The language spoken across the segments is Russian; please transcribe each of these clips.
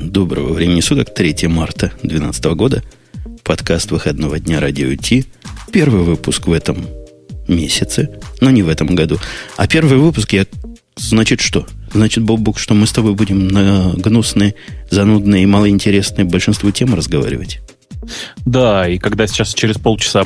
Доброго времени суток, 3 марта 2012 года. Подкаст выходного дня Радио Ти. Первый выпуск в этом месяце, но не в этом году. А первый выпуск, значит что? Значит, Бобук, что мы с тобой будем на гнусные, занудные и малоинтересные большинству тем разговаривать. Да, и когда сейчас через полчаса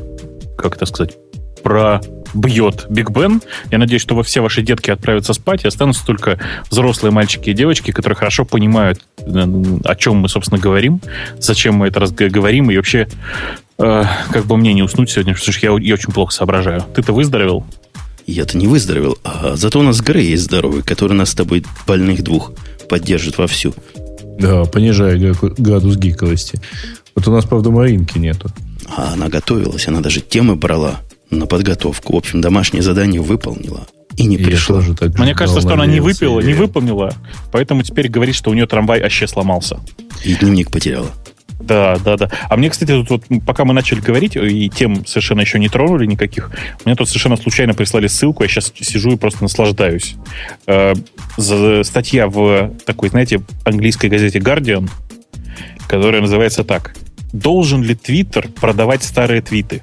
пробьет Биг Бен, я надеюсь, что все ваши детки отправятся спать, и останутся только взрослые мальчики и девочки, которые хорошо понимают, о чем мы, собственно, говорим, зачем мы это говорим, и вообще, как бы мне не уснуть сегодня, потому что я очень плохо соображаю. Ты-то выздоровел? Я-то не выздоровел, а зато у нас Грей есть здоровый, который нас с тобой больных двух поддержит вовсю. Да, понижая градус гиковости. Вот у нас, правда, Маринки нету. А она готовилась, она даже темы брала на подготовку. В общем, домашнее задание выполнила и не пришла. Мне кажется, что она не выполнила, поэтому теперь говорит, что у нее трамвай вообще сломался. И дневник потеряла. Да. А мне, кстати, тут вот, пока мы начали говорить, и тем совершенно еще не тронули никаких, мне тут совершенно случайно прислали ссылку, я сейчас сижу и просто наслаждаюсь. Статья в такой, знаете, английской газете Guardian, которая называется так: «Должен ли Твиттер продавать старые твиты?»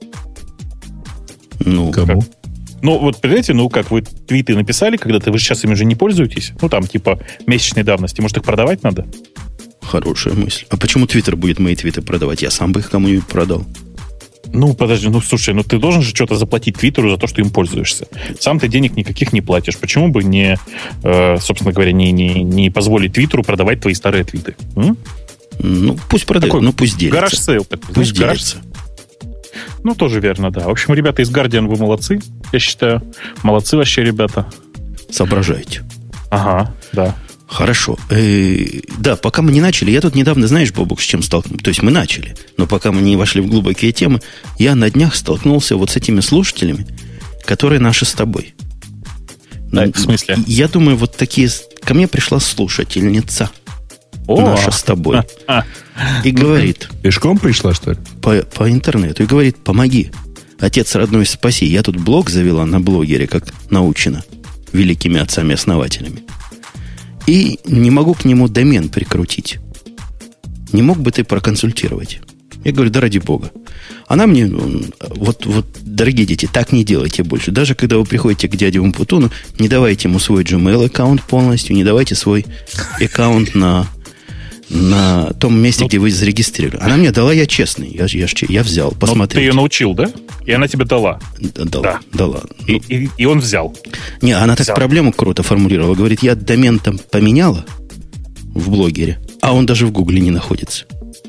Кому? Вот, понимаете, как вы твиты написали когда-то, вы сейчас ими уже не пользуетесь, там, типа, месячной давности, может, их продавать надо? Хорошая мысль. А почему Твиттер будет мои твиты продавать? Я сам бы их кому-нибудь продал. Подожди, слушай, ты должен же что-то заплатить Твиттеру за то, что им пользуешься. Сам ты денег никаких не платишь. Почему бы не, собственно говоря, не позволить Твиттеру продавать твои старые твиты? Пусть продает, пусть делится. Гараж-сейл. Пусть делится. Тоже верно, да. В общем, ребята из Guardian, вы молодцы, я считаю. Молодцы вообще, ребята. Соображаете. Ага, да. Хорошо. Да, пока мы не начали, я тут недавно, знаешь, Бобук, с чем столкнулся? То есть мы начали, но пока мы не вошли в глубокие темы, я на днях столкнулся вот с этими слушателями, которые наши с тобой. В смысле? Я думаю, вот такие... Ко мне пришла слушательница наша с тобой. И говорит... Пешком пришла, что ли? По интернету. И говорит: помоги. Отец родной, спаси. Я тут блог завела на блогере, как научено великими отцами-основателями. И не могу к нему домен прикрутить. Не мог бы ты проконсультировать? Я говорю: да ради бога. Она мне: вот, дорогие дети, так не делайте больше. Даже когда вы приходите к дяде Умпутуну, не давайте ему свой Gmail аккаунт полностью, не давайте свой аккаунт на том месте, где вы зарегистрировали. Она мне дала, я честный. Я взял, посмотрел. Ты ее научил, да? И она тебе дала. Дала. И он взял. Не, она так проблему круто формулировала. Говорит: я домен там поменяла в блогере, а он даже в Гугле не находится.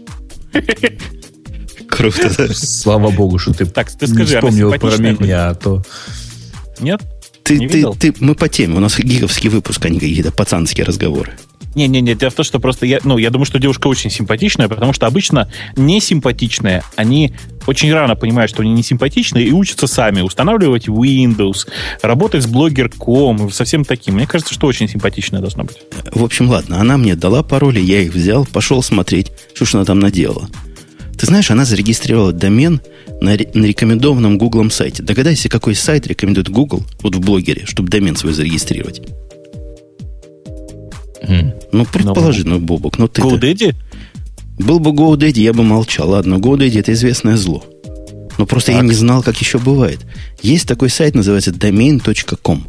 Круто, да? Слава богу, что ты скажи, вспомнил про меня, а то... Нет? Мы по теме. У нас гиговский выпуск, а не какие-то пацанские разговоры. Не, дело в том, что просто я думаю, что девушка очень симпатичная, потому что обычно несимпатичные, они очень рано понимают, что они несимпатичные, и учатся сами устанавливать Windows, работать с блогер.com, совсем таким. Мне кажется, что очень симпатичная должна быть. В общем, ладно, она мне дала пароли, я их взял, пошел смотреть, что ж она там наделала. Ты знаешь, она зарегистрировала домен на рекомендованном Гуглом сайте. Догадайся, какой сайт рекомендует Google вот в блогере, чтобы домен свой зарегистрировать. Предположи, Бобок, ты-то... GoDaddy? Был бы GoDaddy, я бы молчал. Ладно, GoDaddy — это известное зло. Но просто я не знал, как еще бывает. Есть такой сайт, называется domain.com.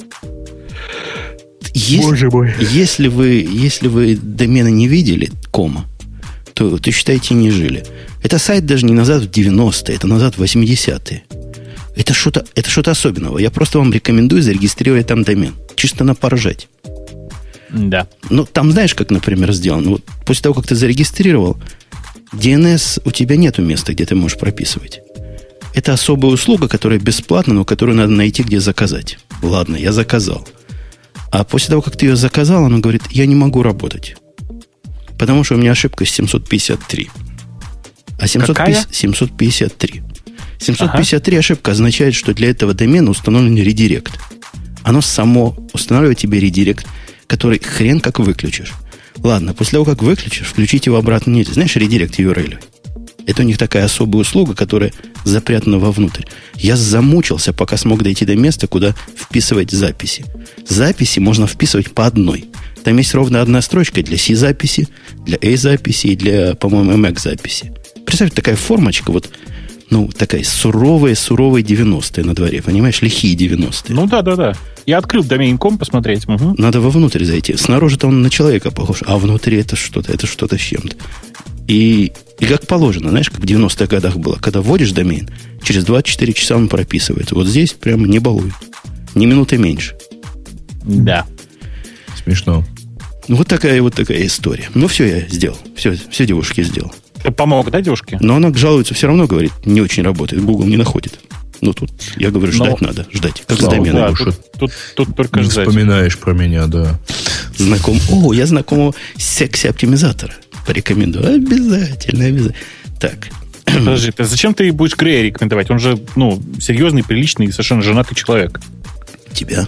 Боже мой. Если вы домена не видели, то считайте, не жили. Это сайт даже не назад в 90-е, это назад в 80-е. Это что-то особенного. Я просто вам рекомендую зарегистрировать там домен. Чисто на поржать. Да. Там знаешь, как, например, сделано? После того, как ты зарегистрировал, DNS у тебя нету места, где ты можешь прописывать. Это особая услуга, которая бесплатна, но которую надо найти, где заказать. Ладно, я заказал. А после того, как ты ее заказал, она говорит: я не могу работать. Потому что у меня ошибка 753. А 753. 753 ошибка означает, что для этого домена установлен редирект. Оно само устанавливает тебе редирект, который хрен как выключишь. Ладно, после того, как выключишь, включить его обратно нельзя. Знаешь, редирект URL. Это у них такая особая услуга, которая запрятано вовнутрь. Я замучился, пока смог дойти до места, куда вписывать записи. Записи можно вписывать по одной. Там есть ровно одна строчка для C-записи, для A-записи и для, по-моему, MX-записи. Представьте, такая формочка, вот, ну, такая суровые 90-е на дворе, понимаешь, лихие 90-е. Ну, да. Я открыл domain.com посмотреть. Угу. Надо вовнутрь зайти. Снаружи-то он на человека похож, а внутри это что-то с чем-то. И как положено, знаешь, как в 90-х годах было, когда вводишь домен, через 24 часа он прописывается. Вот здесь прямо не балует. Ни минуты меньше. Да. Смешно. Ну, вот такая история. Ну, все я сделал. Все девушке сделал. Ты помог, да, девушке? Но она жалуется, все равно говорит, не очень работает. Google не находит. Ну, тут я говорю, ждать надо. Ждать. Как с доменом. Да, тут только не ждать. Вспоминаешь про меня, да. Я знакомого секси-оптимизатора порекомендую. Обязательно. Так. Подожди, зачем ты будешь Грея рекомендовать? Он же, серьезный, приличный, совершенно женатый человек. Тебя?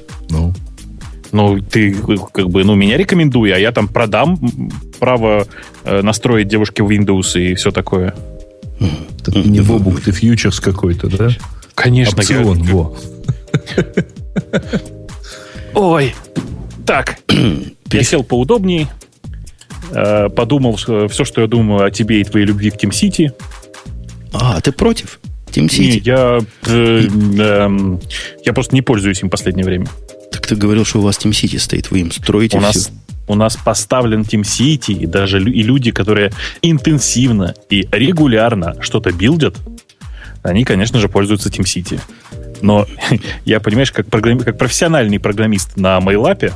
Ты меня рекомендуй, а я там продам право настроить девушке Windows и все такое. Не Бобук, ты фьючерс какой-то, да? Конечно. Опцион, во. Ой. Так. Я сел поудобнее, подумал все, что я думаю о тебе и твоей любви к TeamCity. А ты против TeamCity? Я просто не пользуюсь им в последнее время. Так ты говорил, что у вас TeamCity стоит, вы им строите все. У нас поставлен TeamCity, и даже люди, которые интенсивно и регулярно что-то билдят, они, конечно же, пользуются TeamCity. Но я, понимаешь, как профессиональный программист на MailApp,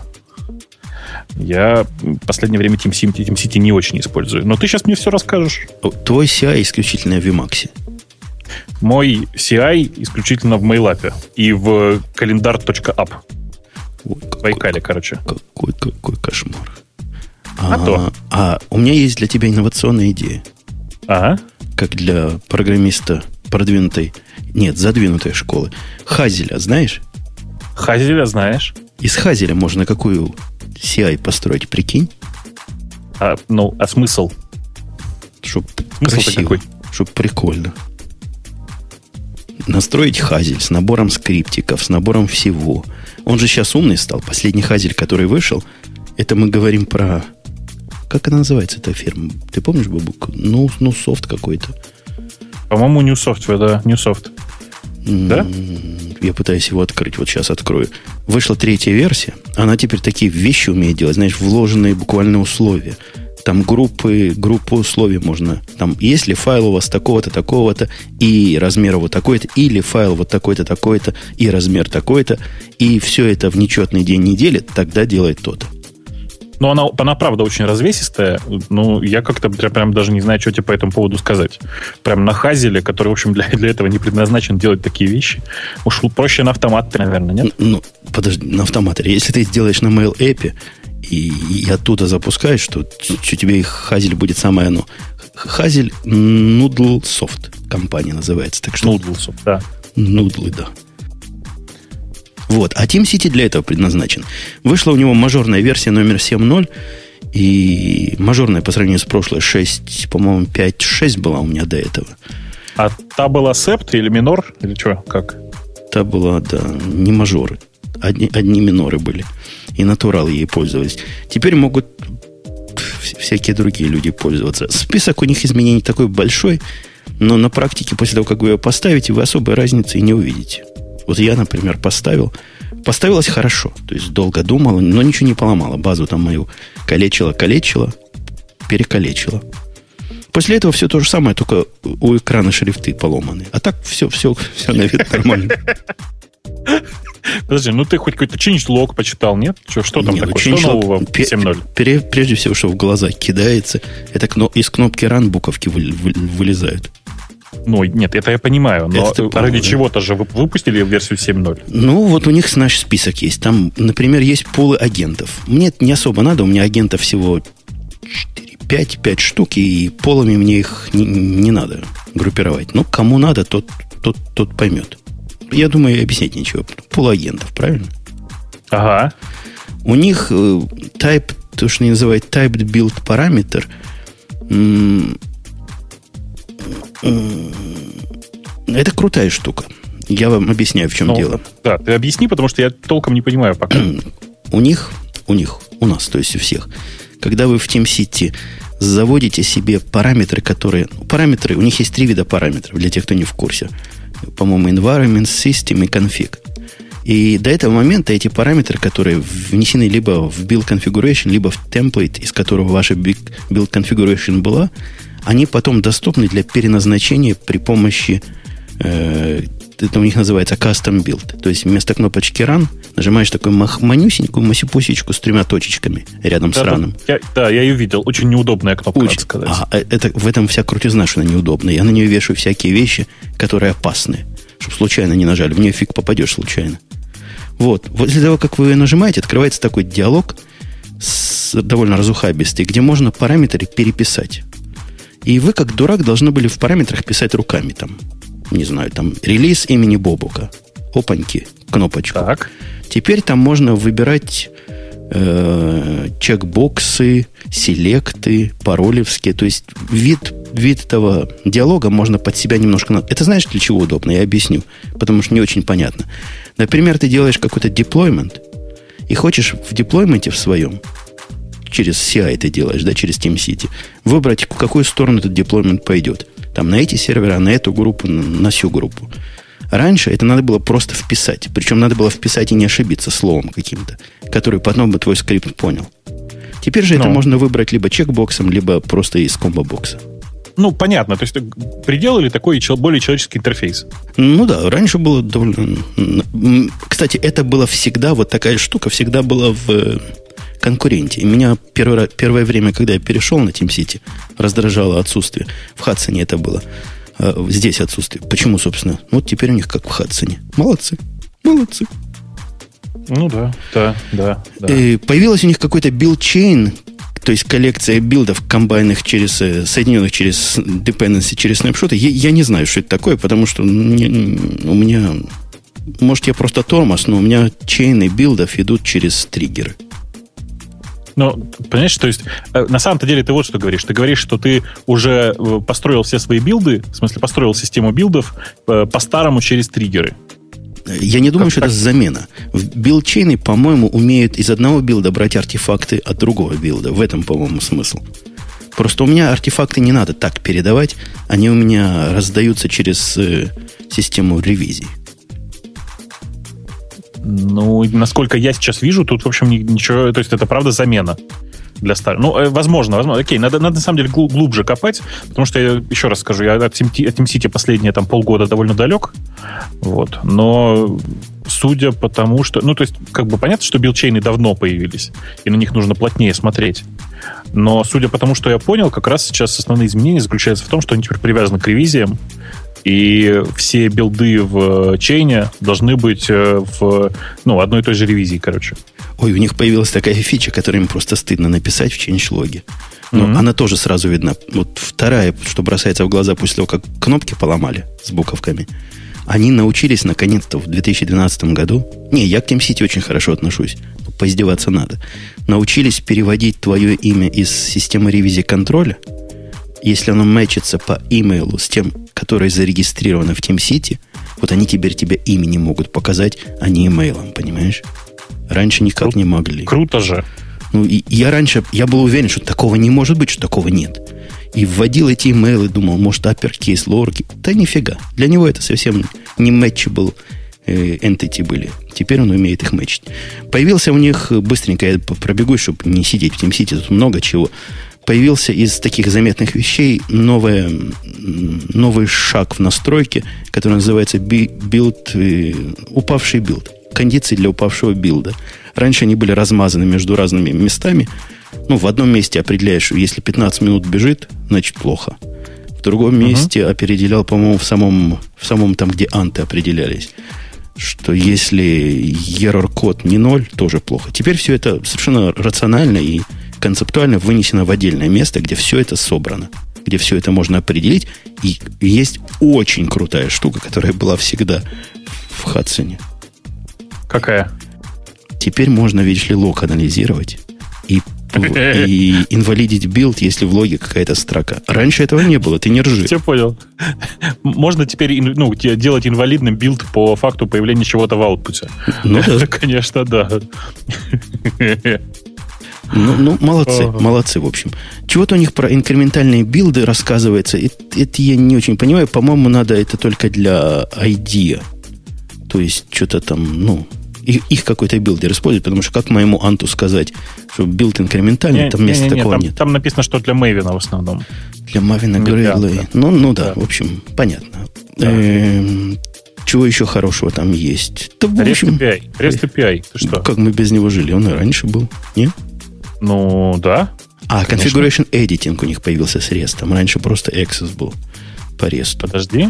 я в последнее время TeamCity не очень использую. Но ты сейчас мне все расскажешь. Твой CI исключительно в Emacs. Мой CI исключительно в MailApp и в календар.app. Байкале, короче. Какой кошмар. То. У меня есть для тебя инновационная идея. Ага. Как для программиста задвинутой школы. Хазеля, знаешь? Хазеля знаешь. Из Хазеля можно какую CI построить, прикинь? А смысл? Чтоб Смысл красиво, какой? чтоб прикольно. Настроить Хазель с набором скриптиков, с набором всего. Он же сейчас умный стал. Последний Хазель, который вышел, это мы говорим про... Как она называется, эта фирма? Ты помнишь, Бабук? Софт какой-то. По-моему, Newsoft, да. Newsoft. Да? Я пытаюсь его открыть. Вот сейчас открою. Вышла 3-я версия. Она теперь такие вещи умеет делать. Знаешь, вложенные буквально условия. Там группы условий можно. Там, если файл у вас такого-то, такого-то, и размер вот такой-то, или файл вот такой-то, такой-то, и размер такой-то, и все это в нечетный день недели, тогда делает то-то. Но она правда очень развесистая. Я как-то прям даже не знаю, что тебе по этому поводу сказать. Прям на Хазеле, который, в общем, для этого не предназначен делать такие вещи. Уж проще на автоматоре, наверное, нет? Подожди, на автоматоре. Если ты сделаешь на Mail-App и оттуда запускаешь, что тебе Хазель будет самое оно. Хазель Noodlesoft компания называется. Так что Noodlesoft, да. Нудлы, да. Вот. А TeamCity для этого предназначен. Вышла у него мажорная версия номер 7.0. И мажорная по сравнению с прошлой 6, по-моему, 5.6 была у меня до этого. А та была септ или минор? Или что? Как? Та была, да, не мажоры. Одни миноры были. И натуралы ей пользовались. Теперь могут всякие другие люди пользоваться. Список у них изменений такой большой, но на практике, после того, как вы ее поставите, вы особой разницы и не увидите. Вот я, например, поставил. Поставилось хорошо. То есть долго думала, но ничего не поломала. Базу там мою калечила, перекалечила. После этого все то же самое, только у экрана шрифты поломаны. А так все на вид нормально. Подожди, ты хоть какой-то changelog почитал, нет? Что там такое? Что нового в 7.0? Прежде всего, что в глаза кидается, это из кнопки Run буковки вылезают. Нет, это я понимаю, но ради чего-то же вы выпустили версию 7.0. Вот у них наш список есть. Там, например, есть пулы агентов. Мне это не особо надо, у меня агентов всего 5 штук, и полами мне их не надо группировать. Но кому надо, тот поймет. Я думаю, объяснять нечего. Пул агентов, правильно? Ага. У них type, то, что они называют typed build параметр, Это крутая штука. Я вам объясняю, в чем дело. Да, ты объясни, потому что я толком не понимаю пока. У нас, то есть у всех, когда вы в TeamCity заводите себе параметры, у них есть 3 вида параметров, для тех, кто не в курсе. По-моему, environment, system и config. И до этого момента эти параметры, которые внесены либо в build configuration, либо в template, из которого ваша build configuration была, они потом доступны для переназначения при помощи, это у них называется custom build. То есть вместо кнопочки run нажимаешь такую манюсенькую масипусечку с 3 точечками рядом с раном. Я ее видел. Очень неудобная кнопка, надо сказать. В этом вся крутизна, что она неудобная. Я на нее вешаю всякие вещи, которые опасны. Чтобы случайно не нажали. В нее фиг попадешь случайно. Вот. После того, как вы ее нажимаете, открывается такой диалог довольно разухабистый, где можно параметры переписать. И вы, как дурак, должны были в параметрах писать руками там. Не знаю, там релиз имени Бобука. Опаньки, кнопочку. Так. Теперь там можно выбирать чекбоксы, селекты, паролевские. То есть вид этого диалога можно под себя немножко... Это знаешь, для чего удобно? Я объясню. Потому что не очень понятно. Например, ты делаешь какой-то деплоймент и хочешь в деплойменте в своем, через CI ты делаешь, да, через TeamCity, выбрать, в какую сторону этот деплоймент пойдет. Там на эти сервера, на эту группу, на сю группу. Раньше это надо было просто вписать. Причем надо было вписать и не ошибиться словом каким-то, который потом бы твой скрипт понял. Теперь же это можно выбрать либо чекбоксом, либо просто из комбо-бокса. Ну, понятно. То есть приделали такой более человеческий интерфейс. Ну да, раньше было довольно... Кстати, это было всегда, вот такая штука всегда была в конкуренте. И меня первое время, когда я перешел на TeamCity, раздражало отсутствие. В Хадсоне это было. Здесь отсутствие. Почему, собственно? Вот теперь у них как в Хадсоне. Молодцы. Ну да. И появилась у них какой-то билд-чейн, то есть коллекция билдов, комбайнных соединенных через dependency, через снапшоты. Я не знаю, что это такое, потому что у меня... Может, я просто тормоз, но у меня чейны билдов идут через триггеры. Ну, понимаешь, то есть, на самом-то деле ты вот что говоришь. Ты говоришь, что ты уже построил все свои билды, в смысле, построил систему билдов по-старому через триггеры. Я не думаю, что это замена. Билдчейны, по-моему, умеют из одного билда брать артефакты от другого билда. В этом, по-моему, смысл. Просто у меня артефакты не надо так передавать. Они у меня раздаются через систему ревизий. Ну, насколько я сейчас вижу, тут, в общем, ничего... То есть, это правда замена для старых. Ну, возможно. Окей, надо на самом деле глубже копать, потому что, я еще раз скажу, я от TeamCity последние там полгода довольно далек. Вот. Но судя по тому, что... Ну, то есть, как бы понятно, что билдчейны давно появились, и на них нужно плотнее смотреть. Но, судя по тому, что я понял, как раз сейчас основные изменения заключаются в том, что они теперь привязаны к ревизиям, и все билды в чейне должны быть в одной и той же ревизии, короче. Ой, у них появилась такая фича, которую им просто стыдно написать в changelog. Но она тоже сразу видна. Вот вторая, что бросается в глаза после того, как кнопки поломали с буковками. Они научились наконец-то в 2012 году. Не, я к TeamCity очень хорошо отношусь. Поиздеваться надо. Научились переводить твое имя из системы ревизии контроля, если оно мэчится по имейлу с тем, которое зарегистрировано в TeamCity, вот они теперь тебе имя не могут показать, а не имейлом, понимаешь? Раньше никак не могли. Круто же. Ну, и я был уверен, что такого не может быть, что такого нет. И вводил эти имейлы, думал, может, uppercase, lowercase. Да нифига. Для него это совсем не matchable entity были. Теперь он умеет их мэчить. Появился у них, быстренько я пробегу, чтобы не сидеть в TeamCity, тут много чего. Появился из таких заметных вещей новый шаг в настройке, который называется упавший билд. Кондиции для упавшего билда. Раньше они были размазаны между разными местами. Ну, в одном месте определяешь, если 15 минут бежит, значит плохо. В другом месте определял, по-моему, в самом там, где анты определялись, что если error-код не 0, тоже плохо. Теперь все это совершенно рационально и концептуально вынесено в отдельное место, где все это собрано, где все это можно определить. И есть очень крутая штука, которая была всегда в Хадсоне. Какая? Теперь можно, видишь ли, лог анализировать и И инвалидить билд, если в логе какая-то строка. Раньше этого не было, ты не ржи. Все понял. Можно теперь делать инвалидным билд по факту появления чего-то в аутпуте. Ну да. Конечно, да. Ну, молодцы, в общем. Чего-то у них про инкрементальные билды рассказывается. Это я не очень понимаю. По-моему, надо это только для IDEA. То есть, что-то там, их какой-то билдер использует, потому что как моему Анту сказать, что билд инкрементальный, там места такого нет. Там написано, что для Maven в основном. Для Maven Gray. Ну да, в общем, понятно. Да. Чего еще хорошего там есть? REST API. Ты что? Как мы без него жили? Он и раньше был, не? Ну, да. Configuration Editing у них появился с REST. Раньше просто Access был по REST. Подожди.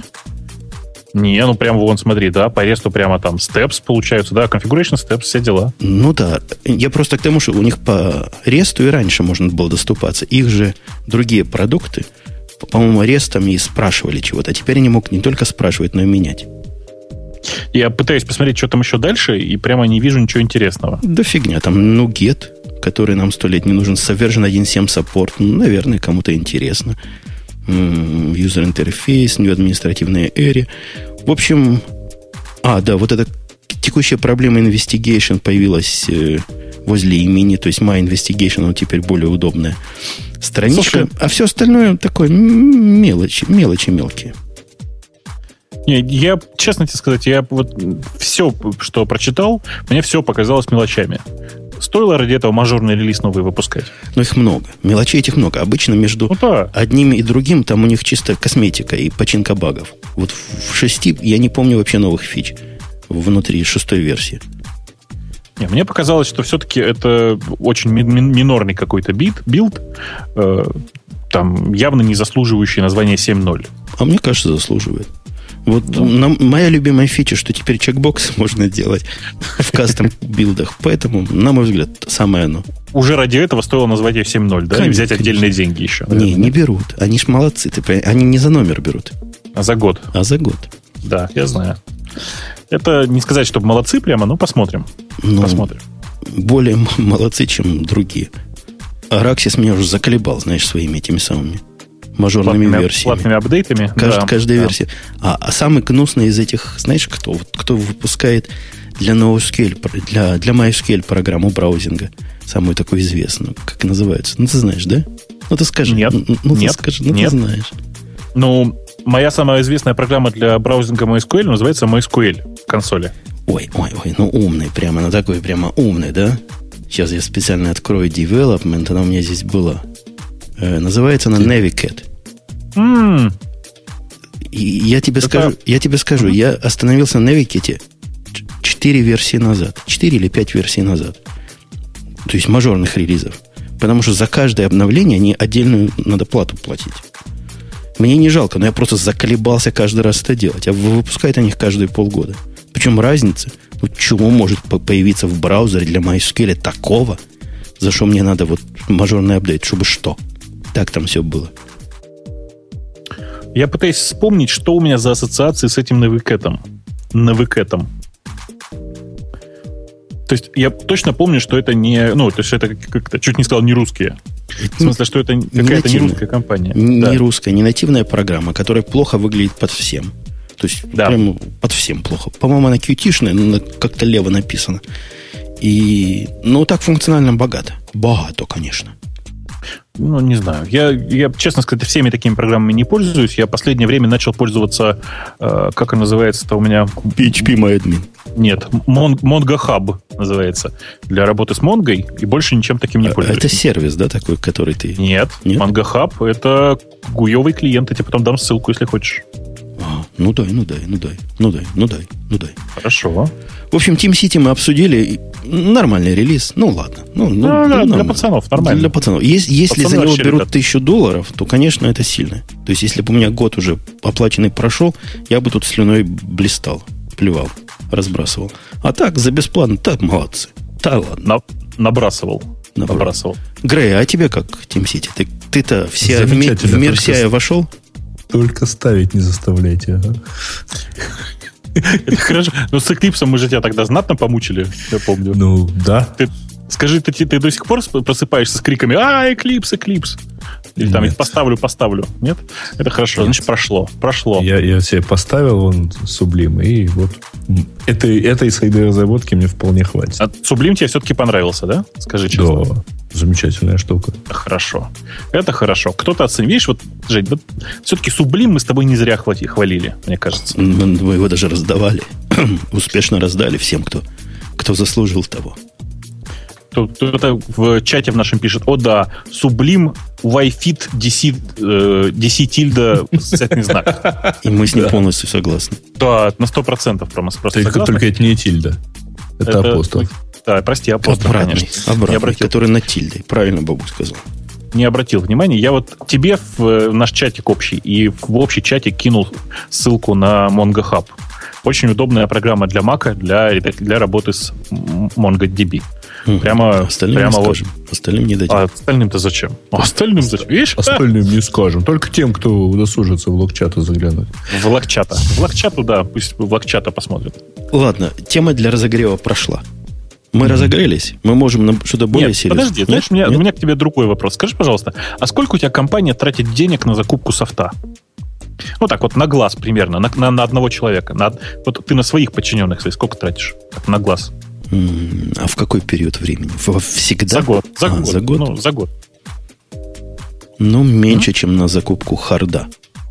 Не, прям вон, смотри, да, по REST прямо там steps получаются, да, configuration steps, все дела. Ну да, я просто к тому, что у них по REST и раньше можно было доступаться. Их же другие продукты, по-моему, REST и спрашивали чего-то. А теперь они могут не только спрашивать, но и менять. Я пытаюсь посмотреть, что там еще дальше, и прямо не вижу ничего интересного. Да фигня, там NuGet, который нам 100 лет не нужен, Version 1.7 саппорт, наверное, кому-то интересно. User Interface, New административная area. В общем, вот эта текущая проблема Investigation появилась возле имени, то есть My Investigation, он теперь более удобная страничка. Слушай, а все остальное такое мелочи мелкие. Не, я, честно тебе сказать, я вот все, что прочитал, мне все показалось мелочами. Стоило ради этого мажорный релиз новый выпускать? Но их много. Мелочей этих много. Обычно между одним и другим там у них чисто косметика и починка багов. Вот в 6 я не помню вообще новых фич внутри 6-й версии. Не, мне показалось, что все-таки это очень минорный какой-то билд, там явно не заслуживающий названия 7.0. А мне кажется, заслуживает. Вот моя любимая фича, что теперь чекбокс можно делать в кастом-билдах. Поэтому, на мой взгляд, самое оно. Уже ради этого стоило назвать ее 7.0, да? Конечно, и взять отдельные деньги еще. Наверное. Не берут. Они ж молодцы. Они не за номер берут. А за год. Да, я знаю. Это не сказать, чтобы молодцы прямо, но посмотрим. Посмотрим. Более молодцы, чем другие. Araxis меня уже заколебал, знаешь, своими этими самыми мажорными версиями. Платными апдейтами. Каждая версия. А самый гнусный из этих, знаешь, кто выпускает для NoSQL, для MySQL программу браузинга. Самую такую известную. Как называется? Ну, ты знаешь, да? Ну, ты скажи. Нет. Ты скажи. Ты знаешь. Моя самая известная программа для браузинга MySQL называется MySQL в консоли. Ой, умный прямо. Такой прямо умный, да? Сейчас я специально открою Development, она у меня здесь была. Называется она Navicat. И я тебе скажу, я остановился на Navicat 4 версии назад. 4 или 5 версий назад. То есть мажорных релизов. Потому что за каждое обновление они отдельную надо плату платить. Мне не жалко, но я просто заколебался каждый раз это делать. А выпускают они их каждые полгода. Причем разница, чего может появиться в браузере для MySQL такого, за что мне надо мажорный апдейт, чтобы что? Так там все было. Я пытаюсь вспомнить, что у меня за ассоциации с этим Navicat. То есть я точно помню, что это не... то есть это как-то, чуть не сказал, не русские. В смысле, что это какая-то не русская компания. Не русская, не нативная программа, которая плохо выглядит под всем. То есть прямо под всем плохо. По-моему, она QT-шная, но как-то лево написано. И, так функционально богато. Богато, конечно. Не знаю. Я, честно сказать, всеми такими программами не пользуюсь. Я в последнее время начал пользоваться, как он называется-то у меня? PHP-MyAdmin. Нет, Mongo Hub называется. Для работы с Монгой, и больше ничем таким не пользуюсь. Это сервис, да, такой, который ты... Нет? Mongo Hub — это гуевый клиент. Я тебе потом дам ссылку, если хочешь. Ну дай. Хорошо. В общем, TeamCity мы обсудили. Нормальный релиз. Ладно. Для пацанов нормально. Для пацанов. Если за него берут $1000, то, конечно, это сильно. То есть, если бы у меня год уже оплаченный прошел, я бы тут слюной блистал, плевал, разбрасывал. А так, за бесплатно, так молодцы. Да ладно. Набрасывал. Грей, а тебе как, TeamCity? Ты-то в мир CI вошел? Только ставить не заставляйте. Это хорошо. Но с Eclipse мы же тебя тогда знатно помучили, я помню. Да. Скажи, ты до сих пор просыпаешься с криками Eclipse. Или там их поставлю. Нет? Это хорошо. Нет. Значит, прошло. Я себе поставил вон Sublime, и вот этой среды разработки мне вполне хватит. А Sublime тебе все-таки понравился, да? Скажи честно. Да, замечательная штука. Хорошо. Это хорошо. Кто-то оценил. Видишь, вот, Жень, вот все-таки Sublime мы с тобой не зря хвалили, мне кажется. Мы его даже раздавали. Успешно раздали всем, кто заслужил того. Кто-то в чате в нашем пишет: о да, Sublime, Wi-Fi, DC тильда, восклицательный знак. И мы с ним полностью согласны. Да, на 100% просто согласны. Только это не тильда. Это апостол. Да, прости, апостол, Обратный, конечно. который над тильдой. Правильно Бобук сказал. Не обратил внимания. Я вот тебе в наш чатик общий и в общий чатик кинул ссылку на Mongo Hub. Очень удобная программа для Mac, для работы с MongoDB. Прямо остальным не скажем. Остальным не дадим. А остальным-то зачем? Видишь? Остальным не скажем. Только тем, кто удосужится в локчата заглянуть. В локчату, да. Пусть в локчата посмотрят. Ладно, тема для разогрева прошла. Мы разогрелись? Мы можем что-то более серьезное? Подожди, знаешь, у меня к тебе другой вопрос. Скажи, пожалуйста, а сколько у тебя компания тратит денег на закупку софта? Ну так вот, на глаз примерно, на одного человека. Вот ты на своих подчиненных сколько тратишь? На глаз. А в какой период времени? Всегда? За год. Ну, за год. Ну, меньше, чем на закупку харда.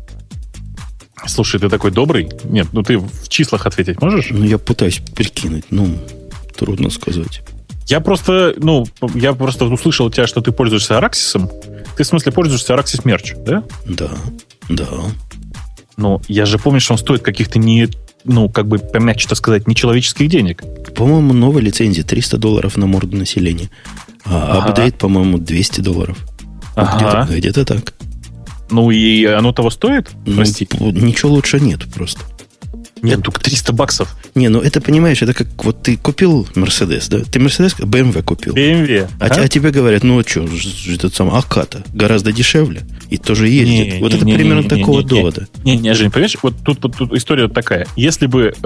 Слушай, ты такой добрый? Нет, ты в числах ответить можешь? Ну, я пытаюсь прикинуть. Трудно сказать. Я просто услышал от тебя, что ты пользуешься Araxis. Ты, в смысле, пользуешься Araxis Merch, да? Да. Ну, я же помню, что он стоит каких-то помягче сказать, нечеловеческих денег. По-моему, новая лицензия $300 на морду населения. А апдейт, по-моему, $200. Ага. Где-то так. Ну, и оно того стоит? Прости. Ничего лучше нет просто. Нет, только $300. Это, понимаешь, это как вот ты купил Мерседес, да? Ты Мерседес, BMW купил. BMW. А тебе говорят, этот самый Аката гораздо дешевле и тоже ездит. Это примерно такого довода. Жень, понимаешь, вот тут история такая. Если бы,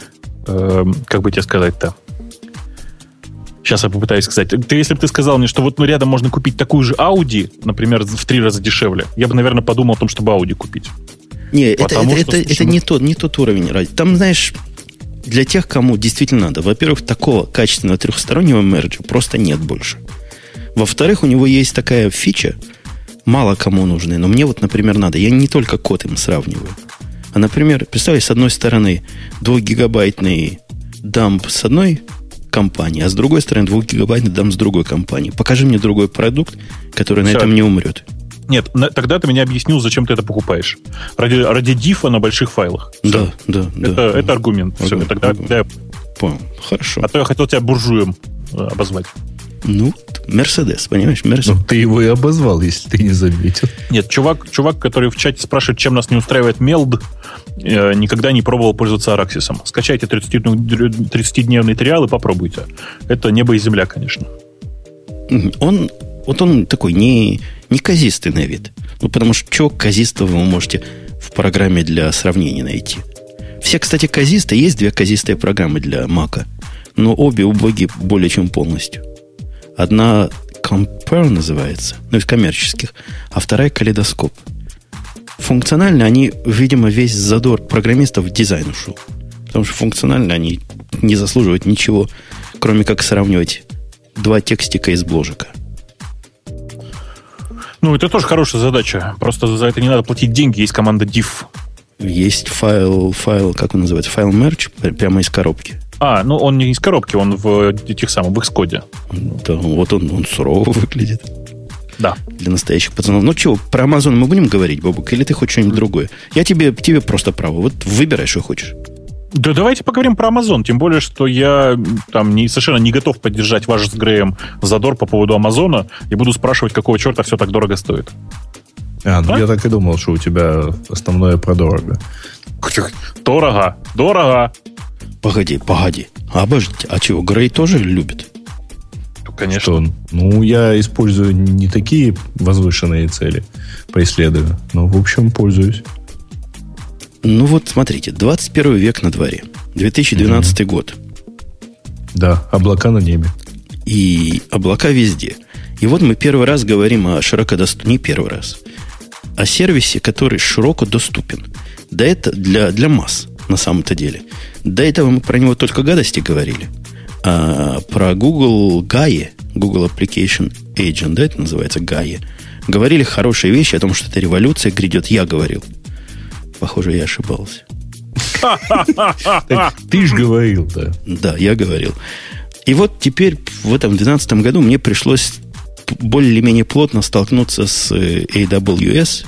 как бы тебе сказать-то, сейчас я попытаюсь сказать. Если бы ты сказал мне, что вот рядом можно купить такую же Audi, например, в 3 раза дешевле, я бы, наверное, подумал о том, чтобы Audi купить. Не, это не тот уровень. Там, знаешь, для тех, кому действительно надо, во-первых, такого качественного трехстороннего мерджа просто нет больше. Во-вторых, у него есть такая фича, мало кому нужная, но мне вот, например, надо. Я не только код им сравниваю. А, например, представь, с одной стороны 2-гигабайтный дамп с одной компании, а с другой стороны 2-гигабайтный дамп с другой компании. Покажи мне другой продукт, который на этом не умрет. Нет, тогда ты меня объяснил, зачем ты это покупаешь. Ради дифа на больших файлах. Да. Это аргумент. Все, тогда я понял. Хорошо. А то я хотел тебя буржуем обозвать. Мерседес, понимаешь? Мерседес. Ты его и обозвал, если ты не заметил. Нет, чувак, который в чате спрашивает, чем нас не устраивает Мелд, никогда не пробовал пользоваться Araxis. Скачайте 30-дневный триал и попробуйте. Это небо и земля, конечно. Он такой не казистый на вид. Потому что чего казистого вы можете в программе для сравнения найти? Все, кстати, казисты. Есть 2 казистые программы для Мака. Но обе убоги более чем полностью. Одна Compare называется, из коммерческих, а вторая Калейдоскоп. Функционально они, видимо, весь задор программистов в дизайн ушел. Потому что функционально они не заслуживают ничего, кроме как сравнивать 2 текстика из бложика. Это тоже хорошая задача. Просто за это не надо платить деньги. Есть команда diff. Есть файл, как он называется? Файл merge прямо из коробки. Он не из коробки, он в Xcode. Да, вот он сурово выглядит. Да. Для настоящих пацанов. Чего, про Amazon мы будем говорить, Бобук, или ты хочешь что-нибудь другое? Я тебе просто право. Вот выбирай, что хочешь. Да давайте поговорим про Amazon. Тем более, что я совершенно не готов поддержать ваш с Греем задор по поводу Амазона и буду спрашивать, какого черта все так дорого стоит. Я так и думал, что у тебя основное про дорого. Дорого. Погоди. Обождите. А чего, Грей тоже любит? Конечно. Я использую не такие возвышенные цели, преследую, но, в общем, пользуюсь. Смотрите, 21 век на дворе. 2012 год. Да, облака на небе. И облака везде. И вот мы первый раз говорим о не первый раз, о сервисе, который широко доступен. Да это для масс, на самом-то деле. До этого мы про него только гадости говорили. А про Google Gaia, Google Application Agent, да, это называется Gaia, говорили хорошие вещи о том, что это революция грядет. Я говорил. Похоже, я ошибался. Ты ж говорил, да. Да, я говорил. И вот теперь в этом 2012 году мне пришлось более-менее плотно столкнуться с AWS,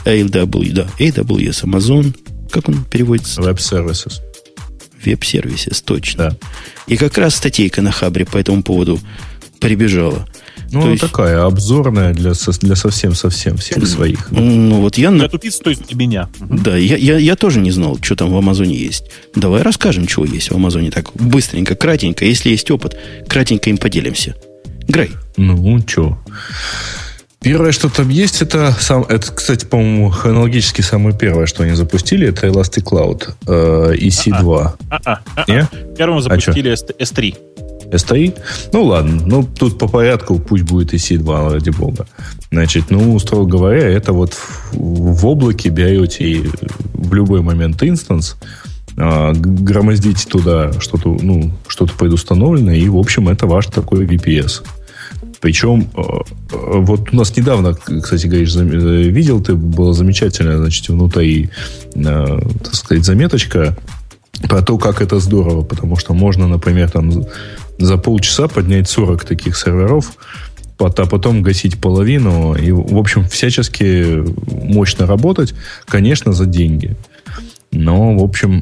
Amazon, как он переводится? Web Services. Web Services, точно. Да. И как раз статейка на Хабре по этому поводу прибежала. Ну, она такая обзорная для совсем-совсем всех своих. Ну, вот я... Для тупиц, то есть для меня. Да, я тоже не знал, что там в Амазоне есть. Давай расскажем, чего есть в Амазоне. Так быстренько, кратенько. Если есть опыт, кратенько им поделимся. Грей. Ну, что? Первое, что там есть, это, кстати, по-моему, хронологически самое первое, что они запустили, это Elastic Cloud EC2. Первым запустили S3. S3? Ну, ладно. Ну, тут по порядку пусть будет EC2, ради бога. Значит, ну, строго говоря, это вот в облаке берете в любой момент инстанс, громоздите туда что-то предустановленное, и, в общем, это ваш такой VPS. Причем, вот у нас недавно, кстати, говоришь, видел ты, была замечательная, значит, внутри, так сказать, заметочка про то, как это здорово, потому что можно, например, там за полчаса поднять 40 таких серверов, а потом гасить половину, и, в общем, всячески мощно работать, конечно, за деньги. Но, в общем,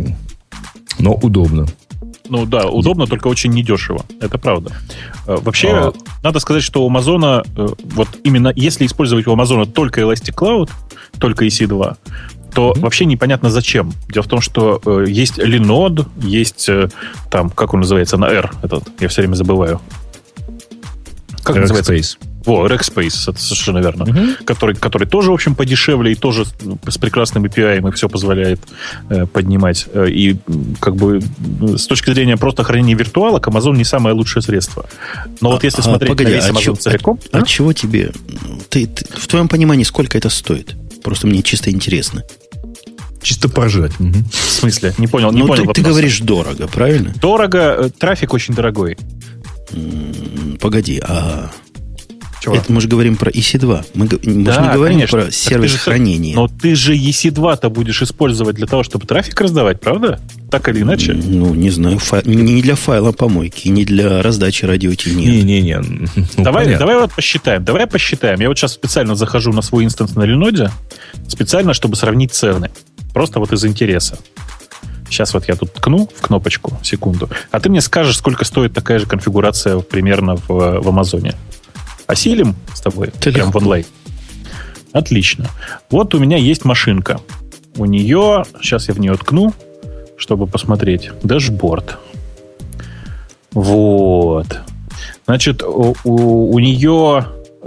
но удобно. Ну да, удобно, только очень недешево. Это правда. Вообще, надо сказать, что у Амазона, вот именно если использовать у Амазона только Elastic Cloud, только EC2, то вообще непонятно зачем. Дело в том, что есть Linode, есть там, как он называется, на R, этот, я все время забываю. Как называется? Во, Rackspace, это совершенно верно. Который тоже, в общем, подешевле и тоже с прекрасным API и все позволяет поднимать. И как бы с точки зрения просто хранения виртуалок, Amazon не самое лучшее средство. Но вот если смотреть на весь Amazon целиком... От чего тебе... в твоем понимании, сколько это стоит? Просто мне чисто интересно. Чисто поржать. В смысле? Не понял. Не понял ты говоришь дорого, правильно? Дорого. Трафик очень дорогой. Погоди, Чего? Это мы же говорим про EC2. Мы же не говорим, конечно, про сервис хранения. Но ты же EC2-то будешь использовать для того, чтобы трафик раздавать, правда? Так или иначе? Ну, не знаю. Не для файла помойки, не для раздачи радио-Ти. Не-не-не. Давай вот посчитаем. Давай посчитаем. Я вот сейчас специально захожу на свой инстанс на Linode, специально, чтобы сравнить цены. Просто вот из интереса. Сейчас вот я тут ткну в кнопочку, секунду. А ты мне скажешь, сколько стоит такая же конфигурация примерно в Амазоне. Осилим с тобой? Прям в онлайн. Отлично. Вот у меня есть машинка. У нее, сейчас я в нее ткну, чтобы посмотреть. Дэшборд. Вот. Значит, у нее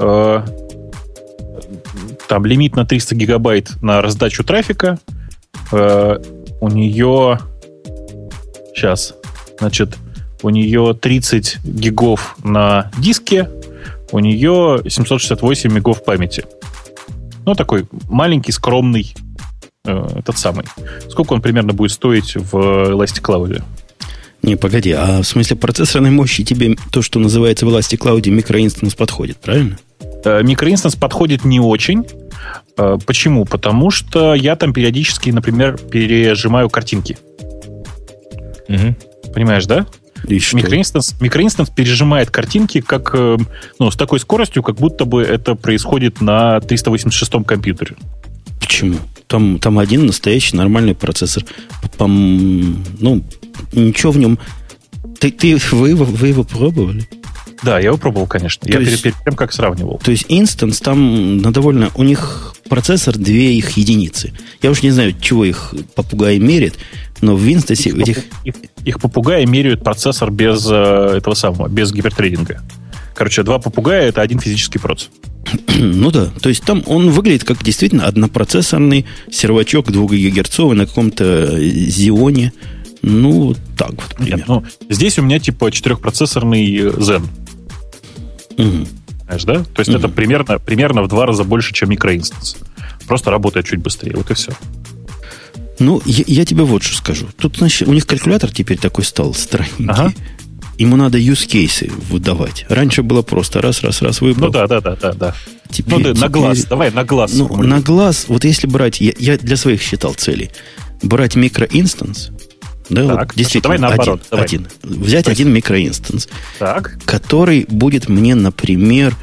там лимит на 300 гигабайт на раздачу трафика. У нее сейчас, значит, у нее 30 гигов на диске, у нее 768 мегов памяти. Ну, такой маленький, скромный этот самый. Сколько он примерно будет стоить в Elastic Cloud? Не, погоди, а в смысле процессорной мощи тебе то, что называется в Elastic Cloud микроинстанс подходит, правильно? Микроинстанс подходит не очень. Почему? Потому что я там периодически, например, пережимаю картинки. Понимаешь, да? Микроинстанс пережимает картинки как, с такой скоростью, как будто бы это происходит на 386-м компьютере. Почему? Там один настоящий нормальный процессор. Ничего в нем... Вы его пробовали? Да, я его пробовал, конечно. Я перед тем, как сравнивал. То есть инстанс там довольно... У них процессор 2 их единицы. Я уж не знаю, чего их попугаи мерят, но в инстансе их попугаи меряют процессор без этого самого, без гипертрейдинга. Короче, 2 попугая — это один физический процессор. Ну да, то есть там он выглядит как действительно однопроцессорный сервачок 2 гигагерцовый на каком-то Xeon. Ну, так вот, примерно. Нет, здесь у меня типа 4-процессорный Zen. Знаешь, да? То есть это примерно в 2 раза больше, чем микроинстанс. Просто работает чуть быстрее. Вот и все. Ну, я тебе вот что скажу. Тут, значит, у них калькулятор теперь такой стал странненький. Ага. Ему надо use-кейсы выдавать. Раньше было просто раз выбрал. Ну да. Теперь, на глаз. Давай на глаз. Ну, на глаз, вот если брать, я для своих считал целей, брать микроинстанс, да, так, вот, действительно, давай наоборот. Взять один микроинстанс, который будет мне, например,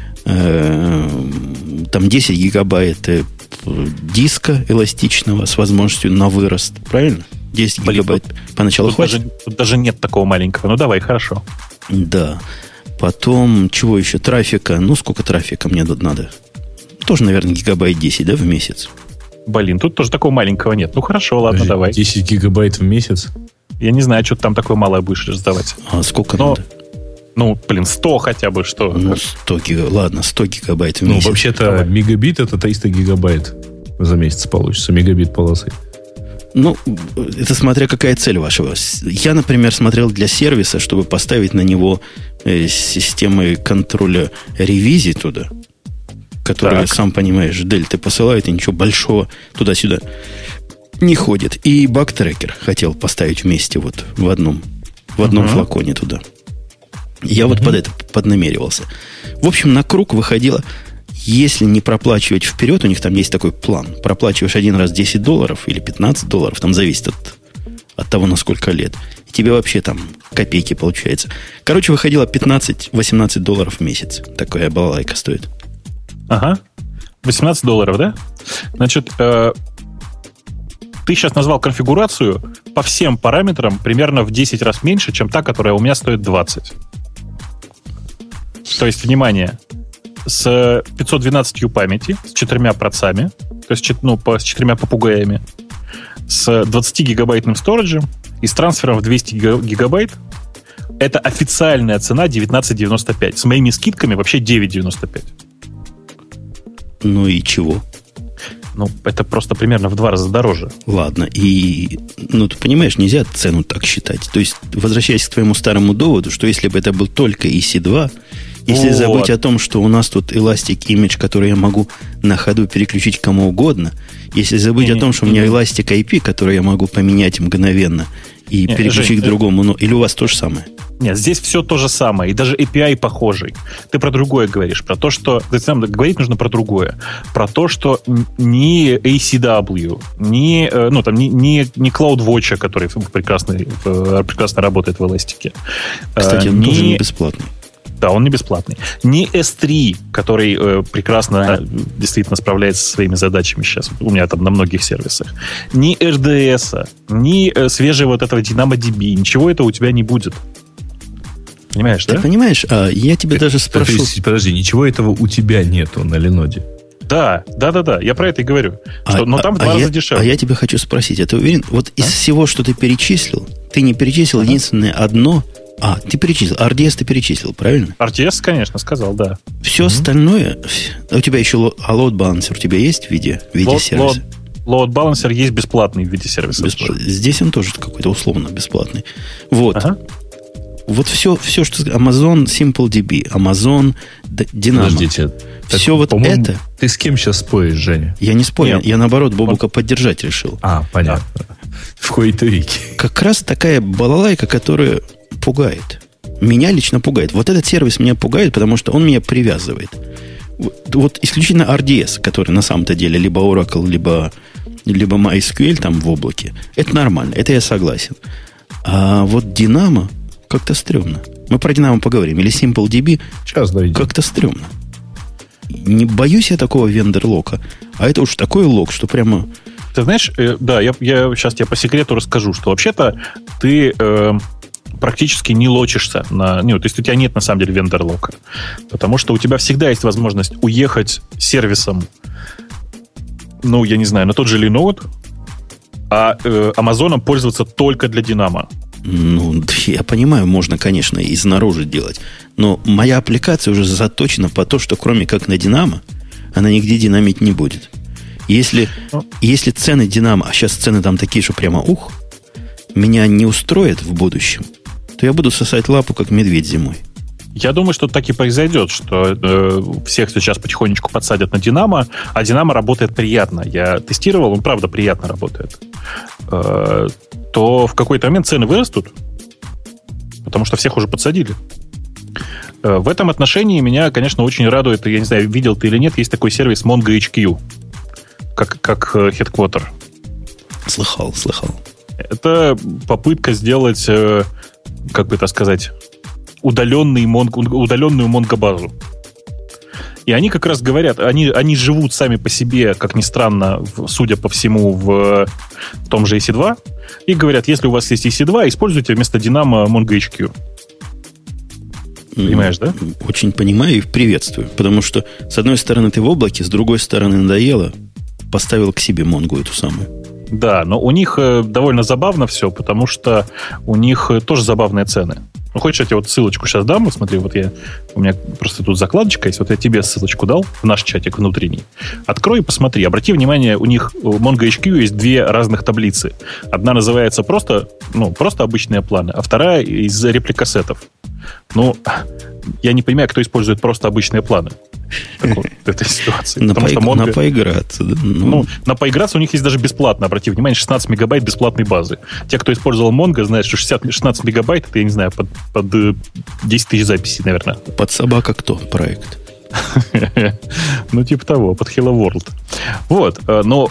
там 10 гигабайт диска эластичного с возможностью на вырост, правильно? 10 гигабайт поначалу хватит. Тут даже нет такого маленького. Ну, давай, хорошо. Да. Потом, чего еще? Трафика. Ну, сколько трафика мне тут надо? Тоже, наверное, гигабайт 10, да, в месяц? Блин, тут тоже такого маленького нет. Ну, хорошо, ладно, подожди, давай. 10 гигабайт в месяц? Я не знаю, что ты там такое малое будешь раздавать. А сколько надо? Ну, 100 хотя бы, что? Ну, 100 гигабайт. Ладно, 100 гигабайт в месяц. Ну, вообще-то давай. Мегабит это 300 гигабайт за месяц получится. Мегабит полосы. Ну, это смотря какая цель вашего. Я, например, смотрел для сервиса, чтобы поставить на него системы контроля ревизий туда, которые, сам понимаешь, дельты посылают, и ничего большого туда-сюда не ходит. И баг-трекер хотел поставить вместе вот в одном флаконе туда. Я вот под это поднамеривался. В общем, на круг выходило, если не проплачивать вперед, у них там есть такой план. Проплачиваешь один раз $10 или $15, там зависит от того, на сколько лет. И тебе вообще там копейки получается. Короче, выходило $15-18 в месяц. Такая балалайка стоит. Ага. $18, да? Значит, ты сейчас назвал конфигурацию по всем параметрам примерно в 10 раз меньше, чем та, которая у меня стоит 20. То есть, внимание, с 512 памяти, с 4 процами, то есть с 4 попугаями, с 20-гигабайтным сториджем и с трансфером в 200 гигабайт, это официальная цена $19.95. С моими скидками вообще $9.95. Ну и чего? Ну, это просто примерно в 2 раза дороже. Ладно, и, ты понимаешь, нельзя цену так считать. То есть, возвращаясь к твоему старому доводу, что если бы это был только EC2, если забыть о том, что у нас тут Elastic Image, который я могу на ходу переключить кому угодно, если забыть о том, что у меня Elastic IP, который я могу поменять мгновенно и переключить к другому, или у вас то же самое? Нет, здесь все то же самое, и даже API похожий. Ты про другое говоришь, про то, что... Говорить нужно про другое. Про то, что ни ACW, ни CloudWatch, который прекрасно работает в Elastic. Кстати, он тоже не бесплатный. Да, он не бесплатный. Ни S3, который прекрасно действительно справляется со своими задачами сейчас. У меня там на многих сервисах. Ни RDS, ни свежего вот этого DynamoDB. Ничего этого у тебя не будет. Понимаешь, да? Ты понимаешь? Я тебе даже спрошу... Подожди, ничего этого у тебя нету на Леноде. Да. Я про это и говорю. Но там в 2 раза дешевле. А я тебя хочу спросить. А ты уверен? Вот из всего, что ты перечислил, ты не перечислил единственное одно... ты перечислил. RDS ты перечислил, правильно? RDS, конечно, сказал, да. Все остальное... У тебя еще load balancer у тебя есть в виде сервиса? Load balancer есть бесплатный в виде сервиса. Здесь он тоже какой-то условно бесплатный. Вот. Вот все, что... Amazon SimpleDB, Amazon Dynamo. Подождите. Все вот это... Ты с кем сейчас споришь, Женя? Я не спорю. Я наоборот Бобука поддержать решил. Понятно. В кои-то веки. Как раз такая балалайка, которая пугает. Меня лично пугает. Вот этот сервис меня пугает, потому что он меня привязывает. Вот исключительно RDS, который на самом-то деле либо Oracle, либо MySQL там в облаке, это нормально, это я согласен. А вот Dynamo как-то стрёмно. Мы про Dynamo поговорим. Или SimpleDB сейчас дойдем. Как-то стрёмно. Не боюсь я такого вендор-лока. А это уж такой лок, что прямо... Ты знаешь, да, я сейчас тебе по секрету расскажу, что вообще-то ты... практически не лочишься то есть у тебя нет на самом деле вендор-лока. Потому что у тебя всегда есть возможность уехать сервисом, я не знаю, на тот же Linode, а Амазоном пользоваться только для Dynamo. Я понимаю, можно, конечно, и снаружи делать. Но моя аппликация уже заточена по то, что кроме как на Dynamo, она нигде динамить не будет. Если цены Dynamo, а сейчас цены там такие, что прямо меня не устроят в будущем, то я буду сосать лапу, как медведь зимой. Я думаю, что так и произойдет, что всех сейчас потихонечку подсадят на Динамо, а Динамо работает приятно. Я тестировал, он правда приятно работает. То в какой-то момент цены вырастут, потому что всех уже подсадили. В этом отношении меня, конечно, очень радует, я не знаю, видел ты или нет, есть такой сервис MongoHQ, как headquarter. Слыхал. Это попытка сделать, как бы это сказать, удаленную монго-базу. И они как раз говорят, они живут сами по себе, как ни странно, судя по всему, в том же EC2, и говорят, если у вас есть EC2, используйте вместо Dynamo MongoHQ. Понимаешь, да? Очень понимаю и приветствую, потому что, с одной стороны, ты в облаке, с другой стороны, надоело, поставил к себе Монгу эту самую. Да, но у них довольно забавно все, потому что у них тоже забавные цены. Ну, хочешь, я тебе вот ссылочку сейчас дам? Смотри, вот у меня просто тут закладочка есть. Вот я тебе ссылочку дал в наш чатик внутренний. Открой и посмотри. Обрати внимание, у них в MongoHQ есть две разных таблицы. Одна называется просто обычные планы, а вторая из репликасетов. Ну, я не понимаю, кто использует просто обычные планы в этой ситуации. На поиграться. Да? На поиграться у них есть даже бесплатно. Обрати внимание, 16 мегабайт бесплатной базы. Те, кто использовал Mongo, знают, что 16 мегабайт, это, я не знаю, под 10 тысяч записей, наверное. Под собака кто проект? Ну, типа того, под Hello World. Вот, но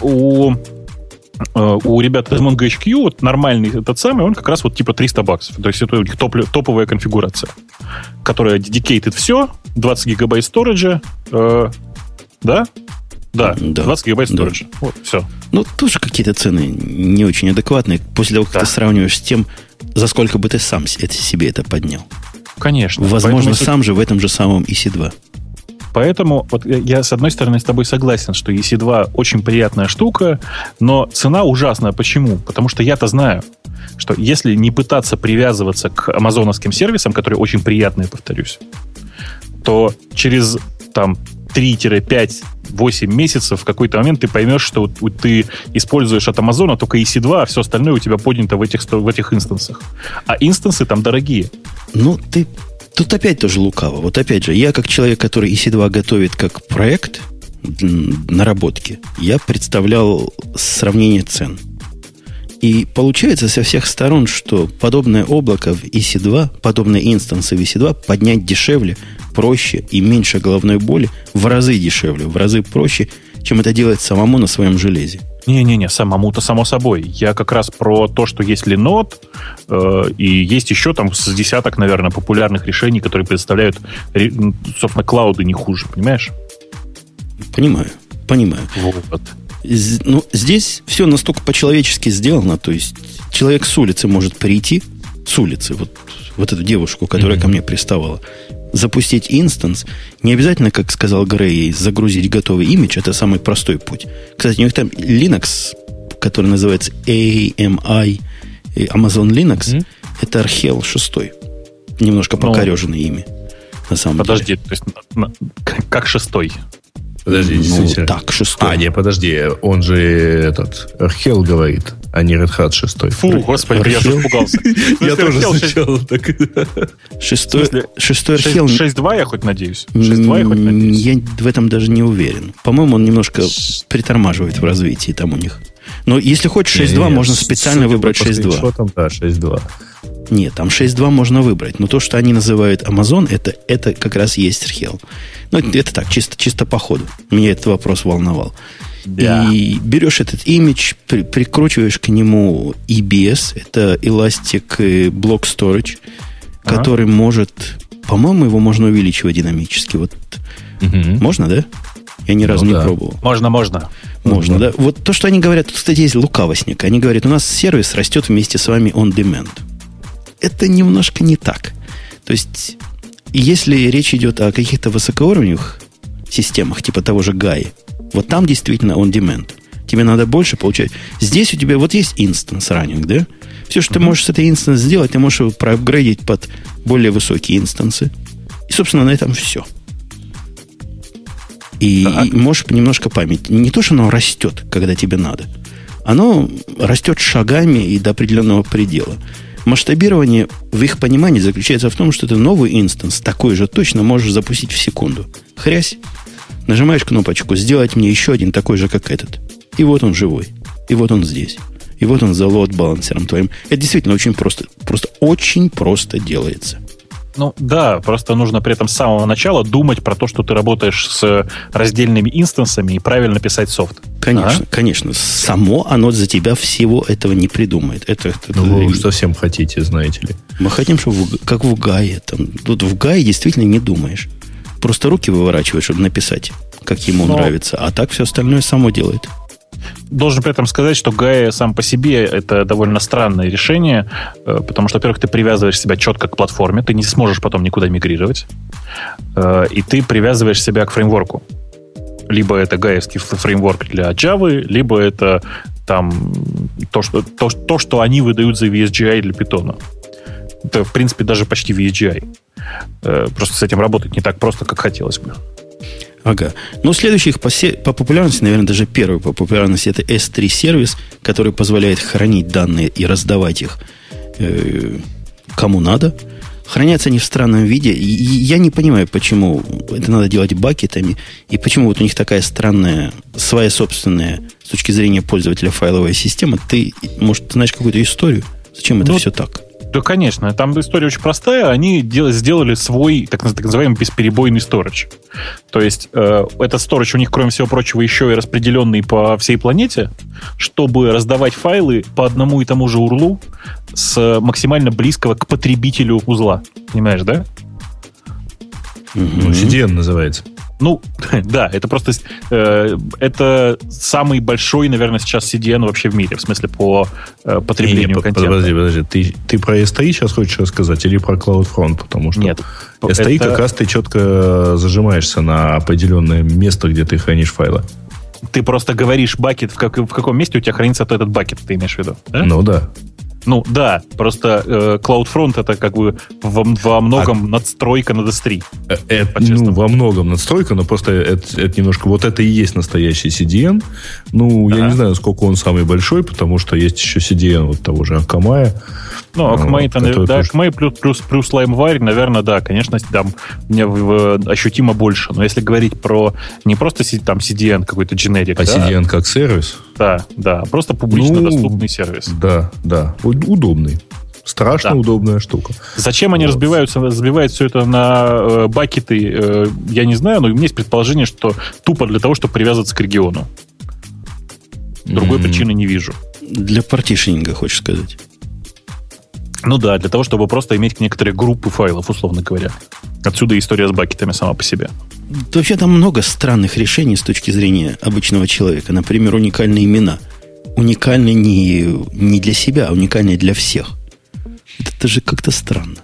у ребят из MongoHQ вот нормальный этот самый, он как раз вот типа $300. То есть это у них топовая конфигурация, которая dedicated все, 20 гигабайт сториджа, да? Да, 20 гигабайт сториджа. Да. Вот, все. Ну, тоже какие-то цены не очень адекватные. После того, как ты сравниваешь с тем, за сколько бы ты сам себе это поднял. Конечно. Возможно, поэтому, сам же в этом же самом EC2. Поэтому вот я, с одной стороны, с тобой согласен, что EC2 очень приятная штука, но цена ужасная. Почему? Потому что я-то знаю, что если не пытаться привязываться к амазоновским сервисам, которые очень приятные, повторюсь, то через там 3-5-8 месяцев в какой-то момент ты поймешь, что ты используешь от Амазона только EC2, а все остальное у тебя поднято в этих инстансах. А инстансы там дорогие. Ну, ты... Тут опять тоже лукаво. Вот опять же, я как человек, который EC2 готовит как проект наработки, я представлял сравнение цен. И получается со всех сторон, что подобное облако в EC2, подобные инстансы в EC2 поднять дешевле, проще и меньше головной боли, в разы дешевле, в разы проще, чем это делать самому на своем железе. Не-не-не, самому-то само собой. Я как раз про то, что есть Linode, и есть еще там с десяток, наверное, популярных решений, которые предоставляют, собственно, клауды не хуже, понимаешь? Понимаю. Вот. Ну, здесь все настолько по-человечески сделано, то есть человек с улицы может прийти, с улицы, вот эту девушку, которая ко мне приставала, запустить инстанс. Не обязательно, как сказал Грей, загрузить готовый имидж. Это самый простой путь. Кстати, у них там Linux, который называется AMI, Amazon Linux, это Archel 6. Немножко покореженный ими. На самом деле. Подожди, то есть как 6? Подожди, действительно. Так, 6. Подожди, он же Archel говорит, а не Red Hat 6. Фу, господи, я же испугался. Я тоже сначала так. 6 Archel... 6.2 я хоть надеюсь? 6.2 я хоть надеюсь? Я в этом даже не уверен. По-моему, он немножко притормаживает в развитии там у них. Но если хочешь 6.2, можно специально выбрать 6.2. Что там, да, 6.2. Нет, там 6.2 можно выбрать. Но то, что они называют Amazon, это как раз есть Archel. Ну, это так, чисто по ходу. Меня этот вопрос волновал. Да. И берешь этот имидж, прикручиваешь к нему EBS, это Elastic Block Storage, который может, по-моему, его можно увеличивать динамически. Вот. Можно, да? Я ни разу не пробовал. Можно, да. Вот то, что они говорят, тут, кстати, есть лукавость некая. Они говорят, у нас сервис растет вместе с вами on demand. Это немножко не так. То есть, если речь идет о каких-то высокоуровневых системах, типа того же Gaia, вот там действительно on demand. Тебе надо больше получать. Здесь у тебя вот есть инстанс раннинг, да? Все, что ты можешь с этой инстанс сделать, ты можешь его проапгрейдить под более высокие инстансы. И, собственно, на этом все. И можешь немножко память. Не то, что оно растет, когда тебе надо. Оно растет шагами и до определенного предела. Масштабирование в их понимании заключается в том, что ты новый инстанс такой же точно можешь запустить в секунду. Хрясь, нажимаешь кнопочку «Сделать мне еще один такой же, как этот». И вот он живой. И вот он здесь. И вот он за лоуд-балансером твоим. Это действительно очень просто. Просто очень просто делается. Ну да, просто нужно при этом с самого начала думать про то, что ты работаешь с раздельными инстансами и правильно писать софт. Конечно, конечно. Само оно за тебя всего этого не придумает. Вы уж совсем хотите, знаете ли. Мы хотим, чтобы как в Гае. Тут в Гае действительно не думаешь. Просто руки выворачиваешь, чтобы написать, как ему нравится. А так все остальное само делает. Должен при этом сказать, что Gaia сам по себе это довольно странное решение, потому что, во-первых, ты привязываешь себя четко к платформе, ты не сможешь потом никуда мигрировать, и ты привязываешь себя к фреймворку. Либо это гаевский фреймворк для Java, либо это там то, что они выдают за VSGI для Python. Это, в принципе, даже почти VSGI. Просто с этим работать не так просто, как хотелось бы. Ага. Но следующий их по популярности, наверное, даже первый по популярности, это S3 сервис, который позволяет хранить данные и раздавать их кому надо. Хранятся они в странном виде. И я не понимаю, почему это надо делать бакетами, и почему вот у них такая странная, своя собственная, с точки зрения пользователя, файловая система. Ты, может, знаешь какую-то историю? Зачем это все так? Да, конечно. Там история очень простая. Они сделали свой, так называемый, бесперебойный storage. То есть, этот storage у них, кроме всего прочего, еще и распределенный по всей планете, чтобы раздавать файлы по одному и тому же урлу с максимально близкого к потребителю узла. Понимаешь, да? Ну, CDN называется. Ну, да, это просто это самый большой, наверное, сейчас CDN вообще в мире, в смысле по потреблению контента. Подожди. Ты про S3 сейчас хочешь рассказать или про CloudFront? Потому что нет, S3 как раз ты четко зажимаешься на определенное место, где ты хранишь файлы. Ты просто говоришь бакет, в каком месте у тебя хранится этот бакет, ты имеешь в виду? Да? Ну да. Ну да, просто CloudFront это как бы во многом надстройка над S3. Во многом надстройка, но просто это немножко... Вот это и есть настоящий CDN. Ну, я не знаю, сколько он самый большой, потому что есть еще CDN вот того же Akamai. Ну, Akamai, да, Akamai плюс LimeWire, наверное, да, конечно, там мне ощутимо больше. Но если говорить про не просто там CDN какой-то generic, а CDN как сервис? Да, просто публично доступный сервис. Да. Удобный. Страшно удобная штука. Зачем они разбивают все это на бакеты, я не знаю, но у меня есть предположение, что тупо для того, чтобы привязываться к региону. Другой причины не вижу. Для партишнинга, хочешь сказать? Ну да, для того, чтобы просто иметь некоторые группы файлов, условно говоря. Отсюда история с бакетами сама по себе. Да, вообще там много странных решений с точки зрения обычного человека. Например, уникальные имена. Уникальные не для себя, а уникальные для всех. Это же как-то странно.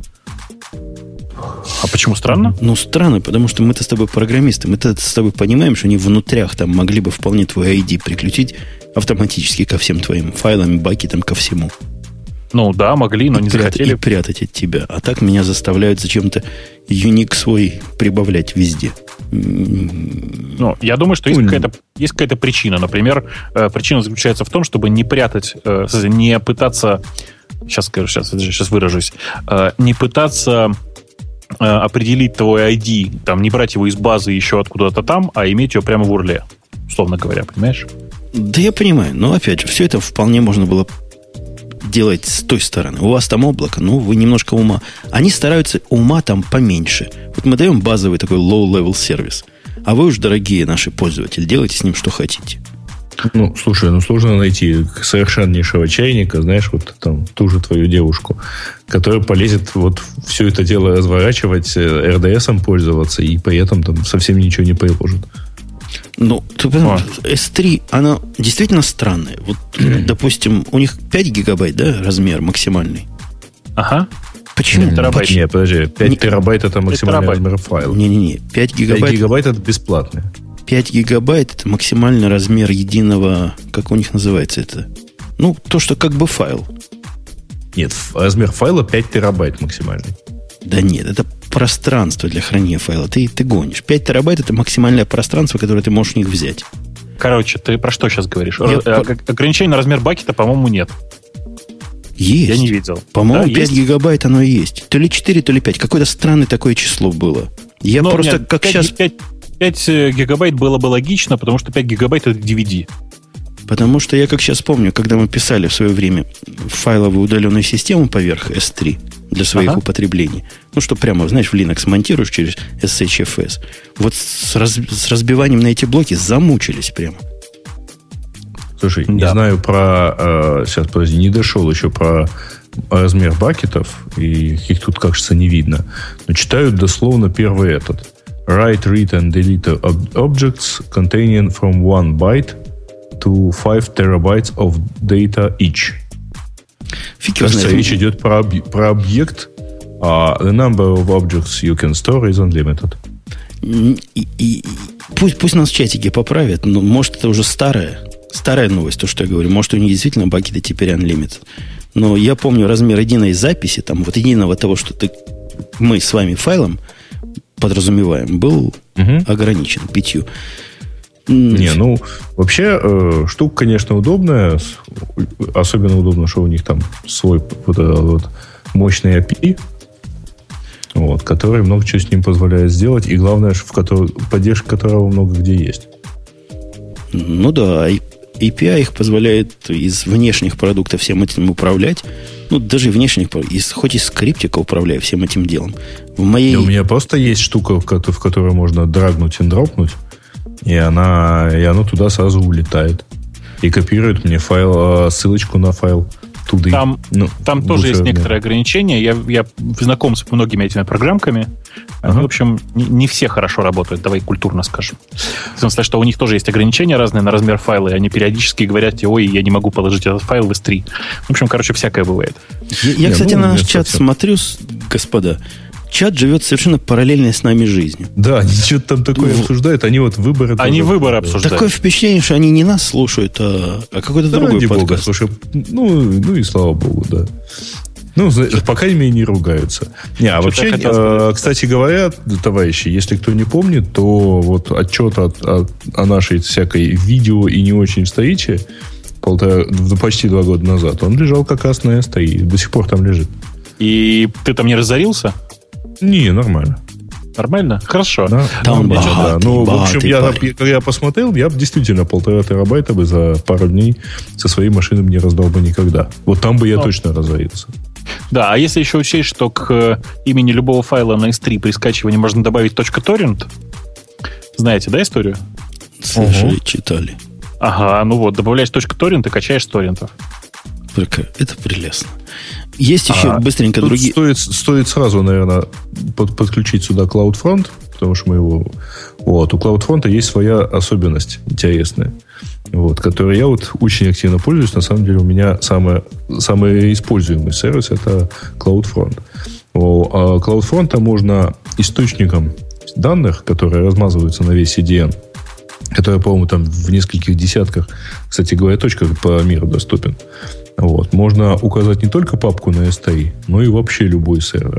А почему странно? Ну, странно, потому что мы-то с тобой программисты. Мы-то с тобой понимаем, что они внутрях там могли бы вполне твой ID прикрутить автоматически ко всем твоим файлам, бакетам, ко всему. Ну да, могли, но не захотели. И прятать от тебя. А так меня заставляют зачем-то Unique свой прибавлять везде. Ну, я думаю, что есть какая-то причина. Например, причина заключается в том, чтобы не прятать, не пытаться... Сейчас выражусь. Не пытаться определить твой ID, там, не брать его из базы еще откуда-то там, а иметь его прямо в урле, условно говоря, понимаешь? Да я понимаю, но опять же, все это вполне можно было делать с той стороны. У вас там облако, ну, вы немножко ума. Они стараются ума там поменьше. Вот мы даем базовый такой low-level сервис. А вы уж, дорогие наши пользователи, делайте с ним что хотите. Ну, слушай, сложно найти совершеннейшего чайника, знаешь, вот там ту же твою девушку, которая полезет вот все это дело разворачивать, RDS-ом пользоваться, и при этом там совсем ничего не приложит. Ну, ты понимаешь, S3, она действительно странная. Вот, допустим, у них 5 гигабайт, да, размер максимальный. Ага. Почему? Терабайт. Нет, подожди, 5 терабайт это максимальный размер файла. Не-не-не, 5 гигабайт... 5 гигабайт это бесплатное. 5 гигабайт это максимальный размер единого, как у них называется это? Ну, то, что как бы файл. Нет, размер файла 5 терабайт максимальный. Да нет, это пространство для хранения файла. Ты гонишь. 5 терабайт это максимальное пространство, которое ты можешь у них взять. Короче, ты про что сейчас говоришь? Ограничения на размер бакета, по-моему, нет. Есть. Я не видел. По-моему, да, 5 гигабайт оно и есть. То ли 4, то ли 5. Какое-то странное такое число было. Я но просто нет, как 5, сейчас... 5 гигабайт было бы логично, потому что 5 гигабайт это DVD. Потому что я как сейчас помню, когда мы писали в свое время файловую удаленную систему поверх S3 для своих употреблений, ну, что прямо, знаешь, в Linux монтируешь через SHFS, вот с разбиванием на эти блоки замучились прямо. Слушай, не знаю про... сейчас, подожди, не дошел еще про размер бакетов, и их тут, кажется, не видно. Но читают дословно первый этот. Write, read and delete objects containing from 1 byte to 5 terabytes of data each. Кажется, речь идет про объект, а the number of objects you can store is unlimited. Пусть нас в чатике поправят, но может это уже старая новость, то, что я говорю. Может, у них действительно бакеты теперь unlimited. Но я помню размер единой записи, там вот единого того, что мы с вами файлом подразумеваем, был ограничен 5. Не, ну, вообще, штука, конечно, удобная. Особенно удобно, что у них там свой вот мощный API, вот, который много чего с ним позволяет сделать. И главное, поддержка которого много где есть. Ну да, API их позволяет из внешних продуктов всем этим управлять. Ну, даже внешних, хоть из скриптика управляю всем этим делом. У меня просто есть штука, в которую можно драгнуть и дропнуть, и оно туда сразу улетает. И копирует мне ссылочку на файл туды. Там тоже есть некоторые ограничения. Я знаком с многими этими программками. Они, в общем, не все хорошо работают, давай культурно скажем. В смысле, что у них тоже есть ограничения разные на размер файла, и они периодически говорят тебе: ой, я не могу положить этот файл в S3. В общем, всякое бывает. Я кстати, на наш чат смотрю, господа. Чат живет совершенно параллельной с нами жизнью. Да, они что-то там такое обсуждают, они вот выборы... Они выборы обсуждают. Такое впечатление, что они не нас слушают, а какой-то другой подкаст. Слушай, ну и слава богу, да. Ну, по крайней мере, не ругаются. Вообще, кстати говоря, товарищи, если кто не помнит, то вот отчет о нашей всякой видео и не очень встрече почти 2 года назад, он лежал как раз на S3, и до сих пор там лежит. И ты там не разорился? Не, нормально. Нормально? Хорошо. Да, да. Ну, в общем, когда я посмотрел, я бы действительно 1,5 терабайта бы за пару дней со своей машиной не раздал бы никогда. Вот там бы я точно разорился. Да, а если еще учесть, что к имени любого файла на S3 при скачивании можно добавить .torrent, знаете, да, историю? Слышали, читали. Ага, ну вот, добавляешь .torrent и качаешь с торрентов. Это прелестно. Есть еще быстренько другие... Стоит сразу, наверное, подключить сюда CloudFront, потому что мы его... Вот, у CloudFront есть своя особенность интересная, вот, которой я вот очень активно пользуюсь. На самом деле у меня самый используемый сервис — это CloudFront. А CloudFront можно источником данных, которые размазываются на весь CDN, который, по-моему, там в нескольких десятках, кстати говоря, точках по миру доступен. Вот. Можно указать не только папку на S3, но и вообще любой сервер.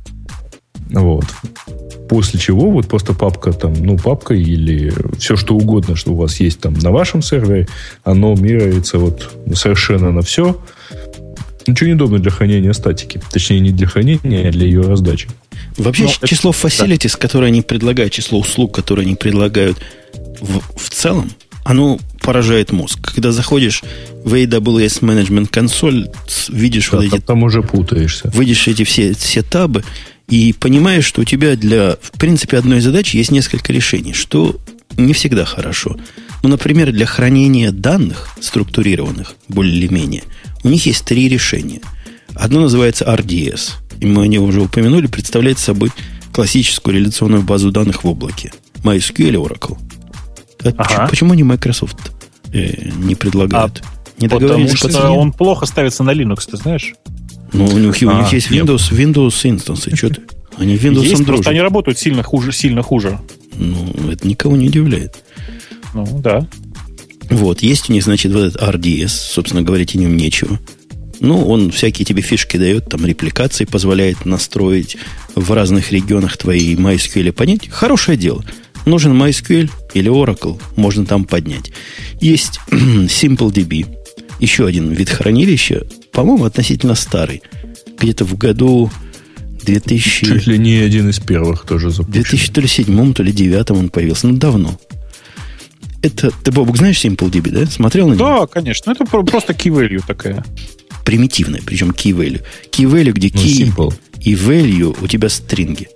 Вот. После чего вот просто папка или все что угодно, что у вас есть там на вашем сервере, оно меряется вот совершенно на все. Ничего неудобно для хранения статики. Точнее, не для хранения, а для ее раздачи. Вообще, число facilities, которые они предлагают, число услуг, которые они предлагают в целом, оно поражает мозг. Когда заходишь в AWS Management Console, видишь там уже путаешься. Видишь эти все табы и понимаешь, что у тебя для, в принципе, одной задачи есть несколько решений, что не всегда хорошо. Ну, например, для хранения данных структурированных, более-менее, у них есть 3 решения. Одно называется RDS, и мы о нем уже упомянули, представляет собой классическую реляционную базу данных в облаке. MySQL и Oracle. Почему не Microsoft не предлагают? Не потому что он плохо ставится на Linux, ты знаешь? Ну, у них есть Windows инстансы. Что ты? Они Windows дружат. Просто они работают сильно хуже. Ну, это никого не удивляет. Ну, да. Вот, есть у них, значит, вот этот RDS, собственно, говорить о нем нечего. Ну, он всякие тебе фишки дает, там, репликации позволяет настроить в разных регионах твои MySQL понять. Хорошее дело. Нужен MySQL или Oracle, можно там поднять. Есть SimpleDB, еще один вид хранилища, по-моему, относительно старый. Где-то в году 2000... Чуть ли не один из первых тоже запущен. В 2007, то ли 2009 он появился. Ну, давно. Это, ты, Бобук, знаешь SimpleDB, да? Смотрел на него? Да, конечно. Это просто key value такая. Примитивная, причем key value. Key value, где key и value у тебя стринги.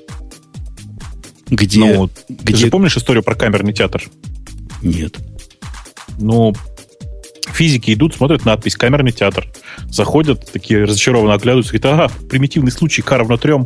Где... Ты же помнишь историю про камерный театр? Нет. Физики идут, смотрят надпись «Камерный театр». Заходят, такие разочарованно оглядываются, говорят, примитивный случай, К равно 3.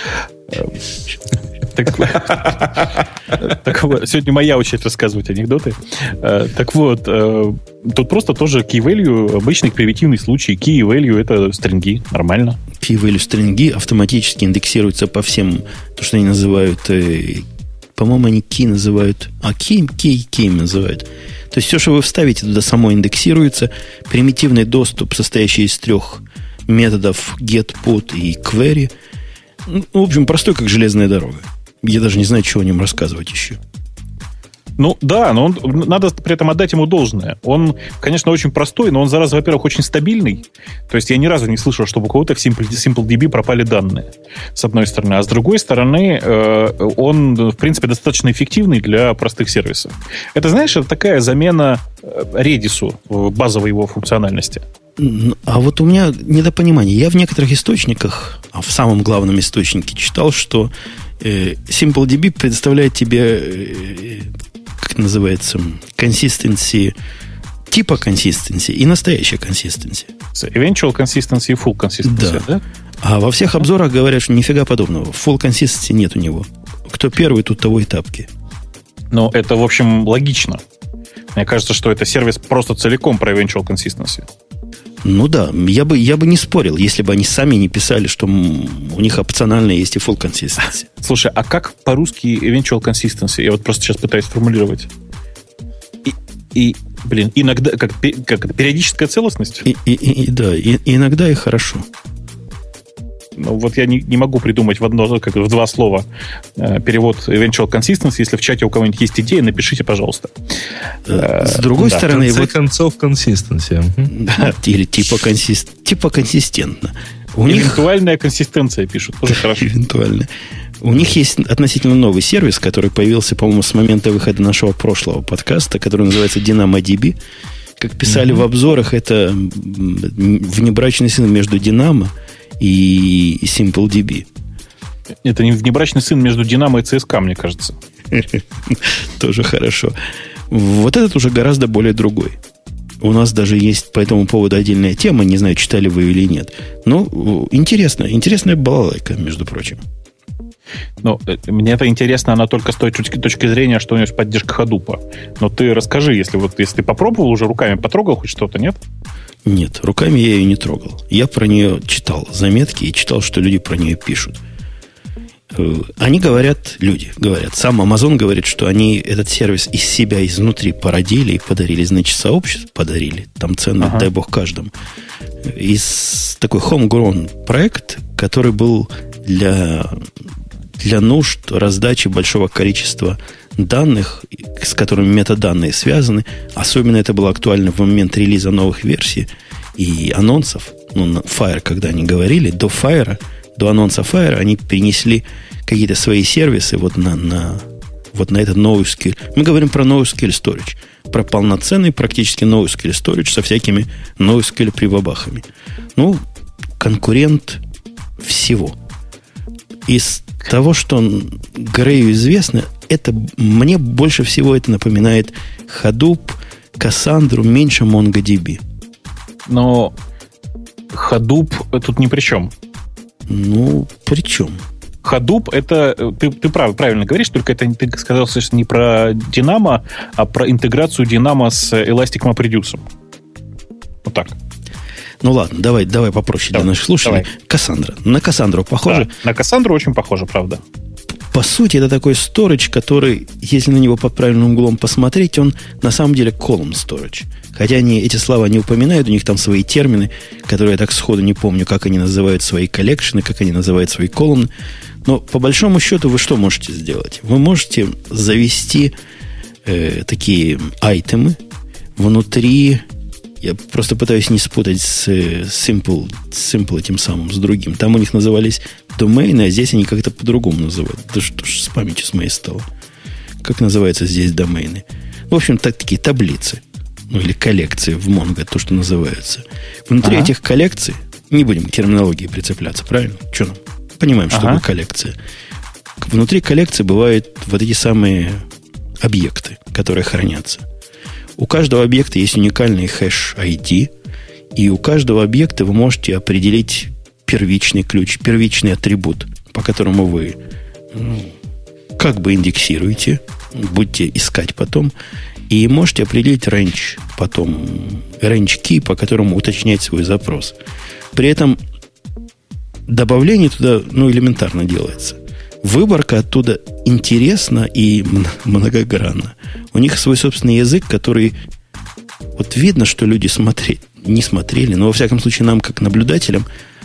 Так вот, сегодня моя очередь рассказывать анекдоты. Так вот, тут просто тоже key value, обычный примитивный случай. Key value — это стринги, нормально. Key value стринги автоматически индексируются по всем, то, что они называют, по-моему, они key называют, key называют. То есть все, что вы вставите туда, само индексируется. Примитивный доступ, состоящий из 3 методов get, put и query. Ну, в общем, простой, как железная дорога. Я даже не знаю, чего о нем рассказывать еще. Ну, да, но надо при этом отдать ему должное. Он, конечно, очень простой, но он, зараза, во-первых, очень стабильный. То есть я ни разу не слышал, чтобы у кого-то в SimpleDB пропали данные, с одной стороны. А с другой стороны, он, в принципе, достаточно эффективный для простых сервисов. Это, знаешь, это такая замена Redis в базовой его функциональности. А вот у меня недопонимание. Я в некоторых источниках, а в самом главном источнике читал, что SimpleDB предоставляет тебе, как это называется, consistency, типа consistency и настоящая consistency. Eventual consistency и full consistency, да? А во всех обзорах говорят, что нифига подобного. Full consistency нет у него. Кто первый, тут того и тапки. Ну, это, в общем, логично. Мне кажется, что это сервис просто целиком про eventual consistency. Ну да, я бы не спорил, если бы они сами не писали, что у них опционально есть и full consistency. Слушай, а как по-русски eventual consistency? Я вот просто сейчас пытаюсь формулировать. Иногда, как периодическая целостность? Иногда и хорошо. Ну, вот я не могу придумать в 2 слова перевод eventual consistency. Если в чате у кого-нибудь есть идея, напишите, пожалуйста. С другой стороны... В конце концов, consistency. Или типа консистентно. Эвентуальная консистенция пишут. Тоже хорошо. Эвентуально. У них есть относительно новый сервис, который появился, по-моему, с момента выхода нашего прошлого подкаста, который называется DynamoDB. Как писали в обзорах, это внебрачный сын между Dynamo и SimpleDB. Это не внебрачный сын между Dynamo и CSK, мне кажется. Тоже хорошо. Вот этот уже гораздо более другой. У нас даже есть по этому поводу отдельная тема. Не знаю, читали вы или нет. Но интересная балалайка, между прочим. Ну, мне это интересно, она только с той точки зрения, что у нее есть поддержка ходупа. Но ты расскажи, если ты попробовал уже, руками потрогал хоть что-то, нет? Нет, руками я ее не трогал. Я про нее читал заметки и читал, что люди про нее пишут. Они люди говорят, сам Amazon говорит, что они этот сервис из себя изнутри породили и подарили, значит, сообществу подарили. Там цены, дай бог, каждому. Из такой homegrown проект, который был для нужд раздачи большого количества данных, с которыми метаданные связаны. Особенно это было актуально в момент релиза новых версий и анонсов. На Fire, когда они говорили, до анонса Fire они перенесли какие-то свои сервисы вот на этот NoSQL. Мы говорим про NoSQL Storage. Про полноценный, практически NoSQL Storage со всякими NoSQL прибабахами. Ну, конкурент всего. Из того, что Грею известно, это мне больше всего это напоминает Hadoop, Cassandra, меньше MongoDB. Но Hadoop тут ни при чем. Ну, при чем? Hadoop это, ты правильно говоришь, только это ты сказал, что не про Dynamo, а про интеграцию Dynamo с Elastic MapReduce. Вот так. Ну ладно, давай попроще для наших слушателей. Cassandra. На Cassandra похоже? Да, на Cassandra очень похоже, правда. По сути, это такой storage, который, если на него под правильным углом посмотреть, он на самом деле column storage. Хотя они эти слова не упоминают, у них там свои термины, которые я так сходу не помню, как они называют свои коллекшены, как они называют свои колумны. Но по большому счету вы что можете сделать? Вы можете завести такие айтемы внутри Я просто пытаюсь не спутать с Simple этим самым, с другим. Там у них назывались домены, а здесь они как-то по-другому называют. Да что ж с памятью с моей стало. Как называются здесь домены? В общем, такие таблицы. Ну, или коллекции в Mongo, то, что называются. Внутри этих коллекций, не будем к терминологии прицепляться, правильно? Что нам? Понимаем, что такое коллекция. Внутри коллекции бывают вот эти самые объекты, которые хранятся. У каждого объекта есть уникальный хэш ID, и у каждого объекта вы можете определить первичный ключ, первичный атрибут, по которому вы как бы индексируете, будете искать потом, и можете определить range, потом range key, по которому уточнять свой запрос. При этом добавление туда, элементарно делается. Выборка оттуда интересна и многогранна. У них свой собственный язык, который... Вот видно, что люди не смотрели, но во всяком случае нам, как наблюдателям,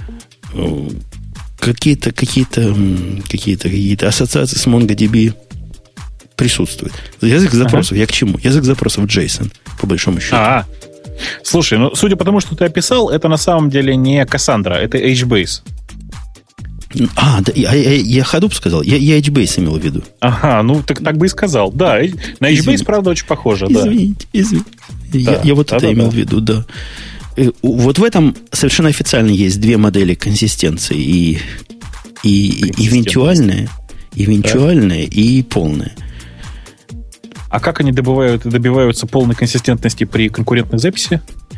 какие-то ассоциации с MongoDB присутствуют. Язык запросов, я к чему? Язык запросов JSON, по большому счету. Слушай, судя по тому, что ты описал, это на самом деле не Cassandra, это HBase. Да, я Hadoop сказал, я HBase имел в виду. Так бы и сказал. Да, на HBase, извините. Правда, очень похоже. Извините. Да, я вот это имел в виду, да. Вот в этом совершенно официально есть две модели консистенции. И винтуальная, и полная. А как они добиваются полной консистентности при конкурентной записи?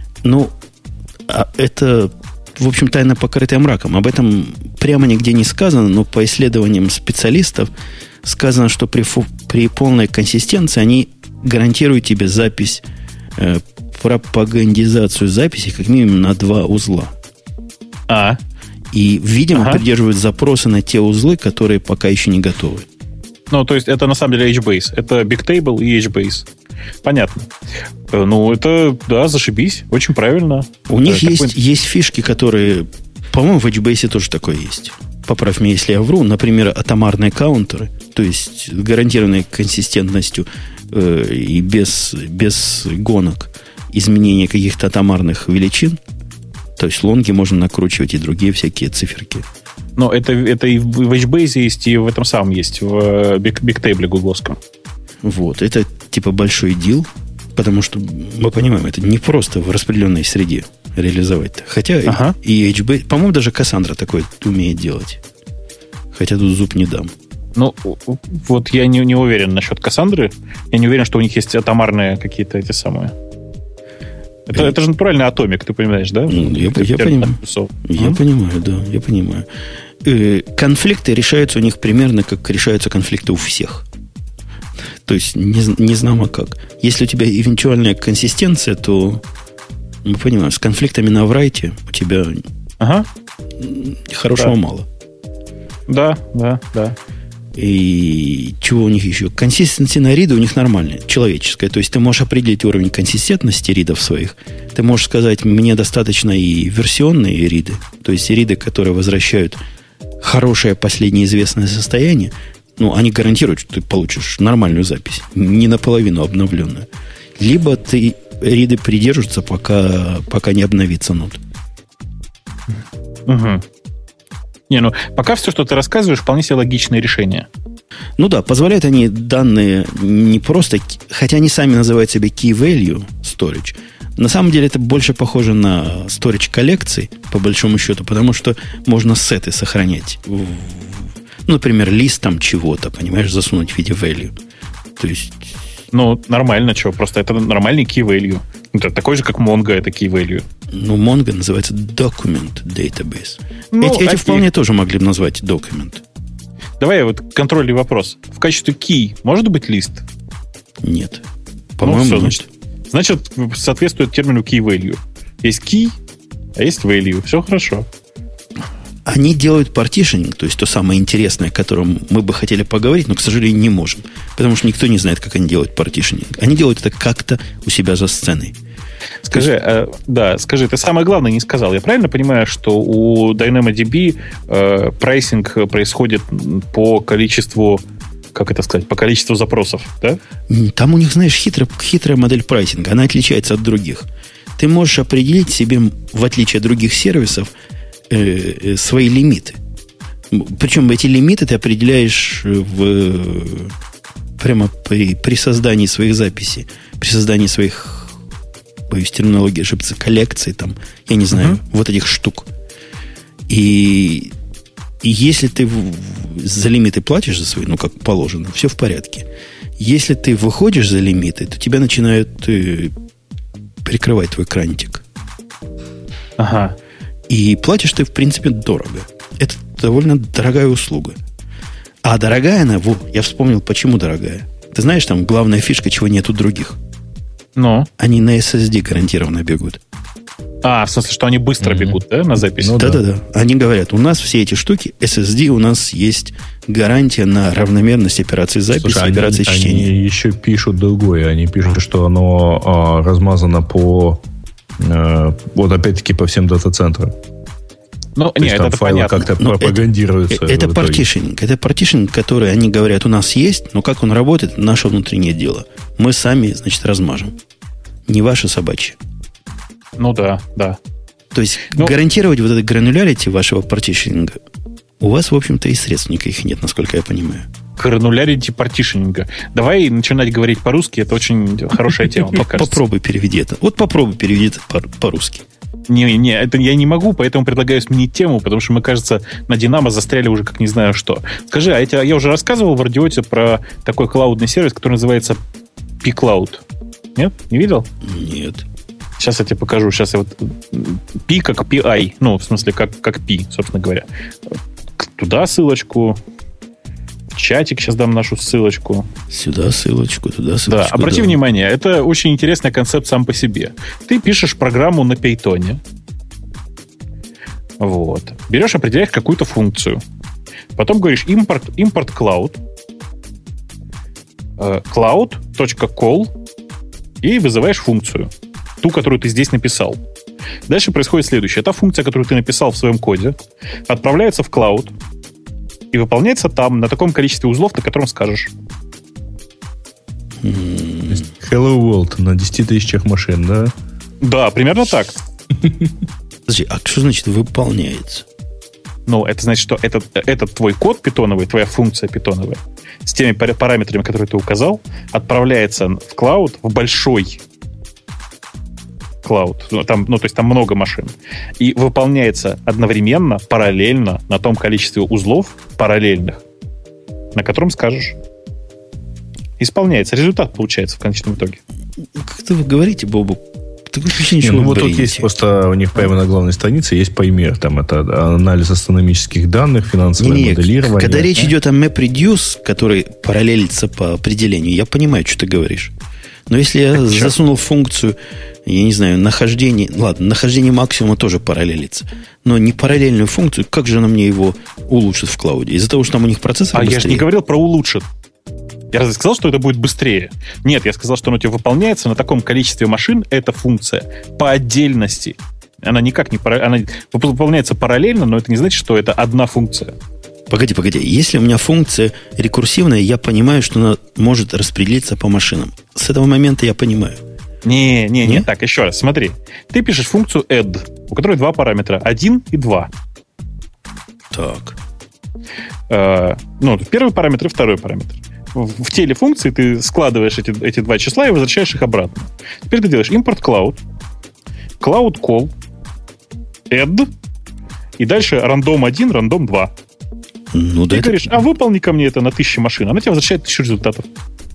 Это... В общем, тайна, покрытая мраком. Об этом прямо нигде не сказано, но по исследованиям специалистов сказано, что при полной консистенции они гарантируют тебе запись, пропагандизацию записи как минимум на 2 узла. И, видимо, придерживают запросы на те узлы, которые пока еще не готовы. То есть это на самом деле HBase. Это Bigtable и HBase. Понятно. Это, да, зашибись. Очень правильно. У них есть фишки, которые... По-моему, в HBase тоже такое есть. Поправь меня, если я вру. Например, атомарные каунтеры. То есть, с гарантированной консистентностью и без гонок изменения каких-то атомарных величин. То есть, лонги можно накручивать и другие всякие циферки. Но это и в HBase есть, и в этом самом есть, в Bigtable гугловском. Вот, это типа большой дил, потому что мы понимаем, это не просто в распределенной среде реализовать. Хотя и HBase, по-моему, даже Cassandra такое умеет делать. Хотя тут зуб не дам. Вот я не уверен насчет Cassandra. Я не уверен, что у них есть атомарные какие-то эти самые... Это же натуральный атомик, ты понимаешь, да? Я понимаю. Я понимаю, да, я понимаю. Конфликты решаются у них примерно, как решаются конфликты у всех. То есть, не знамо как. Если у тебя эвентуальная консистенция, то мы понимаем, с конфликтами на врайте у тебя хорошего мало. Да. И чего у них еще? Консистенция на риды у них нормальная, человеческая. То есть ты можешь определить уровень консистентности ридов своих. Ты можешь сказать, мне достаточно и версионные риды. То есть риды, которые возвращают хорошее последнее известное состояние. Они гарантируют, что ты получишь нормальную запись. Не наполовину обновленную. Либо ты риды придерживаются, пока не обновится нод. Пока все, что ты рассказываешь, вполне себе логичные решения. Да, позволяют они данные не просто... Хотя они сами называют себя Key Value Storage. На самом деле это больше похоже на storage коллекций, по большому счету, потому что можно сеты сохранять. Например, лист там чего-то, понимаешь, засунуть в виде value. То есть... нормально, чего? Просто это нормальный Key Value. Это такой же, как Mongo, это Key Value. Mongo называется Document Database. Эти вполне тоже могли бы назвать Document. Давай контрольный вопрос. В качестве key может быть лист? Нет. По-моему, нет. Значит, соответствует термину Key Value. Есть key, а есть value. Все хорошо. Они делают партишенинг, то есть то самое интересное, о котором мы бы хотели поговорить, но, к сожалению, не можем. Потому что никто не знает, как они делают партишенинг. Они делают это как-то у себя за сценой. Скажи, ты самое главное не сказал. Я правильно понимаю, что у DynamoDB прайсинг происходит по количеству, по количеству запросов, да? Там у них, знаешь, хитрая модель прайсинга. Она отличается от других. ты можешь определить себе, в отличие от других сервисов, свои лимиты. Причем эти лимиты ты определяешь прямо при создании своих записей, при создании своих, боюсь, терминологии ошибиться, коллекций, там, я не знаю, вот этих штук. И если ты за лимиты платишь за свои, ну, как положено, все в порядке. Если ты выходишь за лимиты, то тебя начинают перекрывать твой крантик. Ага. И платишь ты, в принципе, дорого. Это довольно дорогая услуга. А дорогая она, я вспомнил, почему дорогая. Ты знаешь, там главная фишка, чего нет у других. Ну? Они на SSD гарантированно бегут. В смысле, что они быстро бегут, да, на запись? Ну, да. Они говорят, у нас все эти штуки, SSD, у нас есть гарантия на равномерность операции записи, операции чтения. Они еще пишут другое. Они пишут, что оно размазано по вот опять-таки по всем дата-центрам. Ну, то есть там это файлы понятно. Как-то пропагандируются. Это партишинг. Это партишинг, который они говорят, у нас есть, но как он работает, наше внутреннее дело. Мы сами, значит, размажем. Не ваше собачье. Ну да. То есть гарантировать вот это гранулярити вашего партишинга у вас, в общем-то, и средств никаких нет, насколько я понимаю. Гранулярити партишинга. Давай начинать говорить по-русски, это очень хорошая тема, покажется. Попробуй переведи это. Вот попробуй переведи это по-русски. Не, это я не могу, поэтому предлагаю сменить тему, потому что мы, кажется, на Динамо застряли уже как не знаю что. Скажи, я уже рассказывал в Радиоте про такой клаудный сервис, который называется pCloud. Нет? Не видел? Нет. Сейчас я тебе покажу. Сейчас я вот P как PI. Ну, в смысле, как P, собственно говоря. Туда ссылочку. В чатик сейчас дам нашу ссылочку. Сюда ссылочку, туда ссылочку. Да, обрати внимание, это очень интересный концепт сам по себе. Ты пишешь программу на Python. Вот. Берешь, определяешь какую-то функцию. Потом говоришь import cloud. Cloud.call и вызываешь функцию. Ту, которую ты здесь написал. Дальше происходит следующее. Эта функция, которую ты написал в своем коде, отправляется в клауд и выполняется там на таком количестве узлов, на котором скажешь. Hello World на 10 тысячах машин, да? Да, примерно так. Подожди, а что значит выполняется? Ну, это значит, что этот твой код питоновый, твоя функция питоновая, с теми параметрами, которые ты указал, отправляется в клауд, в большой клауд. Там, то есть там много машин. И выполняется одновременно, параллельно на том количестве узлов параллельных, на котором скажешь. Исполняется. Результат получается в конечном итоге. Как-то вы говорите, Бобу, такое ощущение, что вот тут есть просто у них прямо на главной странице есть Паймер. Там это анализ астрономических данных, финансовое моделирование. Когда речь идет о MapReduce, который параллелится по определению, я понимаю, что ты говоришь. Но если я засунул функцию, я не знаю, нахождение максимума тоже параллелится. Но не параллельную функцию, как же она мне его улучшит в клауде? Из-за того, что там у них процессор быстрее. Я же не говорил про улучшит. Я разве сказал, что это будет быстрее? Нет, я сказал, что оно у тебя выполняется на таком количестве машин, эта функция, по отдельности. Она никак не она выполняется параллельно, но это не значит, что это одна функция. Погоди. Если у меня функция рекурсивная, я понимаю, что она может распределиться по машинам. С этого момента я понимаю. Не. Так, еще раз, смотри. Ты пишешь функцию add, у которой два параметра, 1 и 2. Так. Первый параметр и второй параметр. В теле функции ты складываешь эти два числа и возвращаешь их обратно. Теперь ты делаешь import cloud, cloud call, add, и дальше random 1, random 2. Ты говоришь, выполни ко мне это на 1000 машин. Она тебе возвращает 1000 результатов.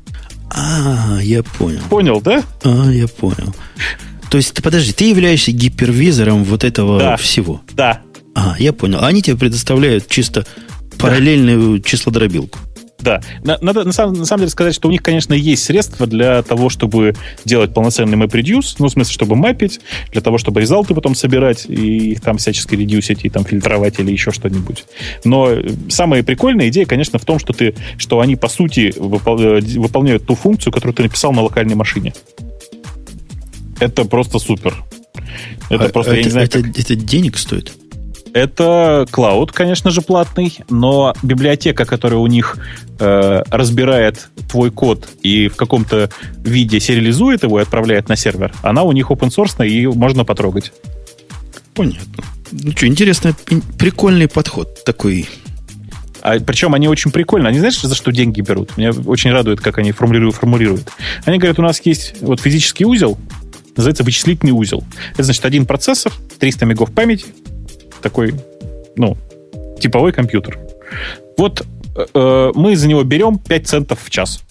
Я понял. Понял, да? Я понял. То есть, подожди, ты являешься гипервизором вот этого всего? Да. Я понял. Они тебе предоставляют чисто параллельную числодробилку. Да. Надо на самом деле сказать, что у них, конечно, есть средства для того, чтобы делать полноценный MapReduce, в смысле, чтобы мапить, для того, чтобы результаты потом собирать и их там всячески редюсить и там фильтровать или еще что-нибудь. Но самая прикольная идея, конечно, в том, что они, по сути, выполняют ту функцию, которую ты написал на локальной машине. Это просто супер. Это просто, я не знаю, это денег стоит? Это клауд, конечно же, платный, но библиотека, которая у них разбирает твой код и в каком-то виде сериализует его и отправляет на сервер, она у них open-source, и можно потрогать. Понятно. Ну что, интересно, прикольный подход такой. Причем они очень прикольно. Они, знаешь, за что деньги берут? Меня очень радует, как они формулируют. Они говорят, у нас есть вот физический узел, называется вычислительный узел. Это значит один процессор, 300 мегов памяти, такой, типовой компьютер. Вот мы за него берем 5 центов в час.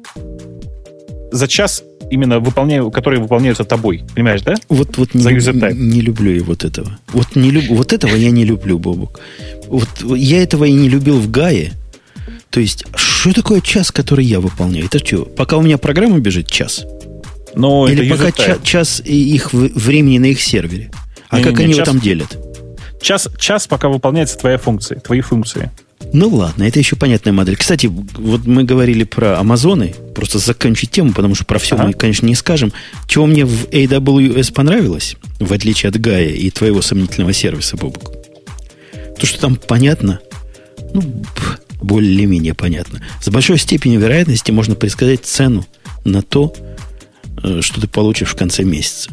За час именно которые выполняются тобой. Понимаешь, да? Вот не люблю я вот этого. Вот этого я не люблю, Бобук. Вот я этого и не любил в Гае. То есть, что такое час, который я выполняю? Это что, пока у меня программа бежит, час? Или пока час их времени на их сервере? А как они его там делят? Час, пока выполняется твои функции. Ну ладно, это еще понятная модель. Кстати, вот мы говорили про Амазоны, просто закончить тему, потому что про все мы, конечно, не скажем. Чего мне в AWS понравилось, в отличие от Гая и твоего сомнительного сервиса, Бобук? То, что там понятно, более-менее понятно. С большой степенью вероятности можно предсказать цену на то, что ты получишь в конце месяца.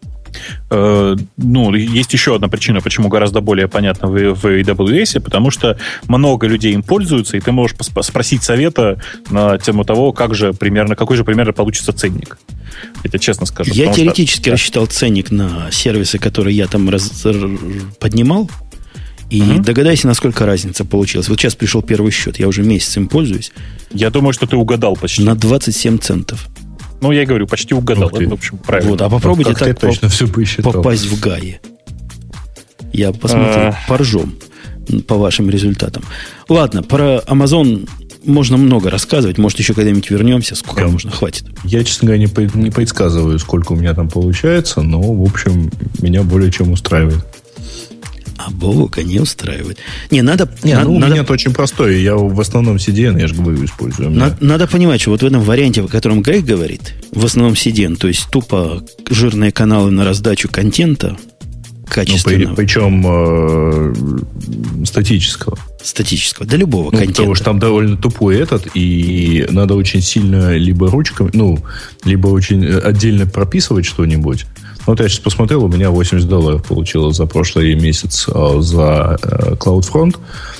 Есть еще одна причина, почему гораздо более понятно в AWS, потому что много людей им пользуются, и ты можешь спросить совета на тему того, какой же примерно получится ценник. Я тебе честно скажу. Я теоретически рассчитал ценник на сервисы, которые я там поднимал, и догадайся, насколько разница получилась. Вот сейчас пришел первый счет, я уже месяц им пользуюсь. Я думаю, что ты угадал почти. На 27 центов. Я и говорю, почти угадал. Это, в общем, правильно. Вот, а попробуйте так точно все попасть в Гае. Я посмотрю, поржем по вашим результатам. Ладно, про Amazon можно много рассказывать. Может, еще когда-нибудь вернемся. Сколько можно? Хватит. Я, честно говоря, не предсказываю, сколько у меня там получается, но, в общем, меня более чем устраивает. А Бобука не устраивает. У меня это очень простое. Я в основном CDN, я же говорю, использую. Надо понимать, что вот в этом варианте, о котором Грег говорит, в основном CDN, то есть тупо жирные каналы на раздачу контента качественного. Причем статического. Статического. Для любого контента. Потому что там довольно тупой и надо очень сильно либо ручками, либо очень отдельно прописывать что-нибудь. Вот я сейчас посмотрел, у меня $80 получилось за прошлый месяц за CloudFront.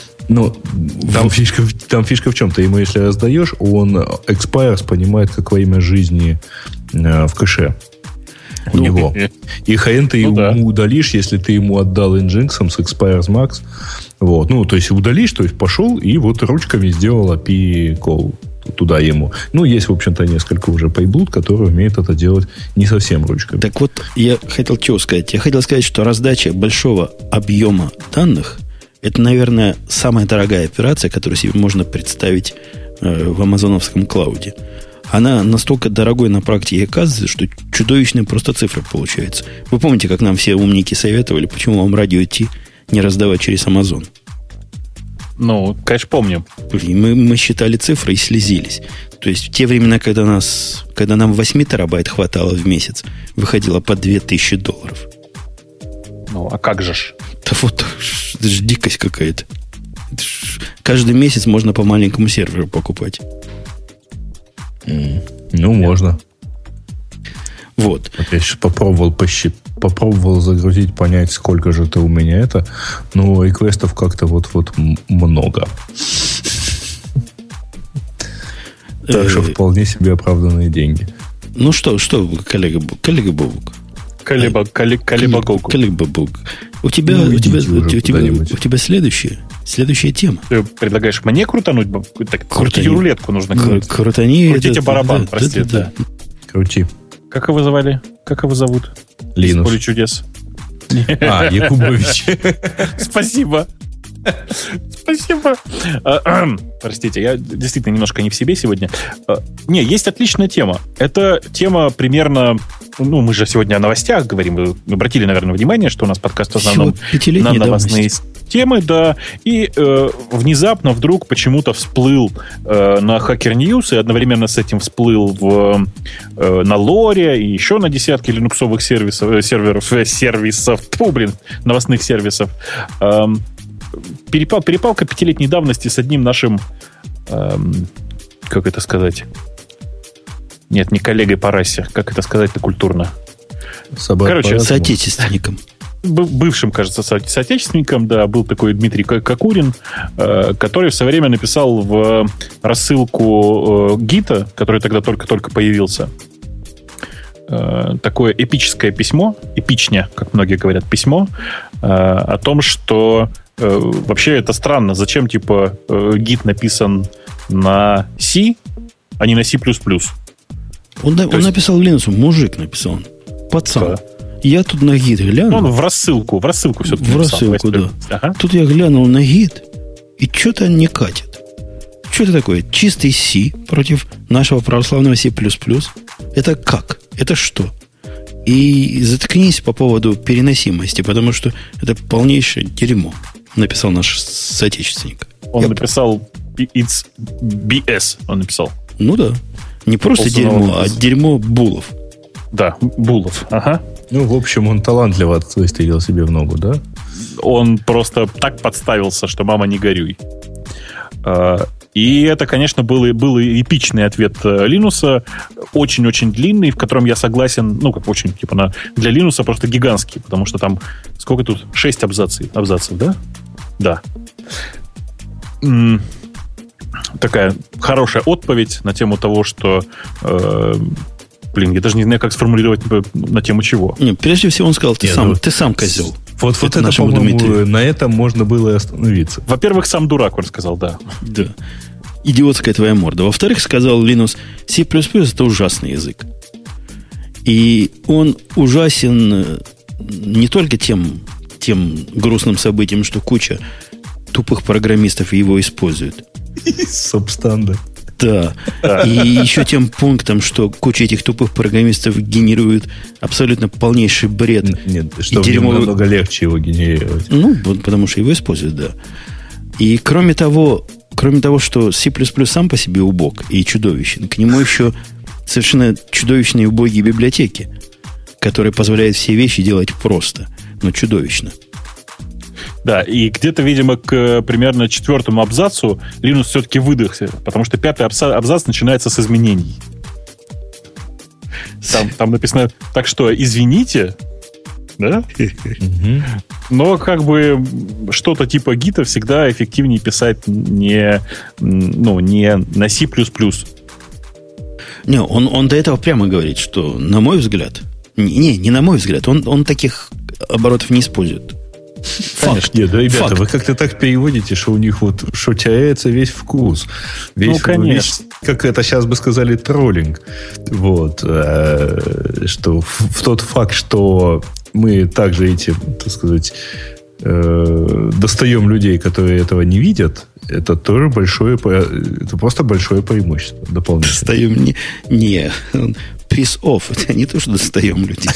Там фишка в чем? Ты ему, если раздаешь, он expires понимает как во имя жизни в кэше у него. И хрен ты ему удалишь, если ты ему отдал Nginx с expires max. Вот. То есть удалишь, то есть пошел и вот ручками сделал API call туда ему. Есть, в общем-то, несколько уже пайблуд, которые умеют это делать не совсем ручками. Так вот, я хотел чего сказать? Я хотел сказать, что раздача большого объема данных – это, наверное, самая дорогая операция, которую себе можно представить в амазоновском клауде. Она настолько дорогой на практике оказывается, что чудовищные просто цифры получаются. Вы помните, как нам все умники советовали, почему вам радио Ти не раздавать через Amazon? Конечно, помним. И мы считали цифры и слезились. То есть в те времена, когда нам 8 терабайт хватало в месяц, выходило по $2000. А как же ж? Да вот, это же дикость какая-то. Каждый месяц можно по маленькому серверу покупать. Можно. Вот. Я сейчас попробовал загрузить, понять, сколько же это у меня это. Реквестов как-то вот много. Так что вполне себе оправданные деньги. Что, коллега Бобук? Коллега Бобук. У тебя следующая тема. Ты предлагаешь мне крутануть? Крутить рулетку нужно. Крутани. Крутите барабан, прости. Крути. Как его звали? Как его зовут? Линус. Поле чудес. Якубович. Спасибо. Спасибо. Простите, я действительно немножко не в себе сегодня. Не, есть отличная тема. Это тема примерно... Ну, мы же сегодня о новостях говорим. Вы обратили, наверное, внимание, что у нас подкаст в основном на новостные темы, да. И внезапно вдруг почему-то всплыл на Hacker News, и одновременно с этим всплыл на Лоре и еще на десятки линуксовых сервисов, новостных сервисов. Перепалка 5-летней давности с одним нашим, как это сказать? Нет, не коллегой по расе. Как это сказать-то культурно? Короче, соотечественником. Бывшим, кажется, соотечественником, да, был такой Дмитрий Кокурин, который в свое время написал в рассылку гита, который тогда только-только появился, такое эпическое письмо, эпичня, как многие говорят, письмо, о том, что вообще это странно, зачем, типа, гит написан на C, а не на C++. Он написал в Linux, мужик написал, пацан. Да. Я тут на гид глянул. Он в рассылку все-таки в рассылку, да. Ага. Тут я глянул на гид, и что-то не катит. Что это такое? Чистый C против нашего православного C++. Это как? Это что? И заткнись по поводу переносимости, потому что это полнейшее дерьмо, написал наш соотечественник. Он написал it's BS, он написал. Ну да. Не просто дерьмо, а дерьмо Булов. Да, Булов, ага. Ну, в общем, он талантливо выстрелил себе в ногу, да? Он просто так подставился, что мама не горюй. И это, конечно, был эпичный ответ Линуса, очень-очень длинный, в котором я согласен, ну, как очень, типа, для Линуса просто гигантский, потому что там, сколько тут? 6 абзацев, да? Да. Такая хорошая отповедь на тему того, что... я даже не знаю, как сформулировать на тему чего. Не, прежде всего он сказал, ты сам козел. Вот это по-моему, Дмитрию. На этом можно было и остановиться. Во-первых, сам дурак, он сказал, да. Да. Идиотская твоя морда. Во-вторых, сказал Linus, C++ это ужасный язык. И он ужасен не только тем грустным событием, что куча тупых программистов его использует. Субстанды. Да. И еще тем пунктом, что куча этих тупых программистов генерирует абсолютно полнейший бред. Нет, что намного легче его генерировать. Ну, потому что его используют, да. И кроме того, что C++ сам по себе убог и чудовищен, к нему еще совершенно чудовищные и убогие библиотеки, которые позволяют все вещи делать просто, но чудовищно. Да, и где-то, видимо, к примерно 4-му абзацу Linux все-таки выдохся, потому что 5-й абзац начинается с изменений. Там написано, так что, извините, да? Но как бы что-то типа гита всегда эффективнее писать не на C++. Не, он до этого прямо говорит, что, на мой взгляд, не на мой взгляд, он таких оборотов не использует. Факт. Нет, да, ребята, вы как-то так переводите, что у них вот, что теряется весь вкус. Весь, как это сейчас бы сказали, троллинг. Вот. Что в тот факт, что мы также этим, так сказать, достаем людей, которые этого не видят, это тоже это просто большое преимущество дополнительно. Достаем не piece off. Это не то, что достаем людей.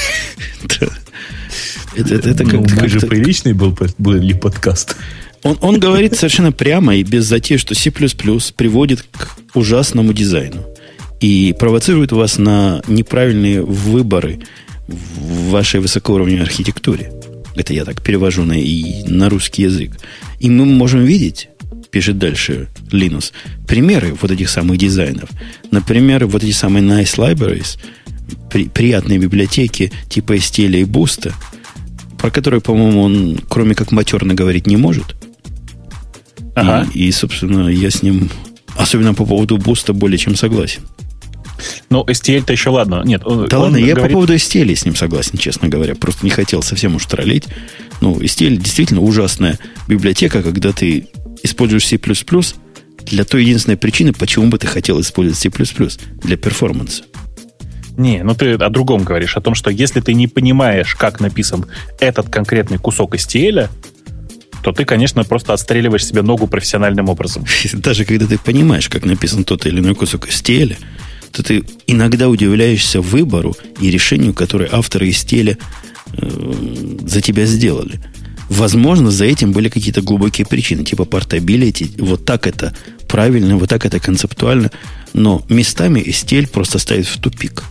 Это мы же приличный был подкаст. Он говорит совершенно прямо и без затей, что C++ приводит к ужасному дизайну и провоцирует вас на неправильные выборы в вашей высокоуровневой архитектуре. Это я так перевожу на русский язык. И мы можем видеть, пишет дальше Linus, примеры вот этих самых дизайнов. Например, вот эти самые nice libraries, приятные библиотеки типа STL и Boost, про которые, по-моему, он кроме как матерно говорить не может. Ага. И, собственно, я с ним, особенно по поводу Boost, более чем согласен. Ну, STL-то еще ладно. Нет, да ладно, я по поводу STL с ним согласен, честно говоря. Просто не хотел совсем уж троллить. Ну, STL действительно ужасная библиотека, когда ты используешь C++ для той единственной причины, почему бы ты хотел использовать C++ для перформанса. Не, ну ты о другом говоришь. О том, что если ты не понимаешь, как написан этот конкретный кусок STL, то ты, конечно, просто отстреливаешь себе ногу профессиональным образом. Даже когда ты понимаешь, как написан тот или иной кусок STL, то ты иногда удивляешься выбору и решению, которое авторы STL за тебя сделали. Возможно, за этим были какие-то глубокие причины, типа портабилити. Вот так это правильно, вот так это концептуально. Но местами STL просто ставит в тупик.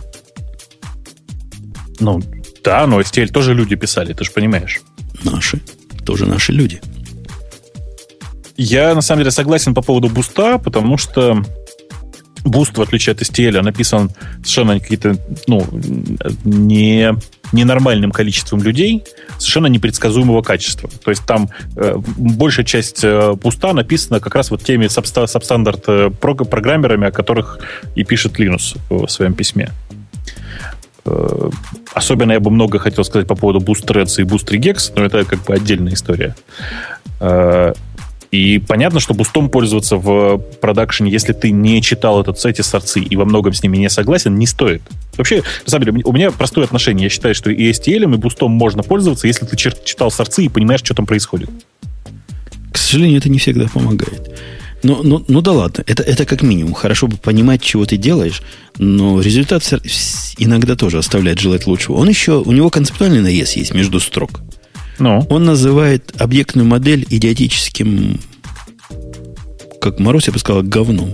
Ну, да, но STL тоже люди писали, ты же понимаешь. Наши. Тоже наши люди. Я, на самом деле, согласен по поводу буста, потому что буст, в отличие от STL, написан совершенно какие-то, ненормальным количеством людей, совершенно непредсказуемого качества. То есть там большая часть буста написана как раз вот теми сабстандарт программерами, о которых и пишет Линус в своем письме. Особенно я бы много хотел сказать по поводу Boost Threads и Boost Regex, но это как бы отдельная история. И понятно, что бустом пользоваться в продакшене, если ты не читал эти сорцы и во многом с ними не согласен, не стоит. Вообще, на самом деле, у меня простое отношение. Я считаю, что и STL, и бустом можно пользоваться, если ты читал сорцы и понимаешь, что там происходит. К сожалению, это не всегда помогает. Ну да ладно, это как минимум. Хорошо бы понимать, чего ты делаешь, но результат иногда тоже оставляет желать лучшего. У него концептуальный наезд есть между строк. Он называет объектную модель идиотическим, как Марусь, я бы сказал, говном.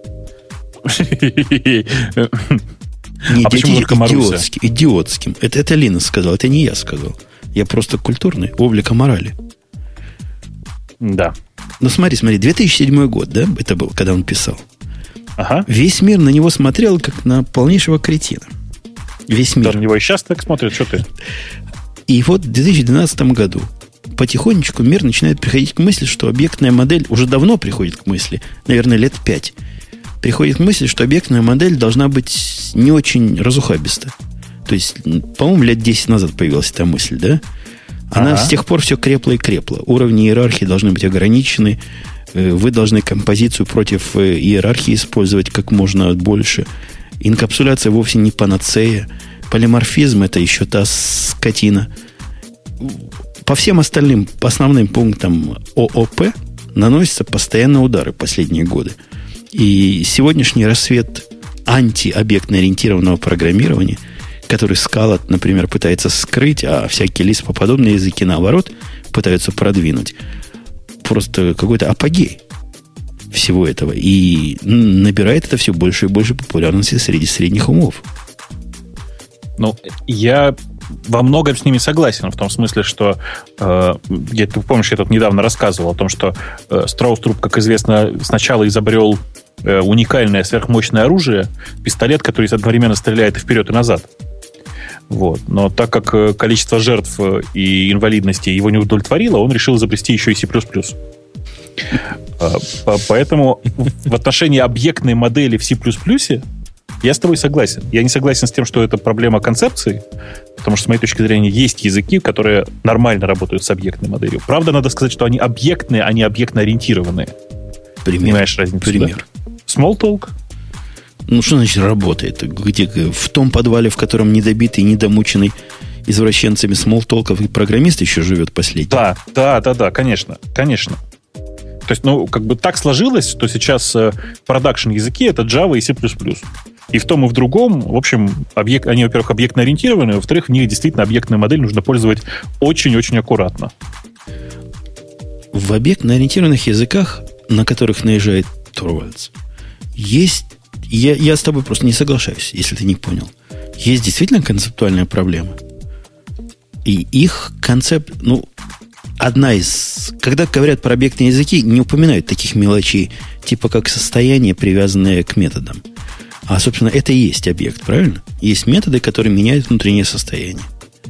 Не идиотским. Это Лина сказал, это не я сказал. Я просто культурный, облика морали. Да. Ну смотри, 2007 год, да, это был, когда он писал. Ага. Весь мир на него смотрел, как на полнейшего кретина. Весь мир. Да, на него и сейчас так смотрят, что ты? И вот в 2012 году потихонечку мир начинает приходить к мысли, что объектная модель уже давно приходит к мысли, наверное, лет 5. Приходит к мысли, что объектная модель должна быть не очень разухабиста. То есть, по-моему, лет 10 назад появилась эта мысль, да? Она с тех пор все крепла и крепла. Уровни иерархии должны быть ограничены. Вы должны композицию против иерархии использовать как можно больше. Инкапсуляция вовсе не панацея. Полиморфизм – это еще та скотина. По всем остальным основным пунктам ООП наносятся постоянно удары последние годы. И сегодняшний рассвет антиобъектно-ориентированного программирования, который Scala, например, пытается скрыть, а всякие Lisp-подобные языки, наоборот, пытаются продвинуть, просто какой-то апогей всего этого. И набирает это все больше и больше популярности среди средних умов. Ну, я во многом с ними согласен, в том смысле, что ты помнишь, я тут недавно рассказывал о том, что Страуструп, как известно, сначала изобрел уникальное сверхмощное оружие, пистолет, который одновременно стреляет и вперед, и назад. Вот. Но так как количество жертв и инвалидности его не удовлетворило, он решил изобрести еще и C++. Поэтому в отношении объектной модели в C++ я с тобой согласен. Я не согласен с тем, что это проблема концепции, потому что, с моей точки зрения, есть языки, которые нормально работают с объектной моделью. Правда, надо сказать, что они объектные, а не объектно-ориентированные. Понимаешь разницу? Пример. Да? Smalltalk? Ну, что значит работает? Где, в том подвале, в котором недобитый, недомученный извращенцами смолтолков и программист еще живет последний? Да, конечно. То есть, как бы так сложилось, что сейчас продакшн-языки — это Java и C++. И в том, и в другом, в общем, они, во-первых, объектно-ориентированы, во-вторых, в них действительно объектную модель нужно пользовать очень-очень аккуратно. В объектно-ориентированных языках, на которых наезжает Торвальдс, есть... Я с тобой просто не соглашаюсь, если ты не понял. Есть действительно концептуальная проблема. И их концепт... одна из... Когда говорят про объектные языки, не упоминают таких мелочей, типа как состояние, привязанное к методам. А, собственно, это и есть объект, правильно? Есть методы, которые меняют внутреннее состояние.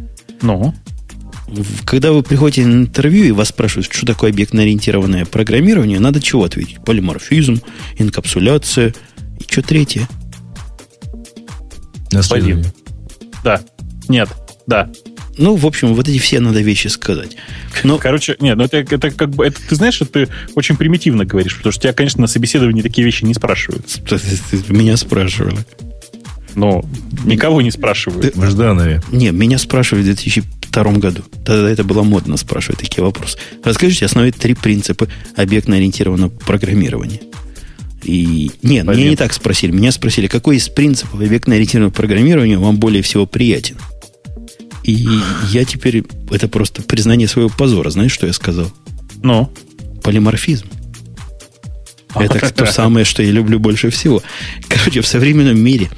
Когда вы приходите на интервью и вас спрашивают, что такое объектно-ориентированное программирование, надо чего ответить? Полиморфизм, инкапсуляция и что третье? Наследование. Да. Нет. Да. В общем, вот эти все надо вещи сказать. Короче, нет, это как бы... ты знаешь, что ты очень примитивно говоришь, потому что тебя, конечно, на собеседовании такие вещи не спрашивают. Меня спрашивали. Никого не спрашивают. В Жданове. Не, меня спрашивали в 2005 1992 году. Тогда это было модно спрашивать такие вопросы. Расскажите основные 3 принципа объектно-ориентированного программирования. И нет, меня не так спросили. Меня спросили, какой из принципов объектно-ориентированного программирования вам более всего приятен? И я теперь... Это просто признание своего позора. Знаешь, что я сказал? Ну? Полиморфизм. Это то самое, что я люблю больше всего. Короче, в современном мире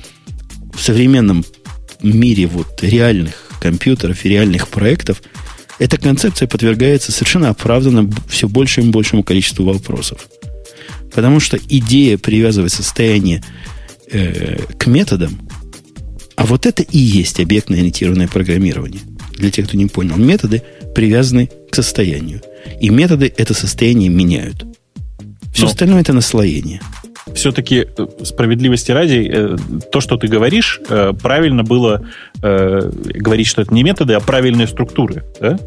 вот реальных компьютеров и реальных проектов эта концепция подвергается совершенно оправданно все большему и большему количеству вопросов. Потому что идея привязывать состояние к методам, а вот это и есть объектно-ориентированное программирование. Для тех, кто не понял, методы привязаны к состоянию. И методы это состояние меняют. Все остальное это наслоение. Все-таки справедливости ради, то, что ты говоришь, правильно было говорить, что это не методы, а правильные структуры, да?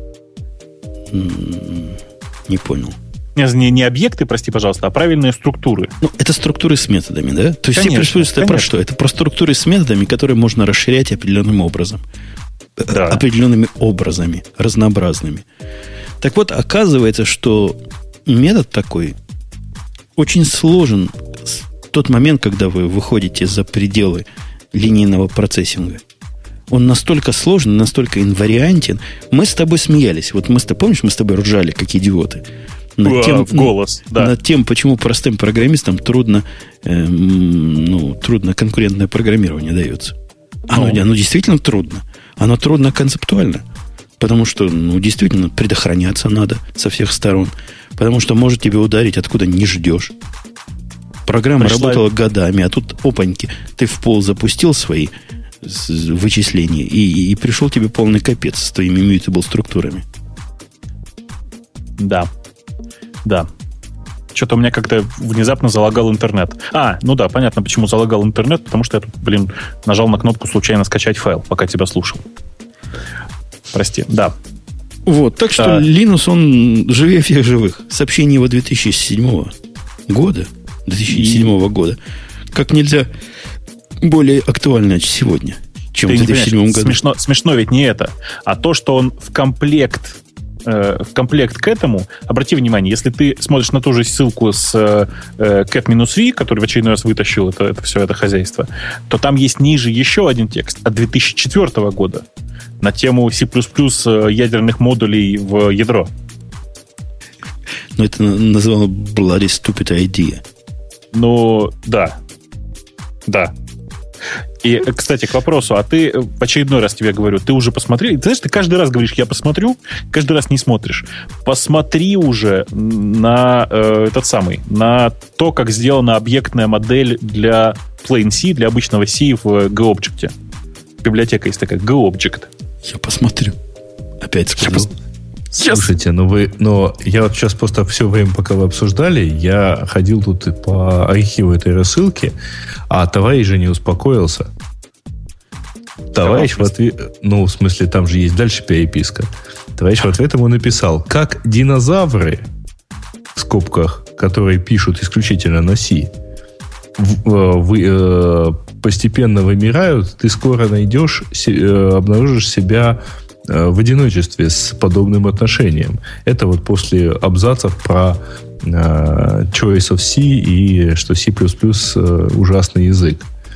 Не понял. Не объекты, прости, пожалуйста, а правильные структуры. Ну, это структуры с методами, да? То есть конечно, C++ это про что? Это про структуры с методами, которые можно расширять определенным образом. Да. Определенными образами, разнообразными. Так вот, оказывается, что метод такой очень сложен в тот момент, когда вы выходите за пределы линейного процессинга. Он настолько сложный, настолько инвариантен. Мы с тобой смеялись. Вот помнишь, мы с тобой ржали, как идиоты. В голос, да. Над тем, почему простым программистам трудно конкурентное программирование дается. Оно действительно трудно. Оно трудно концептуально. Потому что, действительно, предохраняться надо со всех сторон. Потому что может тебе ударить, откуда не ждешь. Программа работала годами, а тут, опаньки, ты в пол запустил свои вычисления, и пришел тебе полный капец с твоими mutable структурами. Да. Что-то у меня как-то внезапно залагал интернет. Понятно, почему залагал интернет, потому что я тут, нажал на кнопку случайно скачать файл, пока тебя слушал. Прости, да. Вот, так что Linux, он живее всех живых. Сообщение его 2007 года, как нельзя более актуально сегодня, чем в 2007 году. Смешно ведь не это, а то, что он в комплект к этому, обрати внимание, если ты смотришь на ту же ссылку с cat-v, который в очередной раз вытащил это хозяйство, то там есть ниже еще один текст от 2004 года на тему C++ ядерных модулей в ядро. Но это называло bloody stupid idea. Да. И, кстати, к вопросу, а ты в очередной раз тебе говорю, ты уже посмотрел? Ты знаешь, ты каждый раз говоришь, я посмотрю, каждый раз не смотришь. Посмотри уже на на то, как сделана объектная модель для Plain C, для обычного C в GObject. Библиотека есть такая, GObject. Я посмотрю. Опять сказал. Слушайте, я вот сейчас просто все время, пока вы обсуждали, я ходил тут по архиву этой рассылки, а товарищ же не успокоился. Товарищ в ответ... в смысле, там же есть дальше переписка. Товарищ в ответ ему написал, как динозавры, в скобках, которые пишут исключительно на C, постепенно вымирают, ты скоро обнаружишь себя в одиночестве с подобным отношением. Это вот после абзацев про choice of C и что C++ ужасный язык.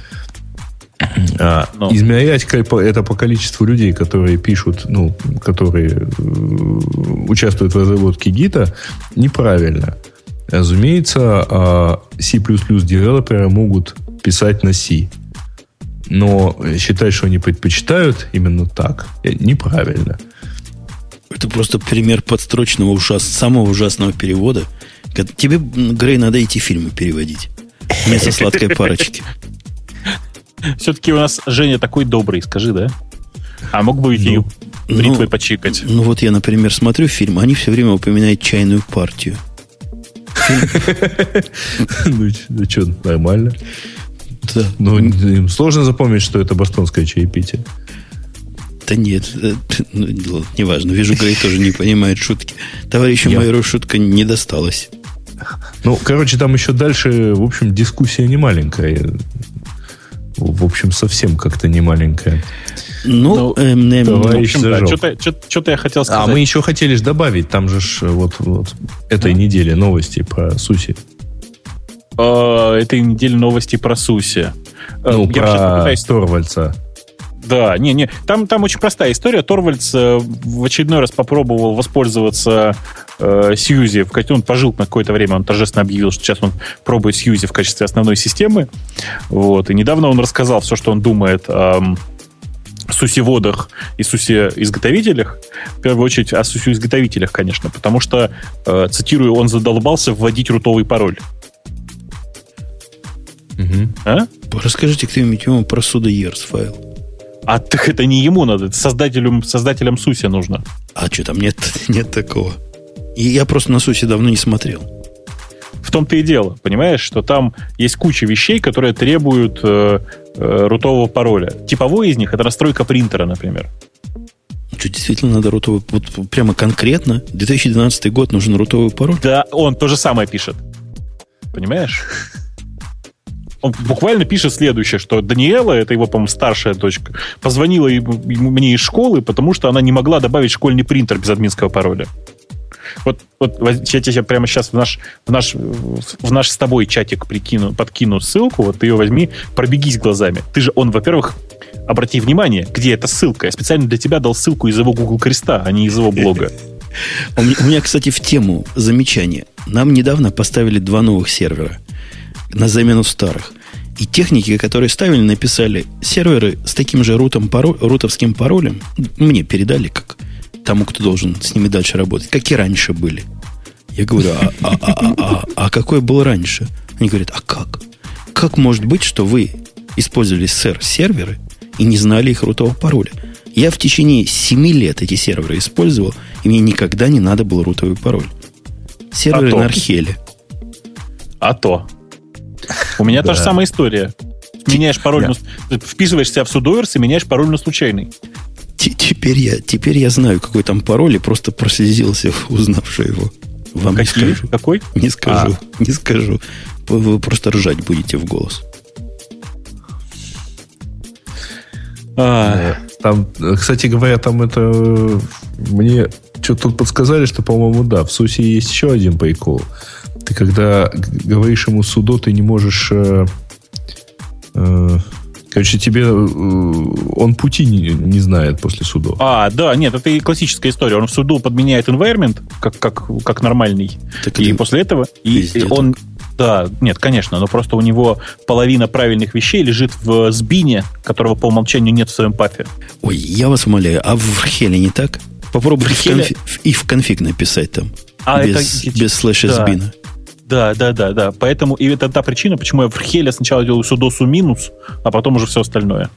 Измерять это по количеству людей, которые пишут, которые участвуют в разработке гита, неправильно. Разумеется, C++ девелоперы могут писать на C. Но считать, что они предпочитают именно так, неправильно. Это просто пример подстрочного самого ужасного перевода. Тебе, Грей, надо эти фильмы переводить. Вместо сладкой парочки. Все-таки у нас Женя такой добрый, скажи, да? А мог бы и бритвой почикать. Вот я, например, смотрю фильм, они все время упоминают чайную партию. Что, нормально? Да. Им сложно запомнить, что это бостонское чаепитие. Да нет, неважно. Вижу, Грей тоже не понимает шутки. Товарищу майору шутка не досталась. Там еще дальше, в общем, дискуссия не маленькая. в общем, совсем как-то не маленькая. Товарищ Зажов. Что-то я хотел сказать. А мы еще хотели же добавить, там же вот этой неделе новости про SUSE. Этой неделе новости про SUSE. Про Торвальдса. Да, там очень простая история. Торвальдс в очередной раз попробовал воспользоваться SUSE. Он пожил на какое-то время, он торжественно объявил, что сейчас он пробует SUSE в качестве основной системы. Вот. И недавно он рассказал все, что он думает о SUSE-водах и SUSE-изготовителях. В первую очередь о SUSE-изготовителях, конечно, потому что, цитирую, он задолбался вводить рутовый пароль. Угу. Расскажите кто-нибудь ему про sudo-ers файл. А так это не ему надо, это создателям SUSE нужно. А что, там нет такого? И я просто на SUSE давно не смотрел. В том-то и дело, понимаешь, что там есть куча вещей, которые требуют рутового пароля. Типовой из них — это настройка принтера, например. Что, действительно надо рутовый... Вот прямо конкретно? 2012 год нужен рутовый пароль? Да, он то же самое пишет. Понимаешь? Он буквально пишет следующее, что Даниэла, это его, по-моему, старшая дочка, позвонила мне из школы, потому что она не могла добавить школьный принтер без админского пароля. Вот я тебе прямо сейчас в наш с тобой чатик подкину ссылку, вот ты ее возьми, пробегись глазами. Во-первых, обрати внимание, где эта ссылка. Я специально для тебя дал ссылку из его Google Креста, а не из его блога. У меня, кстати, в тему замечание. Нам недавно поставили 2 новых сервера на замену старых. И техники, которые ставили, написали серверы с таким же рутовским паролем. Мне передали, как тому, кто должен с ними дальше работать, как и раньше были. Я говорю, а какой был раньше? Они говорят, а как? Как может быть, что вы использовали серверы и не знали их рутового пароля? Я в течение 7 лет эти серверы использовал, и мне никогда не надо был рутовый пароль. Серверы на Археле. У меня та же самая история. Меняешь пароль, вписываешь себя в sudo-ers и меняешь пароль на случайный. Теперь я знаю, какой там пароль, и просто прослезился, узнавши его. Вам не скажу. Какой? Не скажу. Вы просто ржать будете в голос. Там, кстати говоря, там это... Мне что-то тут подсказали, что, по-моему, да, в SUSE есть еще один прикол. Ты когда говоришь ему sudo, ты не можешь... Короче, тебе он пути не знает после sudo. Да, нет, это и классическая история. Он в sudo подменяет environment, как нормальный. Так и после этого... он... Так. Да, нет, конечно, но просто у него половина правильных вещей лежит в сбине, которого по умолчанию нет в своем пафе. Ой, я вас умоляю, а в Археле не так? Попробуйте в конфиг написать там. Без слэша сбина. Да. Поэтому и это та причина, почему я в Археле сначала делаю sudo su минус, а потом уже все остальное.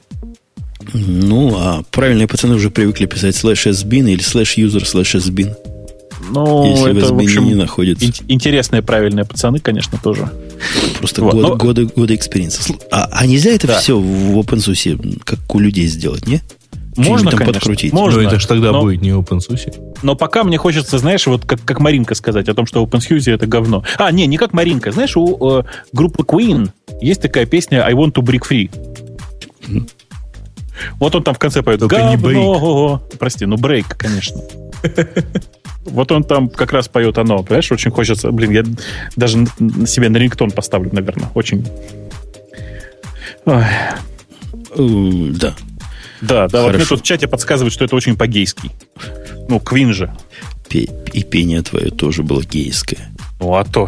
А правильные пацаны уже привыкли писать /sbin или /user/sbin. Если это, в сбине не находится. Интересные, правильные пацаны, конечно, тоже. Просто годы экспириенса. А нельзя это все в OpenSUSE, как у людей сделать, не? Можно, там конечно, подкрутить. Но это же тогда будет не OpenSUSE. Но пока мне хочется, знаешь, вот как Маринка сказать о том, что OpenSUSE это говно. Не как Маринка. Знаешь, у группы Queen есть такая песня I want to break free. Вот он там в конце поет говно. Прости, break, конечно. Вот он там как раз поет оно. Понимаешь, очень хочется... я даже себе на рингтон поставлю, наверное. Очень... Да. Да, вот мне тут в чате подсказывают, что это очень по-гейски. Квин же. И пение твое тоже было гейское. А то...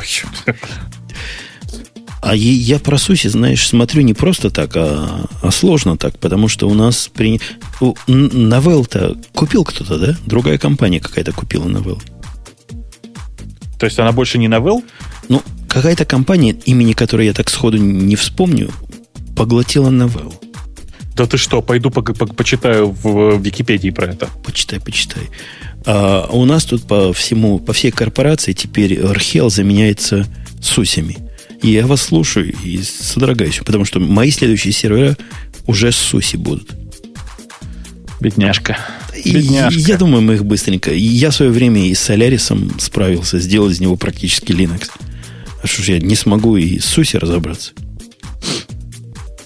А я про SUSE, знаешь, смотрю не просто так, а сложно так, потому что у нас Novell-то купил кто-то, да? Другая компания какая-то купила Novell. То есть она больше не Novell? Какая-то компания, имени которой я так сходу не вспомню, поглотила Novell. Да ты что, пойду почитаю в Википедии про это. Почитай. А у нас тут по всей корпорации теперь Archel заменяется SUSE-ми. И я вас слушаю и содрогаюсь, потому что мои следующие сервера уже с SUSE будут. Бедняжка. Я думаю, мы их быстренько... Я в свое время и с Solaris справился, сделал из него практически Linux. А что ж я не смогу и с SUSE разобраться?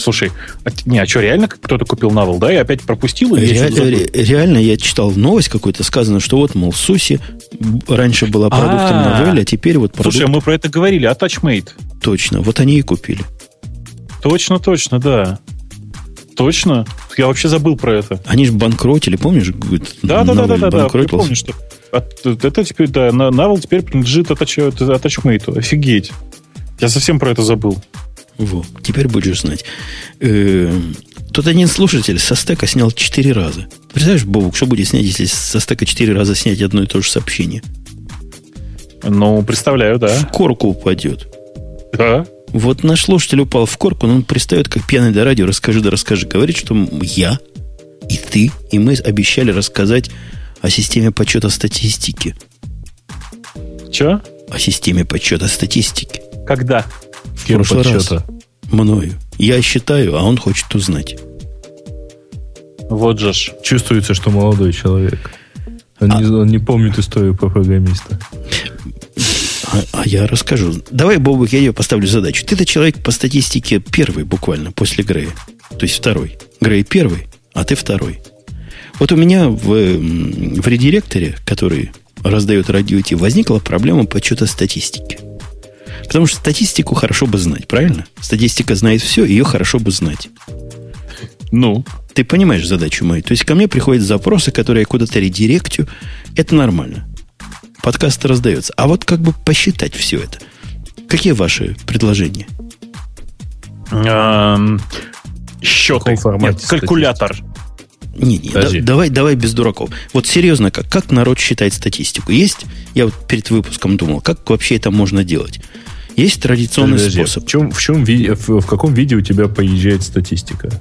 Слушай, а что, реально кто-то купил Navel, да? И опять пропустил? Реально, я читал новость какую-то, сказано, что вот, мол, Суси раньше была продуктом Novell, а теперь вот продукт... Слушай, мы про это говорили, а TouchMate? Точно, вот они и купили. Точно, да. Точно? Я вообще забыл про это. Они же банкротили, помнишь? Да. Я помню, что это теперь, да, Navel теперь принадлежит TouchMate. Офигеть. Я совсем про это забыл. Вот, теперь будешь знать. Тут один слушатель со стека снял 4 раза. Представляешь, Бобук, что будет снять, если со стека 4 раза снять одно и то же сообщение? Ну, представляю, да. В корку упадет. Да. Вот наш слушатель упал в корку, но он пристает, как пьяный до радио, расскажи. Говорит, что я и ты, и мы обещали рассказать о системе подсчета статистики. Че? О системе подсчета статистики. Когда? В прошлый раз. Мною. Я считаю, а он хочет узнать. Вот же ж. Чувствуется, что молодой человек. Он не помнит историю про программиста. А я расскажу. Давай, Бобук, я ее поставлю задачу. Ты-то человек по статистике первый буквально после Грея. То есть второй. Грей первый, а ты второй. Вот у меня в редиректоре, который раздает радио Ти, возникла проблема подсчета статистики. Потому что статистику хорошо бы знать, правильно? Статистика знает все, ее хорошо бы знать. Ну? Ты понимаешь задачу мою? То есть ко мне приходят запросы, которые я куда-то редиректю. Это нормально. Подкаст раздается. А вот как бы посчитать все это? Какие ваши предложения? Счеты. Нет, калькулятор. Давай без дураков. Вот серьезно, как народ считает статистику? Есть? Я вот перед выпуском думал, как вообще это можно делать? Есть традиционный способ. В каком виде у тебя поезжает статистика?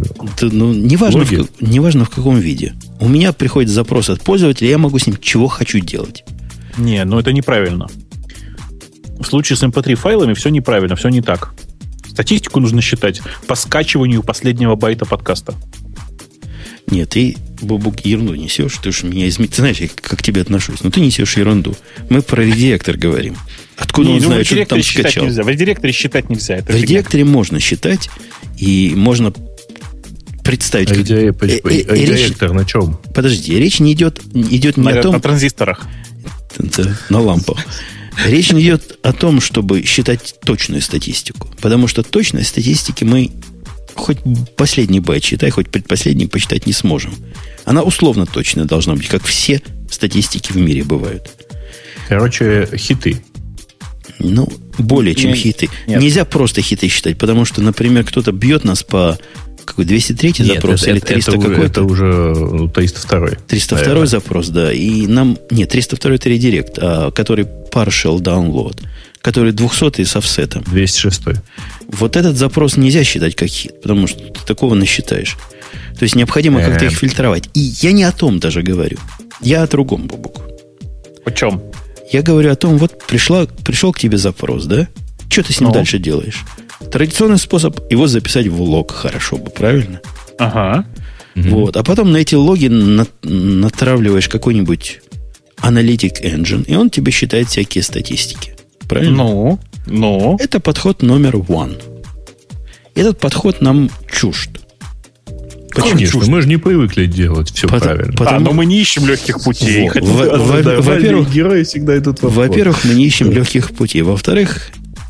Неважно в каком виде. У меня приходит запрос от пользователя, я могу с ним чего хочу делать. Не, это неправильно. В случае с MP3 файлами все неправильно, все не так. Статистику нужно считать по скачиванию последнего байта подкаста. Нет, ты, Бобук, ерунду несешь. Ты уж меня изменил. Ты знаешь, я как к тебе отношусь. Но ты несешь ерунду. Мы про редиректор говорим. Откуда он знает, что ты там скачал? Нельзя. В редиректоре считать нельзя. В редиректоре можно считать. И можно представить... Редиректор на чем? Подожди, речь не идет не о том... На транзисторах. На лампах. Речь не идет о том, чтобы считать точную статистику. Потому что точной статистики мы хоть последний байт считай, хоть предпоследний посчитать не сможем. Она условно точная должна быть, как все статистики в мире бывают. Короче, хиты. Более чем хиты. Нет. Нельзя просто хиты считать, потому что, например, кто-то бьет нас по 203 запрос или 300 какой-то. Это уже 302. 302 запрос, да. И нам... Нет, 302 это редирект, который partial download, который 200 с офсетом. 206. Вот этот запрос нельзя считать как хит, потому что ты такого насчитаешь. То есть необходимо как-то их фильтровать. И я не о том даже говорю. Я о другом, Бобук. О чем? Я говорю о том, вот пришел к тебе запрос, да? Что ты с ним дальше делаешь? Традиционный способ его записать в лог хорошо бы, правильно? Ага. Вот. А потом на эти логи натравливаешь какой-нибудь аналитик engine, и он тебе считает всякие статистики. Правильно? Это подход номер 1. Этот подход нам чужд. Конечно, мы же не привыкли делать все правильно. Но мы не ищем легких путей. Во-первых, герои всегда идут в обход. Во-первых, мы не ищем легких путей. Во-вторых,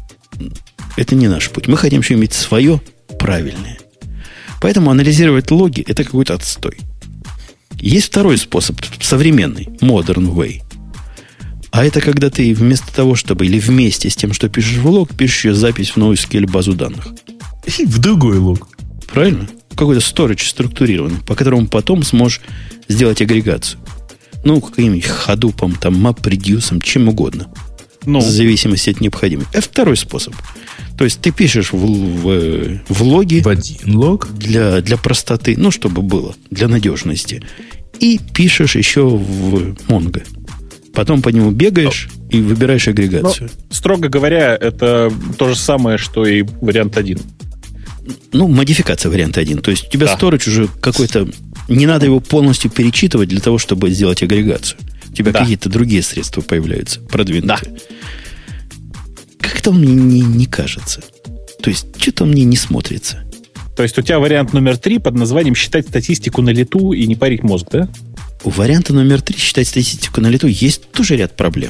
это не наш путь. Мы хотим что-нибудь свое правильное. Поэтому анализировать логи – это какой-то отстой. Есть второй способ, современный, modern way. А это когда ты вместо того, чтобы, или вместе с тем, что пишешь в лог, пишешь ее запись в NoSQL базу данных. И в другой лог. Правильно? Какой-то storage структурированный, по которому потом сможешь сделать агрегацию. Каким-нибудь Hadoop, MapReduce, чем угодно. В зависимости от необходимости. Это второй способ. То есть ты пишешь в логи. В один лог? Для простоты, чтобы было, для надежности. И пишешь еще в Mongo. Потом по нему бегаешь и выбираешь агрегацию. Строго говоря, это то же самое, что и вариант 1. Модификация варианта 1. То есть у тебя storage уже какой-то... Не надо его полностью перечитывать для того, чтобы сделать агрегацию. У тебя какие-то другие средства появляются, продвинутые. Да. Как-то мне не кажется. То есть, что-то мне не смотрится. То есть у тебя вариант номер 3 под названием «считать статистику на лету и не парить мозг», да? У варианта номер 3 «считать статистику на лету» есть тоже ряд проблем.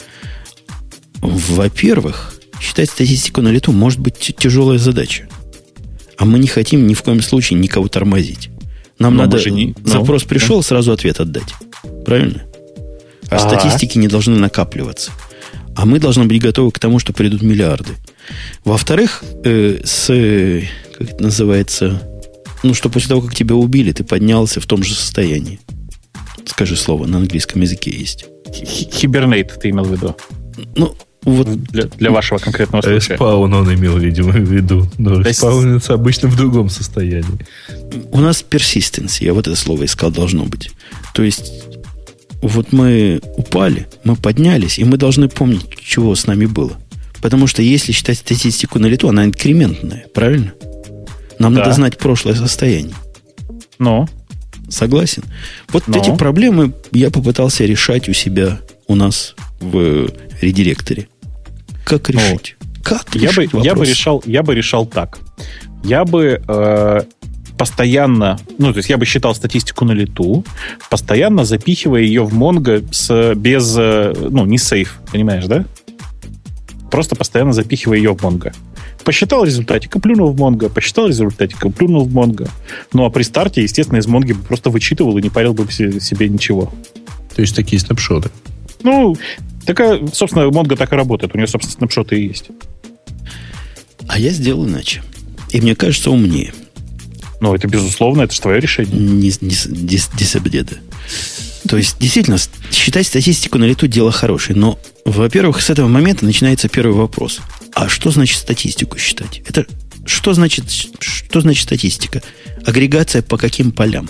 Во-первых, считать статистику на лету может быть тяжелая задача. А мы не хотим ни в коем случае никого тормозить. Нам надо... Запрос пришел, сразу ответ отдать. Правильно? А статистики не должны накапливаться. А мы должны быть готовы к тому, что придут миллиарды. Во-вторых, как это называется, что после того, как тебя убили, ты поднялся в том же состоянии. Скажи слово, на английском языке есть. Хибернейт ты имел в виду? Вот для вашего конкретного случая. Респаун он имел, видимо, в виду. Но респаунится обычно в другом состоянии. У нас persistence, я вот это слово искал, должно быть. То есть, вот мы упали, мы поднялись, и мы должны помнить, чего с нами было. Потому что если считать статистику на лету, она инкрементная, правильно? Нам надо знать прошлое состояние. Согласен? Вот эти проблемы я попытался решать у себя, у нас в редиректоре. Как решить? Я бы решал так. Я бы постоянно, то есть я бы считал статистику на лету, постоянно запихивая ее в Mongo без, не сейф, понимаешь, да? Просто постоянно запихивая ее в Mongo. Посчитал результатик и плюнул в Mongo. Посчитал результатик и плюнул в Mongo. А при старте, естественно, из Mongo бы просто вычитывал и не парил бы себе ничего. То есть такие снапшоты? Такая, собственно, Mongo так и работает. У нее, собственно, снапшоты и есть. А я сделал иначе. И мне кажется, умнее. Это безусловно, это же твое решение. Дисабдеда. То есть, действительно, считать статистику на лету дело хорошее. Но, во-первых, с этого момента начинается первый вопрос. А что значит статистику считать? Это что значит статистика? Агрегация по каким полям?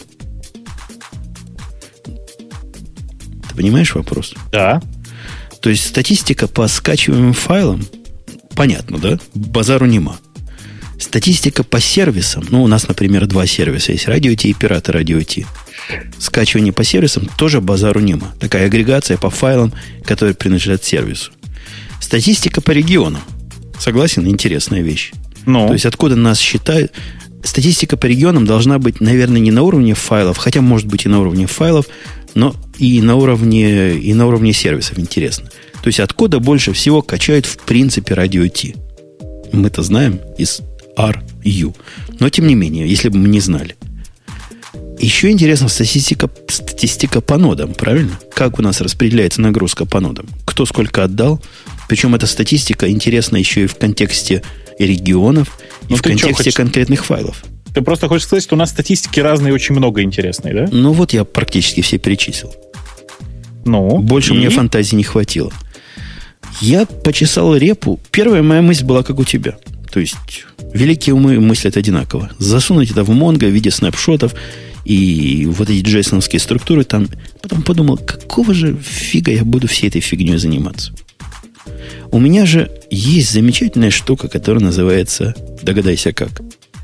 Ты понимаешь вопрос? Да. То есть статистика по скачиваемым файлам, понятно, да? Базару нема. Статистика по сервисам, у нас, например, 2 сервиса есть, RadioT и Pirata RadioT. Скачивание по сервисам тоже базару нема. Такая агрегация по файлам, которые принадлежат сервису. Статистика по регионам. Согласен? Интересная вещь. То есть откуда нас считают? Статистика по регионам должна быть, наверное, не на уровне файлов, хотя может быть и на уровне файлов, но и на уровне сервисов. Интересно. То есть откуда больше всего качают в принципе RadioT? Мы-то знаем из RU. Но тем не менее, если бы мы не знали. Еще интересно статистика по нодам, правильно? Как у нас распределяется нагрузка по нодам? Кто сколько отдал? Причем эта статистика интересна еще и в контексте регионов, и в контексте конкретных файлов. Ты просто хочешь сказать, что у нас статистики разные, очень много интересной, да? Вот я практически все перечислил. Больше мне фантазии не хватило. Я почесал репу. Первая моя мысль была, как у тебя. То есть, великие умы мыслят одинаково. Засунуть это в Mongo в виде снапшотов и вот эти джейсоновские структуры там. Потом подумал, какого же фига я буду всей этой фигней заниматься? У меня же есть замечательная штука, которая называется, догадайся как.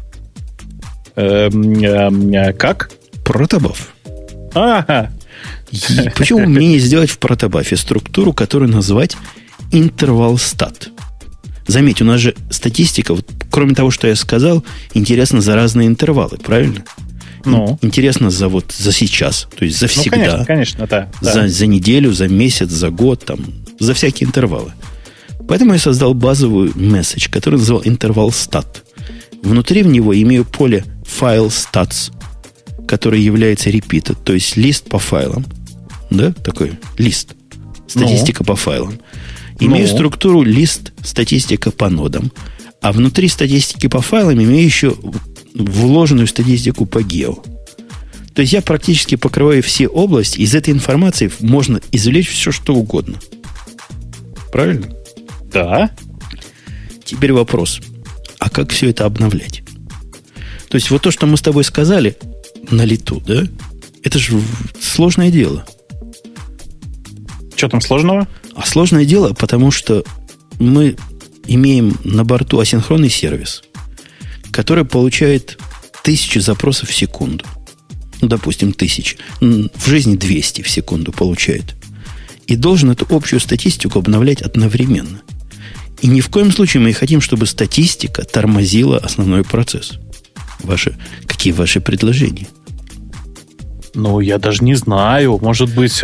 Как? Протобаф. Ага. Почему мне не сделать в протобафе структуру, которую назвать интервал-стат? Заметь, у нас же статистика, кроме того, что я сказал, интересно за разные интервалы, правильно? Интересно за сейчас, то есть за всегда. Конечно, да. За неделю, за месяц, за год, за всякие интервалы. Поэтому я создал базовую месседж, который называл interval-stat. Внутри в него имею поле file stats, который является repeated, то есть лист по файлам. Да, такой лист. Статистика по файлам. Имею структуру лист статистика по нодам. А внутри статистики по файлам имею еще вложенную статистику по гео. То есть я практически покрываю все области. Из этой информации можно извлечь все, что угодно. Правильно? Да. Теперь вопрос. А как все это обновлять? То есть вот то, что мы с тобой сказали на лету, да? Это же сложное дело. Что там сложного? А сложное дело, потому что мы имеем на борту асинхронный сервис, который получает 1000 запросов в секунду. Допустим, 1000. В жизни 200 в секунду получает. И должен эту общую статистику обновлять одновременно. И ни в коем случае мы не хотим, чтобы статистика тормозила основной процесс. Какие ваши предложения? Ну, я даже не знаю. Может быть,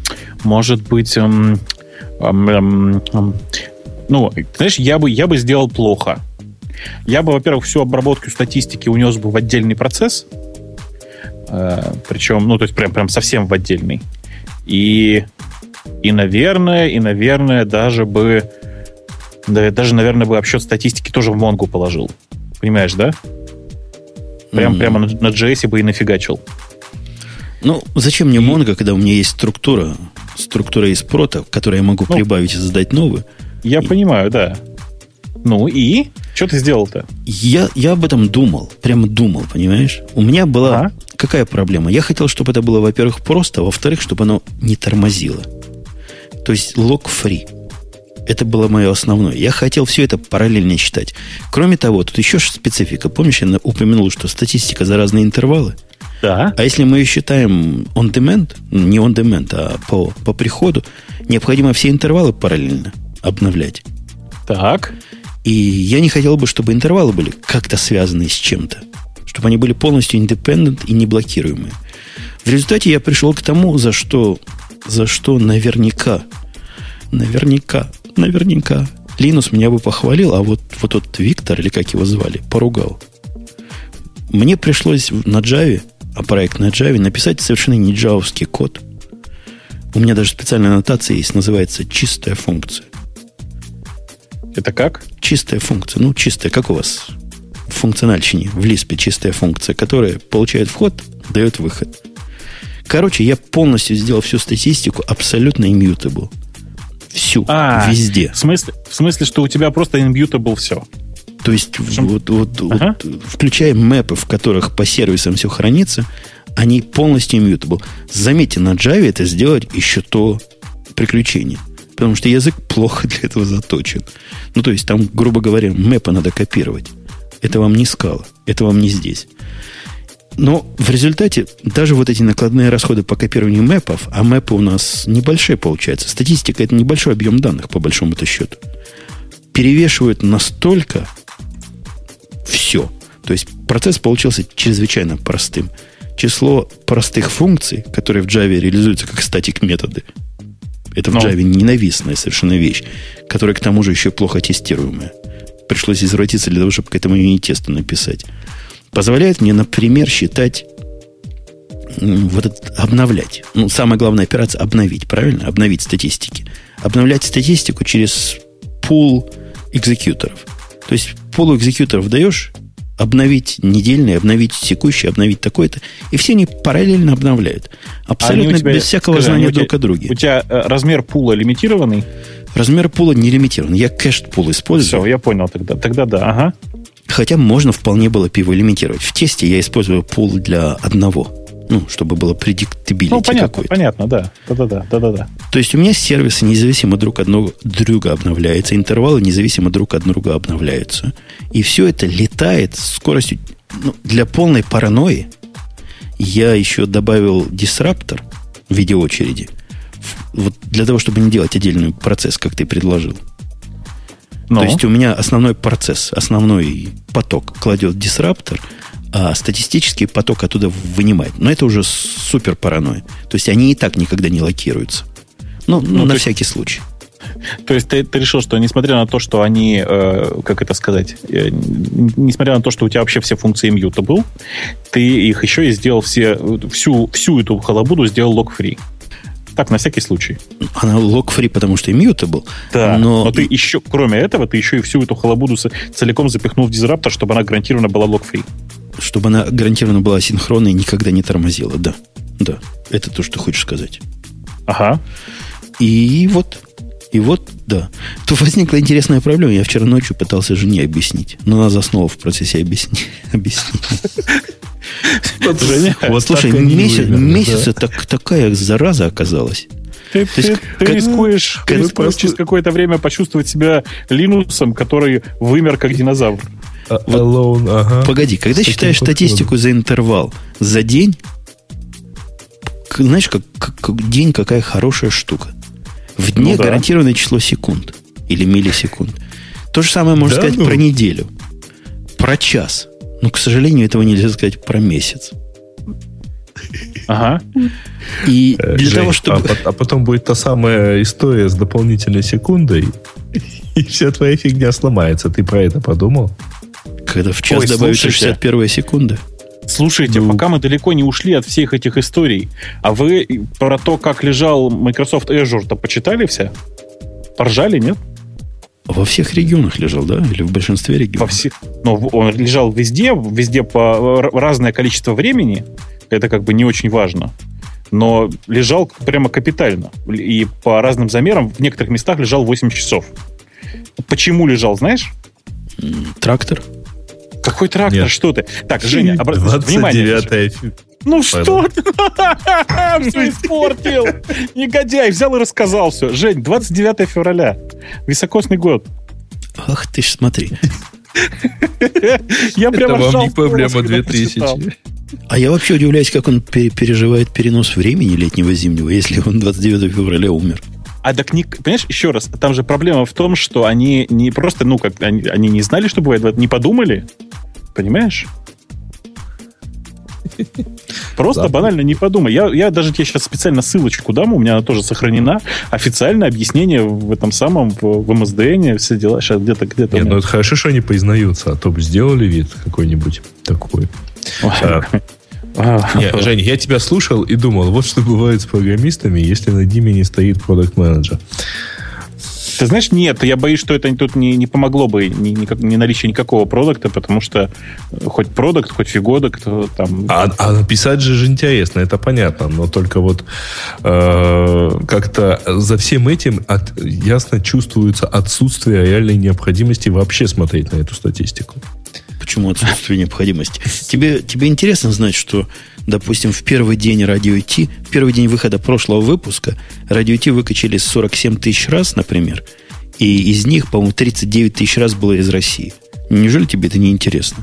ну, знаешь, я бы сделал плохо. Я бы, во-первых, всю обработку статистики унес бы в отдельный процесс. Причем, ну, то есть прям совсем в отдельный. И наверное, даже, наверное, бы обсчет статистики тоже в Монгу положил. Понимаешь, да? Прямо на JS бы и нафигачил. Ну, зачем мне Mongo, когда у меня есть структура из прота, в которой я могу прибавить и создать новую? Я понимаю, да. Ну и? Что ты сделал-то? Я об этом думал. Прямо думал, понимаешь? У меня была... Какая проблема? Я хотел, чтобы это было, во-первых, просто, а во-вторых, чтобы оно не тормозило. То есть log-free. Это было мое основное. Я хотел все это параллельно читать. Кроме того, тут еще специфика. Помнишь, я упомянул, что статистика за разные интервалы? Да. А если мы ее считаем on-demand, не on-demand, а по приходу, необходимо все интервалы параллельно обновлять. Так. И я не хотел бы, чтобы интервалы были как-то связаны с чем-то. Чтобы они были полностью independent и неблокируемые. В результате я пришел к тому, за что наверняка Линус меня бы похвалил, а вот тот Виктор, или как его звали, поругал. Мне пришлось на Java, а проект на Java, написать совершенно не джавовский код. У меня даже специальная аннотация есть, называется «чистая функция». Это как? Чистая функция. Ну, чистая, как у вас в функциональщине, в Lisp чистая функция, которая получает вход, дает выход. Короче, я полностью сделал всю статистику абсолютно immutable. Всю, везде. В смысле, что у тебя просто immutable все. То есть, включая мэпы, в которых по сервисам все хранится, они полностью immutable. Заметьте, на Java это сделать еще то приключение. Потому что язык плохо для этого заточен. Ну, то есть, там, грубо говоря, мэпы надо копировать. Это вам не скала. Это вам не здесь. Но в результате даже вот эти накладные расходы по копированию мэпов, а мэпы у нас небольшие получаются. Статистика – это небольшой объем данных, по большому-то счету. Перевешивают настолько все. То есть, процесс получился чрезвычайно простым. Число простых функций, которые в Java реализуются как статик-методы, это в Java ненавистная совершенно вещь, которая к тому же еще плохо тестируемая. Пришлось извратиться для того, чтобы к этому юнит-тесту написать. Позволяет мне, например, считать, обновлять. Ну, самая главная операция – обновить, правильно? Обновить статистики. Обновлять статистику через пул экзекьюторов. То есть, пулу экзекьюторов даешь, обновить недельный, обновить текущий, обновить такой-то, и все они параллельно обновляют. Абсолютно без всякого знания друг о друге. У тебя размер пула лимитированный? Размер пула не лимитирован. Я кэшд пул использую. Все, я понял тогда. Тогда да, ага. Хотя можно вполне было его лимитировать. В тесте я использую пул для одного. Ну, чтобы было предиктабилити какой-то. Понятно, да. Да. То есть у меня сервисы независимо друг от друга обновляются, интервалы независимо друг от друга обновляются. И все это летает с скоростью... Ну, для полной паранойи я еще добавил дисраптор в виде очереди. Вот для того, чтобы не делать отдельный процесс, как ты предложил. То есть у меня основной процесс, основной поток кладет дисраптор, а статистический поток оттуда вынимает. Но это уже супер паранойя. То есть они и так никогда не локируются. Ну на всякий случай. То есть ты решил, что несмотря на то, что они, как это сказать, несмотря на то, что у тебя вообще все функции immutable, ты их еще и сделал всю эту халабуду сделал log-free. Так, на всякий случай. Она log-free, потому что immutable. Да, но ты еще, кроме этого, ты еще и всю эту халабуду целиком запихнул в дизраптор, чтобы она гарантированно была log-free. Чтобы она гарантированно была синхронной и никогда не тормозила, да. Да, это то, что хочешь сказать. Ага. И вот, да. Тут возникла интересная проблема. Я вчера ночью пытался жене объяснить. Но она заснула в процессе объяснения. Вот, слушай, месяц такая зараза оказалась. Ты рискуешь через какое-то время почувствовать себя Линусом, который вымер как динозавр. Погоди, когда считаешь статистику за интервал, за день, знаешь, как день какая хорошая штука. В дне гарантированное число секунд или миллисекунд. То же самое можно сказать про неделю, про час. Но, к сожалению, этого нельзя сказать про месяц. Ага. И для того, чтобы... А потом будет та самая история с дополнительной секундой, и вся твоя фигня сломается. Ты про это подумал? Когда в час добавится 61 секунда. Слушайте, пока мы далеко не ушли от всех этих историй, а вы про то, как лежал Microsoft Azure-то почитали все? Поржали, нет? Во всех регионах лежал, да? Или в большинстве регионов? Во всех. Но он лежал везде по разное количество времени. Это как бы не очень важно. Но лежал прямо капитально. И по разным замерам в некоторых местах лежал 8 часов. Почему лежал, знаешь? Трактор. Какой трактор? Нет. Что ты? Так, Женя, внимание. Ну что ты? Все испортил. Негодяй, взял и рассказал все. Жень, 29 февраля. Високосный год. Ах ты ж, смотри. Я прямо ржал. Это вам не проблема 2000. А я вообще удивляюсь, как он переживает перенос времени летнего-зимнего, если он 29 февраля умер. А так, понимаешь, еще раз, там же проблема в том, что они не просто, они не знали, что бывает, не подумали, понимаешь? Просто банально не подумай. Я даже тебе сейчас специально ссылочку дам, у меня она тоже сохранена. Официальное объяснение в этом самом, в МСДН, все дела. Сейчас где-то. Нет, ну это хорошо, что они признаются, а то бы сделали вид какой-нибудь такой. Нет, Женя, я тебя слушал и думал, вот что бывает с программистами, если над ними не стоит продакт-менеджер. Ты знаешь, нет, я боюсь, что это тут не помогло бы ни наличие никакого продукта, потому что хоть продукт, хоть фигодок, то там... А написать же интересно, это понятно, но только вот как-то за всем этим ясно чувствуется отсутствие реальной необходимости вообще смотреть на эту статистику. Почему отсутствие необходимости? Тебе интересно знать, что, допустим, в первый день Радио Ти, в первый день выхода прошлого выпуска, Радио Ти выкачали 47 тысяч раз, например, и из них, по-моему, 39 тысяч раз было из России. Неужели тебе это не интересно?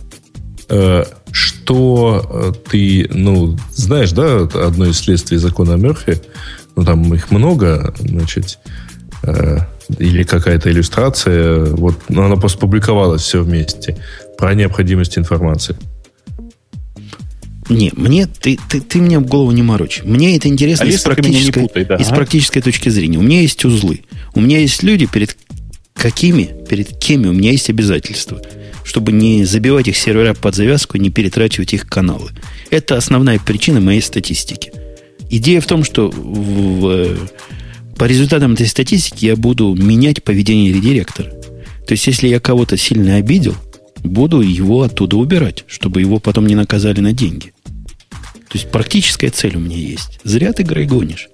Что ты, знаешь, да, одно из следствий закона Мерфи, там их много, значит, или какая-то иллюстрация, вот она просто публиковалась все вместе, про необходимость информации. Не, ты мне в голову не морочь. Мне это интересно из практической точки зрения. У меня есть узлы. У меня есть люди, перед кеми у меня есть обязательства, чтобы не забивать их сервера под завязку, не перетрачивать их каналы. Это основная причина моей статистики. Идея в том, что по результатам этой статистики я буду менять поведение редиректора. То есть, если я кого-то сильно обидел, буду его оттуда убирать, чтобы его потом не наказали на деньги. То есть, практическая цель у меня есть. Зря ты, Грей, гонишь.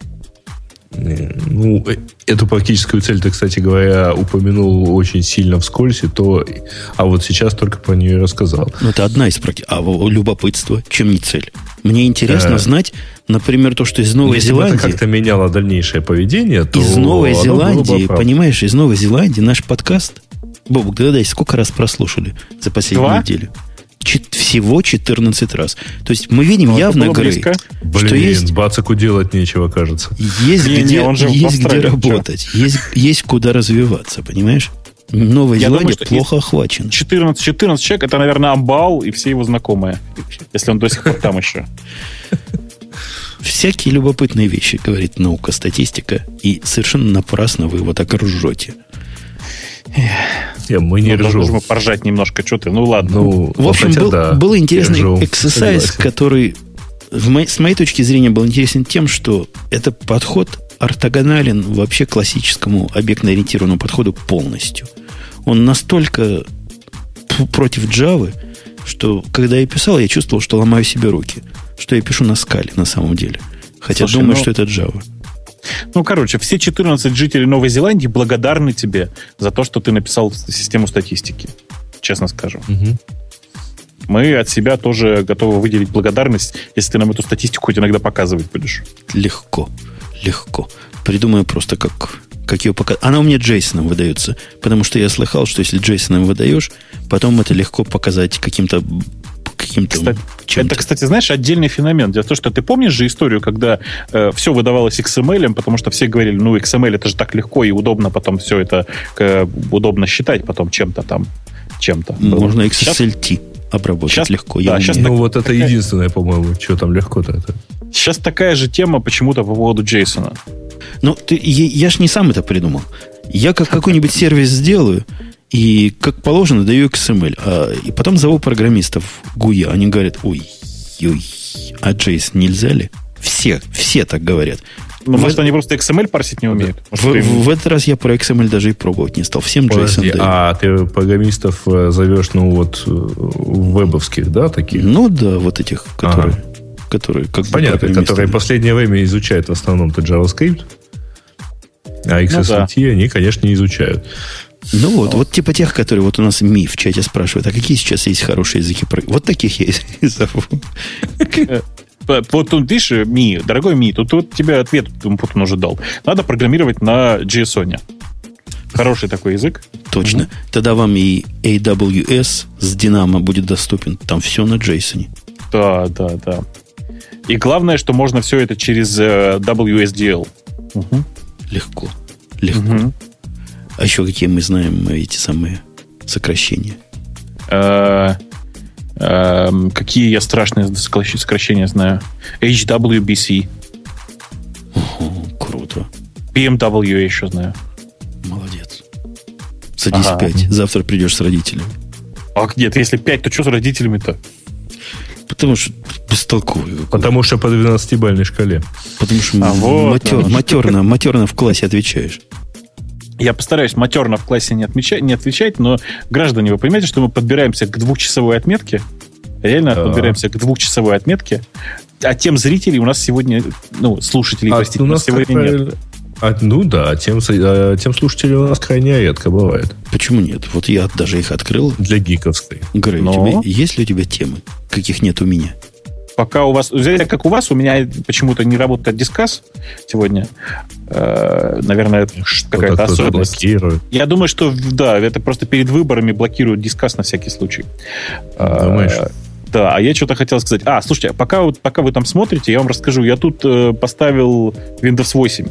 Эту практическую цель ты, кстати говоря, упомянул очень сильно вскользь, а вот сейчас только про нее рассказал. Это одна из практик. А любопытство, чем не цель? Мне интересно знать, например, то, что из Новой Зеландии... Если бы это как-то меняло дальнейшее поведение, то... Из Новой Зеландии, понимаешь, из Новой Зеландии наш подкаст... Бобук, догадай, сколько раз прослушали за последнюю неделю? Всего 14 раз. То есть мы видим явно, Грей, что есть... Бацаку делать нечего, кажется. Есть где работать. Есть куда развиваться, понимаешь? Новая Зеландия плохо охвачена. 14 человек, это, наверное, Амбал и все его знакомые. Если он до сих пор там еще. Всякие любопытные вещи, говорит наука, статистика. И совершенно напрасно вы его так ржете. Мы не ржем. Должны поржать немножко, что ты. Ладно. В общем, был интересный эксерсайз, который, с моей точки зрения, был интересен тем, что этот подход ортогонален вообще классическому объектно-ориентированному подходу полностью. Он настолько против Java, что когда я писал, я чувствовал, что ломаю себе руки. Что я пишу на скале на самом деле. Хотя думаю, что это Java. Все 14 жителей Новой Зеландии благодарны тебе за то, что ты написал систему статистики. Честно скажу. Угу. Мы от себя тоже готовы выделить благодарность, если ты нам эту статистику хоть иногда показывать будешь. Легко. Придумаю просто, как ее показать. Она у меня JSON выдается, потому что я слыхал, что если JSON выдаешь, потом это легко показать каким-то это, кстати, знаешь, отдельный феномен. Дело в том, что ты помнишь же историю, когда все выдавалось XML, потому что все говорили, XML это же так легко и удобно, потом все это удобно считать потом чем-то. Можно XSLT. обработать Сейчас, легко. Да, вот это единственное, по-моему, что там легко-то это. Сейчас такая же тема почему-то по поводу JSON. Ну, я ж не сам это придумал. Я как какой-нибудь сервис сделаю, и как положено даю XML. И потом зову программистов GUI. Они говорят, ой, а JSON нельзя ли? Все так говорят. Может, они просто XML парсить не умеют? В этот раз я про XML даже и пробовать не стал. Всем JSON даю. А ты программистов зовешь, вебовских, да, таких? Ну да, вот этих, которые как понятно, бы которые в последнее время изучают в основном-то JavaScript, а XSLT они, конечно, не изучают. Ну вот типа тех, которые вот у нас Ми в чате спрашивают, а какие сейчас есть хорошие языки? Вот таких я и зову. Вот тут, видишь, Ми, дорогой Ми, тут тебе ответ Путун уже дал. Надо программировать на JSON. Хороший такой язык. Точно. Тогда вам и AWS с Dynamo будет доступен. Там все на JSON. Да. И главное, что можно все это через WSDL. Легко. А еще какие мы знаем эти самые сокращения? Какие я страшные сокращения знаю? HWBC. Круто. BMW я еще знаю. Молодец. Садись 5. Завтра придешь с родителями. А нет, если 5, то что с родителями-то? Потому что бестолковый. Потому что по 12-бальной шкале. Потому что матерно в классе отвечаешь. Я постараюсь матерно в классе не отвечать, но, граждане, вы понимаете, что мы подбираемся к 2-часовой отметке? Реально подбираемся к 2-часовой отметке. А тем зрителей у нас сегодня, слушателей, простите, у нас сегодня нет. Тем слушателей у нас крайне редко бывает. Почему нет? Вот я даже их открыл. Для гиковской. Грей, есть ли у тебя темы, каких нет у меня? Пока у вас, как у вас, у меня почему-то не работает дискас сегодня. Наверное, какая-то особенность. Блокирует. Я думаю, что да, это просто перед выборами блокируют дискас на всякий случай. Думаешь? Да, а я что-то хотел сказать. Слушайте, пока вы там смотрите, я вам расскажу. Я тут поставил Windows 8.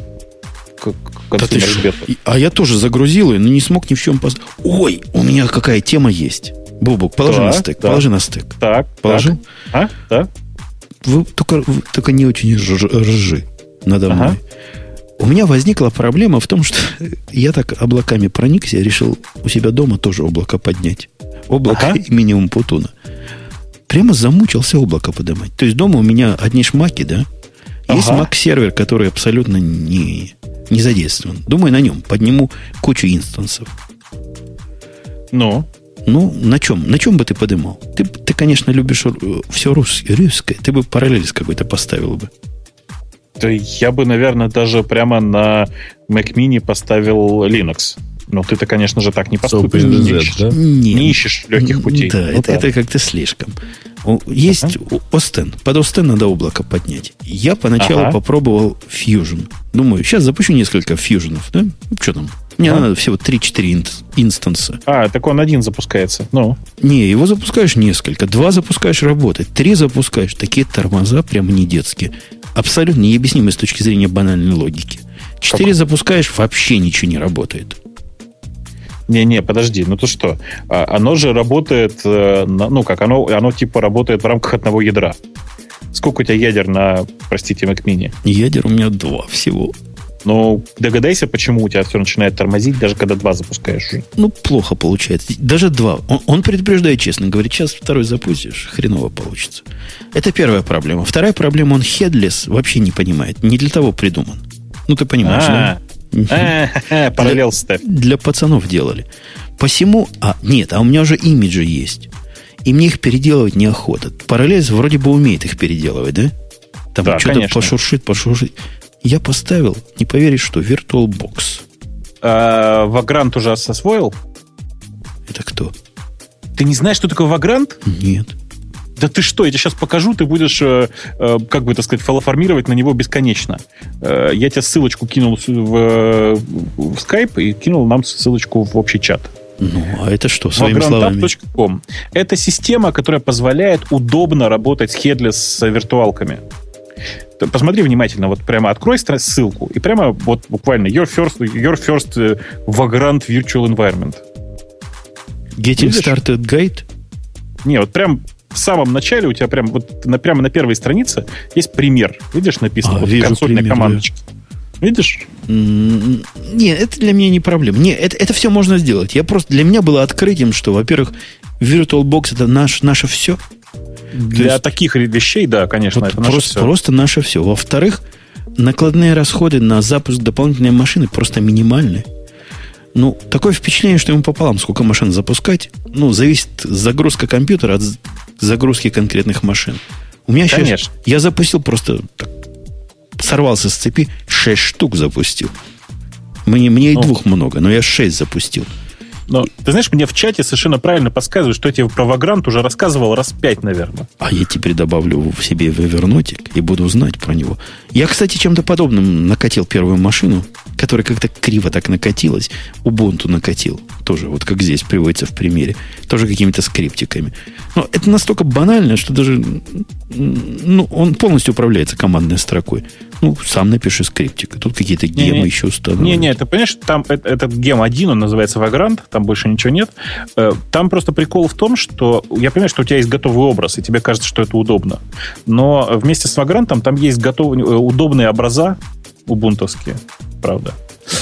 А я тоже загрузил ее, но не смог ни в чем поставить. Ой, у меня какая тема есть. Бобок, положи на стык. Положи на стык. Так. Положил? Да. Вы только не очень ржи надо мной. У меня возникла проблема в том, что я так облаками проникся, решил у себя дома тоже облако поднять. Облако минимум Путуна. Прямо замучился облако поднимать. То есть дома у меня одни шмаки, да? Есть Mac-сервер, который абсолютно не задействован. Думаю, на нем подниму кучу инстансов. На чем? На чем бы ты поднимал? Ты, конечно, любишь все русское. Ты бы параллелис какой-то поставил бы. Да я бы, наверное, даже прямо на Mac Mini поставил Linux. Но ты-то, конечно же, так не поступишь. Не ищешь легких путей. Да, это как-то слишком. Есть Остен. Под Остен надо облако поднять. Я поначалу попробовал Fusion. Думаю, сейчас запущу несколько фьюженов. Да? Что там? Мне надо всего 3-4 инстанса. Так он один запускается. Не, его запускаешь несколько. 2 запускаешь работать. 3 запускаешь. Такие тормоза прям не детские. Абсолютно необъяснимые с точки зрения банальной логики. 4 запускаешь, вообще ничего не работает. Не, подожди, ты что? Оно же работает, оно типа работает в рамках одного ядра. Сколько у тебя ядер на, простите, Mac Mini? Ядер у меня 2 всего. Догадайся, почему у тебя все начинает тормозить, даже когда 2 запускаешь. Плохо получается. Даже 2. Он предупреждает честно. Говорит, сейчас 2 запустишь, хреново получится. Это первая проблема. Вторая проблема, он headless вообще не понимает. Не для того придуман. Ты понимаешь, да? Параллел ставь. Для пацанов делали. Посему... у меня уже имиджи есть. И мне их переделывать неохота. Параллель вроде бы умеет их переделывать, да? Там что-то конечно. пошуршит. Я поставил, не поверишь, что VirtualBox. Vagrant уже освоил? Это кто? Ты не знаешь, что такое Vagrant? Нет. Да ты что, я тебе сейчас покажу, ты будешь, как бы, так сказать, фалоформировать на него бесконечно. Я тебе ссылочку кинул в Skype и кинул нам ссылочку в общий чат. А это что, своими словами? Vagrant.com. Это система, которая позволяет удобно работать с headless с виртуалками. Посмотри внимательно, вот прямо открой ссылку и прямо вот буквально your first Vagrant Virtual Environment. Getting Started Guide? Не, вот прям в самом начале у тебя прям прямо на первой странице есть пример. Видишь, написано вижу консольная пример, командочка. Да. Видишь? Нет, это для меня не проблема. Нет, это все можно сделать. Для меня было открытием, что, во-первых, VirtualBox это наше все. Для таких вещей, да, конечно, вот это наше все. Просто наше все. Во-вторых, накладные расходы на запуск дополнительной машины просто минимальны. Ну, такое впечатление, что ему пополам, сколько машин запускать. Ну, зависит загрузка компьютера от загрузки конкретных машин. У меня сейчас... Я запустил просто... Так, сорвался с цепи, 6 штук запустил. Мне и 2 много, но я 6 запустил. Но, ты знаешь, мне в чате совершенно правильно подсказывают, что я тебе про Vagrant уже рассказывал раз 5, наверное. А я теперь добавлю в себе Evernotic и буду знать про него. Я, кстати, чем-то подобным накатил первую машину, которая как-то криво так накатилась. Ubuntu накатил. Тоже, вот как здесь приводится в примере. Тоже какими-то скриптиками. Но это настолько банально, что даже... Ну, он полностью управляется командной строкой. Ну, сам напиши скриптик. Тут какие-то гемы еще установлены. Не, ты понимаешь, там этот гем один, он называется Vagrant, там больше ничего нет. Там просто прикол в том, что я понимаю, что у тебя есть готовый образ, и тебе кажется, что это удобно. Но вместе с Vagrant там есть удобные образа убунтовские, правда,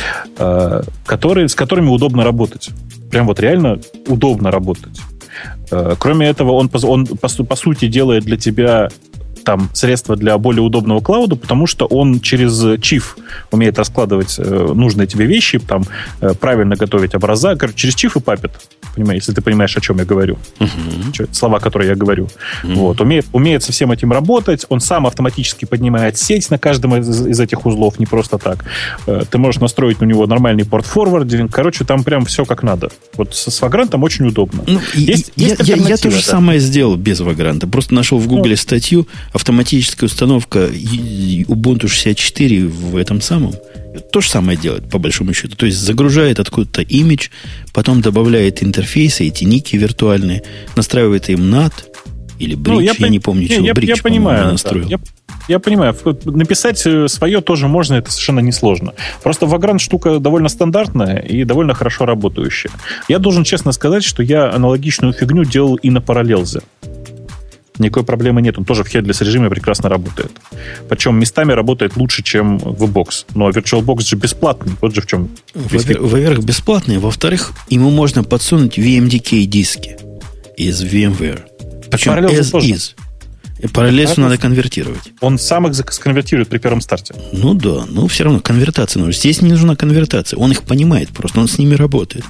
с которыми удобно работать. Прям вот реально удобно работать. Кроме этого, он по сути делает для тебя там средства для более удобного клауда, потому что он через чиф умеет раскладывать нужные тебе вещи, там правильно готовить образа. Короче, через чиф и папет. Понимаешь, если ты понимаешь, о чем я говорю. Слова, которые я говорю. Вот. Умеет со всем этим работать. Он сам автоматически поднимает сеть на каждом из этих узлов, не просто так. Ты можешь настроить у него нормальный порт-форвардинг. Короче, там прям все как надо. Вот с Vagrant очень удобно. Ну, я то же самое сделал без Vagrant. Просто нашел в Гугле статью автоматическая установка Ubuntu 64 в этом самом. То же самое делает, по большому счету. То есть загружает откуда-то имидж, потом добавляет интерфейсы, эти ники виртуальные, настраивает им NAT или Bridge. Я не помню, чего Bridge, я понимаю, настроил. Да. Я понимаю, написать свое тоже можно, это совершенно несложно. Просто Vagrant штука довольно стандартная и довольно хорошо работающая. Я должен честно сказать, что я аналогичную фигню делал и на Parallels. Никакой проблемы нет. Он тоже в headless режиме прекрасно работает. Причем местами работает лучше, чем VBox. Но VirtualBox же бесплатный. Вот же в чем. Во-первых, бесплатный. Во-вторых, ему можно подсунуть VMDK диски из VMware. Причем as is. Parallels надо конвертировать. Он сам их сконвертирует при первом старте. Ну да, но все равно конвертация нужна. Здесь не нужна конвертация. Он их понимает просто. Он с ними работает.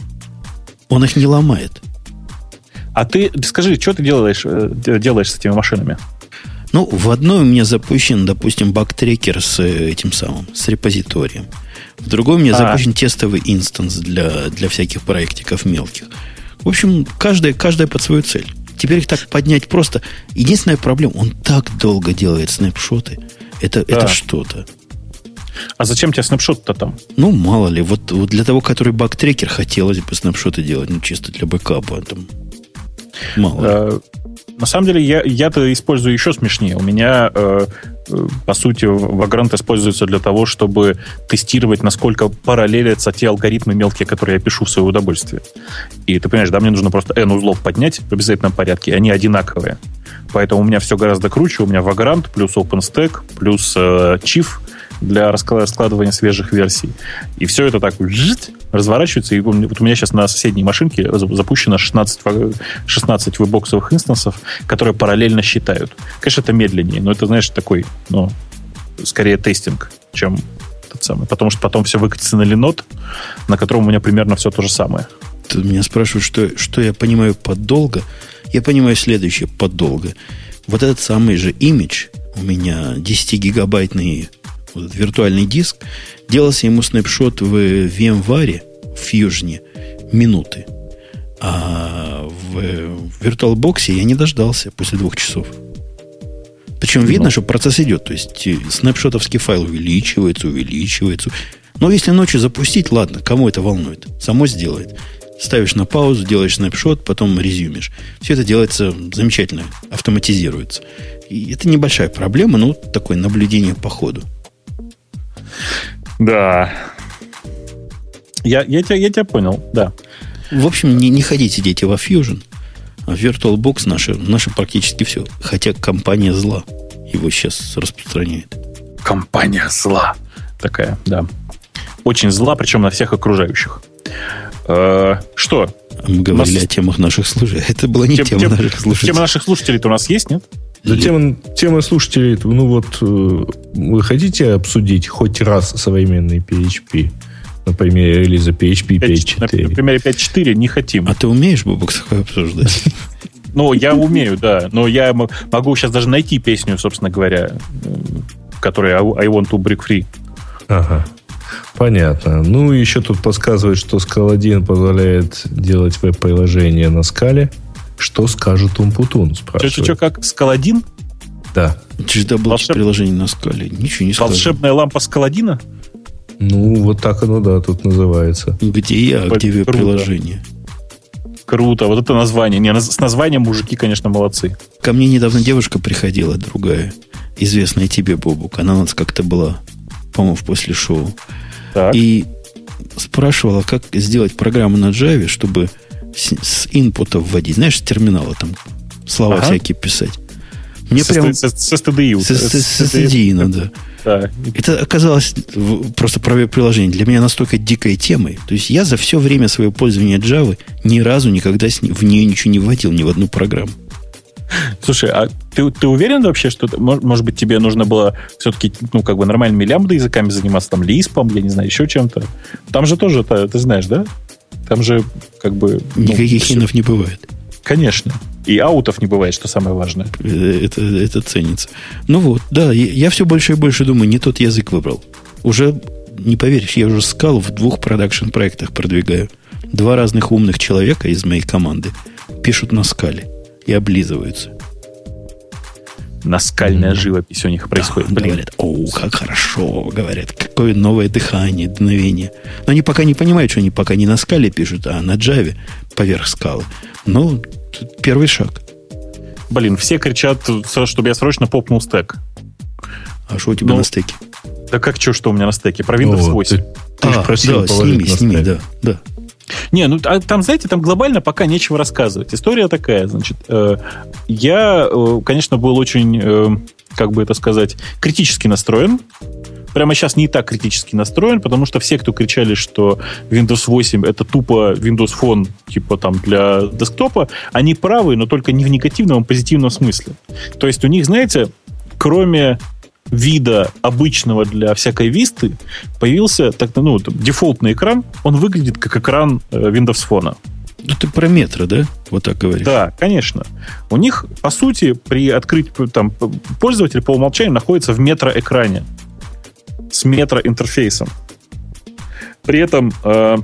Он их не ломает. А ты скажи, что ты делаешь с этими машинами? Ну, в одной у меня запущен, допустим, баг-трекер с этим самым, с репозиторием. В другой у меня запущен тестовый инстанс для всяких проектиков мелких. В общем, каждая под свою цель. Теперь их так поднять просто. Единственная проблема, он так долго делает снапшоты. Это что-то. А зачем тебе снапшот-то там? Ну, мало ли. Вот для того, который баг-трекер, хотелось бы снапшоты делать. Ну, чисто для бэкапа. Там мало. На самом деле, я-то использую еще смешнее. У меня, по сути, Vagrant используется для того, чтобы тестировать, насколько параллелятся те алгоритмы мелкие, которые я пишу в свое удовольствие. И ты понимаешь, да, мне нужно просто N узлов поднять в обязательном порядке, и они одинаковые. Поэтому у меня все гораздо круче. У меня Vagrant плюс OpenStack плюс Chief для раскладывания свежих версий. И все это так разворачивается. И вот у меня сейчас на соседней машинке запущено 16 вебоксовых инстансов, которые параллельно считают. Конечно, это медленнее, но это, знаешь, такой, скорее тестинг, чем тот самый. Потому что потом все выкатится на Linode, на котором у меня примерно все то же самое. Ты меня спрашиваешь, что я понимаю под долго. Я понимаю следующее под долго. Вот этот самый же имидж, у меня 10-гигабайтный вот виртуальный диск, делался ему снапшот в VMware, в Fusion, минуты. А в VirtualBox я не дождался после 2 часов. Причем видно, что процесс идет. То есть снапшотовский файл увеличивается. Но если ночью запустить, ладно, кому это волнует? Само сделает. Ставишь на паузу, делаешь снапшот, потом резюмишь. Все это делается замечательно, автоматизируется. И это небольшая проблема, но такое наблюдение по ходу. Да. Я тебя понял, да. В общем, не ходите, дети, во Fusion. А VirtualBox наше практически все. Хотя компания зла его сейчас распространяет. Компания зла. Такая, да. Очень зла, причем на всех окружающих. Что? Мы говорили о темах наших слушателей. Это была не тема наших слушателей. Тема наших слушателей-то у нас есть, нет? Да, тема слушателей, ну вот, вы хотите обсудить хоть раз современный PHP? На примере релиза PHP 5.4. На примере 5.4 не хотим. А ты умеешь, Бобок, такое обсуждать? Ну, я умею, да. Но я могу сейчас даже найти песню, собственно говоря, которая I want to break free. Ага. Понятно. Ну, еще тут подсказывает, что Scala-1 позволяет делать веб-приложение на скале. Что скажет Умпутун, спрашивает. Что, как? Scala-1? Да. приложение на скале. Ничего не скажет. Волшебная лампа Scala-1? Ну, вот так оно, да, тут называется. Где я, где веб-приложение? Круто. Вот это название. С названием мужики, конечно, молодцы. Ко мне недавно девушка приходила, другая, известная тебе, Бобук. Она у нас как-то была, по-моему, после шоу. Так. И спрашивала, как сделать программу на Java, чтобы с инпута вводить. Знаешь, с терминала там слова всякие писать. Мне прям... С STDI. С STDI, да. Да. Это оказалось просто про веб-приложение для меня настолько дикой темой. То есть я за все время своего пользования Java ни разу никогда в нее ничего не вводил, ни в одну программу. Слушай, а ты уверен вообще, что, может быть, тебе нужно было все-таки, ну, как бы нормальными лямбда языками заниматься, там, лиспом, я не знаю, еще чем-то? Там же тоже, ты знаешь, да? Там же, как бы... Никаких инов не бывает. Конечно. И аутов не бывает, что самое важное. Это ценится. Ну вот, да, я все больше и больше думаю, не тот язык выбрал. Уже, не поверишь, я уже Scala в 2 продакшн-проектах продвигаю. 2 разных умных человека из моей команды пишут на скале и облизываются. Наскальная живопись у них происходит. Да, говорят, как хорошо, говорят, какое новое дыхание, дуновение. Но они пока не понимают, что они пока не на скале пишут, а на Java поверх скалы. Ну, первый шаг. Блин, все кричат, чтобы я срочно попнул стек. А что у тебя на стеке? Да как что у меня на стеке? Про Windows 8. Ты же просил положить на сними, да. Не, ну там, знаете, там глобально пока нечего рассказывать. История такая, значит, я, конечно, был очень, как бы это сказать, критически настроен. Прямо сейчас не так критически настроен, потому что все, кто кричали, что Windows 8 это тупо Windows Phone, типа там для десктопа, они правы, но только не в негативном, а в позитивном смысле. То есть у них, знаете, кроме вида обычного для всякой висты появился дефолтный экран. Он выглядит как экран Windows Phone. Ну, ты про метро, да? Вот так говоришь. Да, конечно. У них, по сути, при открытии там, пользователь по умолчанию находится в метроэкране с метроинтерфейсом. При этом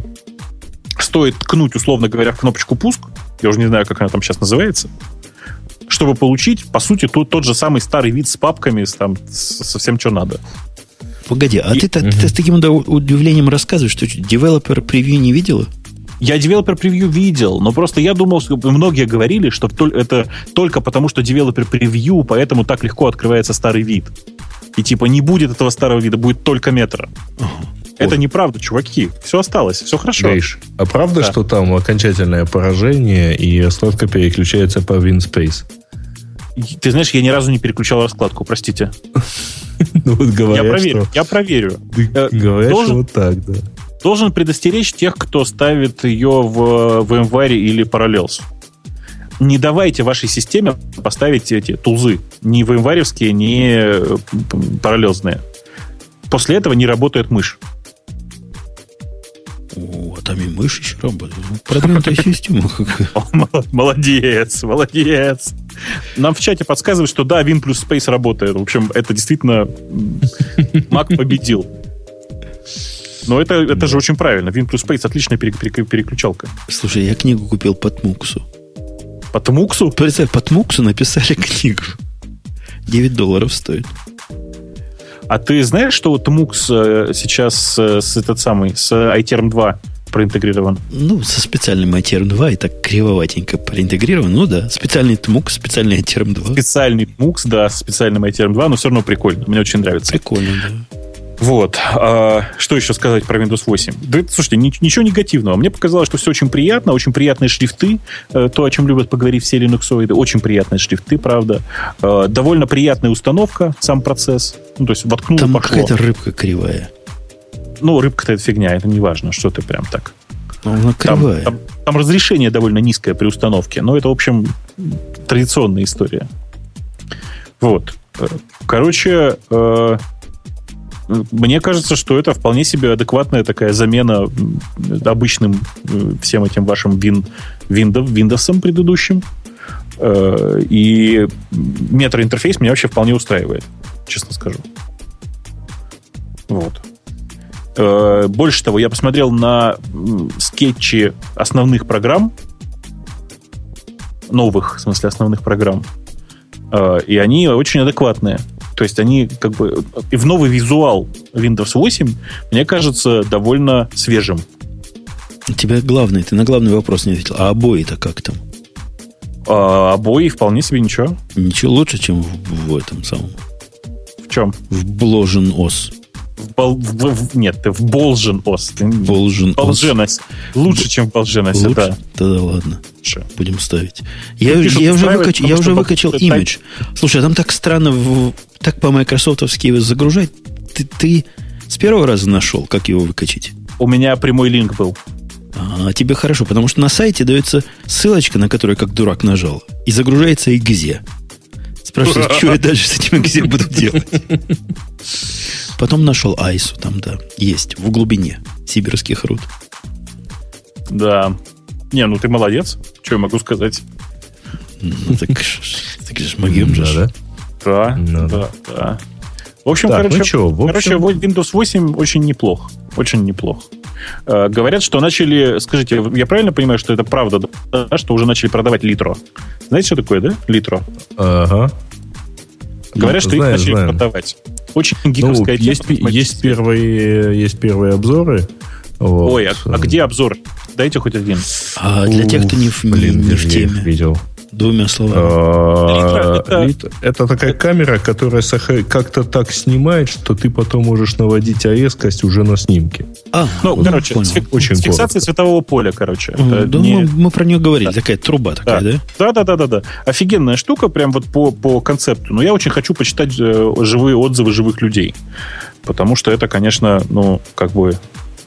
стоит ткнуть, условно говоря, в кнопочку «Пуск», я уже не знаю, как она там сейчас называется, чтобы получить, по сути, тот же самый старый вид с папками, со всем, что надо. Погоди, ты с таким удивлением рассказываешь, что девелопер превью не видела? Я девелопер превью видел, но просто я думал, что многие говорили, что это только потому, что девелопер превью, поэтому так легко открывается старый вид. И типа не будет этого старого вида, будет только метро. Это неправда, чуваки. Все осталось, все хорошо. Гриш, а правда, что там окончательное поражение и раскладка переключается по WinSpace? Ты знаешь, я ни разу не переключал раскладку, простите. Ну вот говорят, я проверю. Говорят, что вот так, да. Должен предостеречь тех, кто ставит ее в VMware или Parallels. Не давайте вашей системе поставить эти тулзы. Ни VMware-евские, ни параллельные. После этого не работает мышь. О, там и мышь еще работает. Продвинутая система. Молодец. Нам в чате подсказывают, что да, Win плюс Space работает. В общем, это действительно Mac победил. Но это же очень правильно. Win плюс Space отличная переключалка. Слушай, я книгу купил по Тмуксу. По Тмуксу? Представь, по Тмуксу написали книгу. $9 стоит. А ты знаешь, что вот Tmux сейчас с iTerm 2 проинтегрирован? Ну, со специальным iTerm 2 и так кривоватенько проинтегрирован. Ну да, специальный Tmux, специальный iTerm 2. Специальный Tmux, да, с специальным iTerm 2, но все равно прикольно. Мне очень нравится. Прикольно, да. Вот. Что еще сказать про Windows 8? Да, слушайте, ничего негативного. Мне показалось, что все очень приятно, очень приятные шрифты. То, о чем любят поговорить все линуксоиды. Очень приятные шрифты, правда. Довольно приятная установка, сам процесс. Ну, то есть воткнул, там пошло. Какая-то рыбка кривая. Ну, рыбка-то это фигня, это не важно, что ты прям так. Она кривая. Там разрешение довольно низкое при установке, но это, в общем, традиционная история. Вот. Короче, мне кажется, что это вполне себе адекватная такая замена обычным всем этим вашим Windows'ам предыдущим. И метроинтерфейс меня вообще вполне устраивает, честно скажу. Вот. Больше того, я посмотрел на скетчи основных программ, новых, в смысле, основных программ, и они очень адекватные. То есть они как бы... И в новый визуал Windows 8, мне кажется, довольно свежим. У тебя главный, ты на главный вопрос не ответил. А обои-то как там? Обои вполне себе ничего. Ничего лучше, чем в этом самом. В чем? В Бложен ОС. Нет, ты в Болжен ОС. Болжен ОС. Лучше, чем в Болжен ОС, да. Тогда ладно. Будем ставить. Я пишут, уже выкачал имидж. Слушай, а там так странно, так по-майкрософтовски его загружать. Ты с первого раза нашел, как его выкачать? У меня прямой линк был. А тебе хорошо, потому что на сайте дается ссылочка, на которую как дурак нажал, и загружается экзе. Спрашиваю, что я дальше с этим экзе буду делать? Потом нашел Айсу, там, да, есть, в глубине сибирских руд. Да. Не, ну ты молодец. Что я могу сказать? Ну, так же могем же. Да. В общем, так, короче, Windows 8 очень неплох. Очень неплох. Говорят, что начали... Скажите, я правильно понимаю, что это правда, да, что уже начали продавать Литро? Знаете, что такое, да? Литро. Ага. Говорят, что их начали продавать. Очень гиковская тема. Есть первые обзоры. Вот. Ой, а где обзор? Дайте хоть один. Для тех, кто не в теме. Видел. Двумя словами. Это такая камера, которая как-то так снимает, что ты потом можешь наводить резкость уже на снимке. Короче, с фиксацией цветового поля, короче. Мы про нее говорили. Такая труба такая, да? Да. Офигенная штука, прям вот по концепту. Но я очень хочу почитать живые отзывы живых людей. Потому что это, конечно, как бы